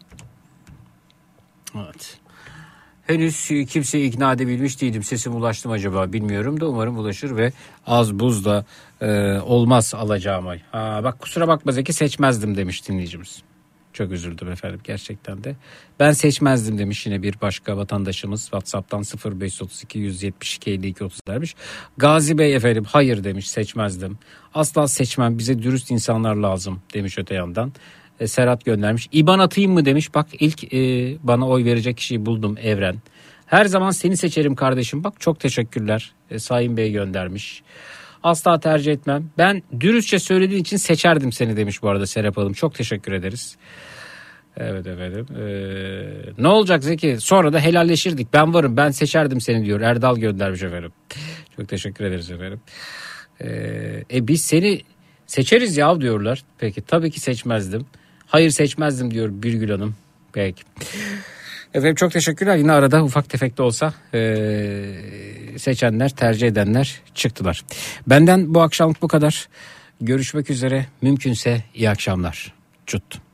Evet. Henüz kimseyi ikna edebilmiş değilim. Sesim ulaştı mı acaba bilmiyorum da umarım ulaşır ve az buz da e, olmaz alacağım ay. Ha, bak kusura bakma Zeki seçmezdim demiş dinleyicimiz. Çok üzüldüm efendim gerçekten de. Ben seçmezdim demiş yine bir başka vatandaşımız. WhatsApp'tan sıfır beş otuz iki yüz yetmiş iki elli iki otuz dermiş. Gazi Bey efendim hayır demiş seçmezdim. Asla seçmem bize dürüst insanlar lazım demiş öte yandan. E, Serhat göndermiş. İban atayım mı demiş. Bak ilk e, bana oy verecek kişiyi buldum Evren. Her zaman seni seçerim kardeşim. Bak çok teşekkürler. E, Sayın Bey göndermiş. Asla tercih etmem. Ben dürüstçe söylediğin için seçerdim seni demiş bu arada Serap Hanım. Çok teşekkür ederiz. Evet efendim. Ee, ne olacak Zeki? Sonra da helalleşirdik. Ben varım ben seçerdim seni diyor. Erdal göndermiş efendim. Çok teşekkür ederiz efendim. Ee, e biz seni seçeriz ya diyorlar. Peki tabii ki seçmezdim. Hayır seçmezdim diyor Birgül Hanım. Peki. Efendim çok teşekkürler. Yine arada ufak tefek de olsa ee, seçenler, tercih edenler çıktılar. Benden bu akşamlık bu kadar. Görüşmek üzere. Mümkünse iyi akşamlar. Cut.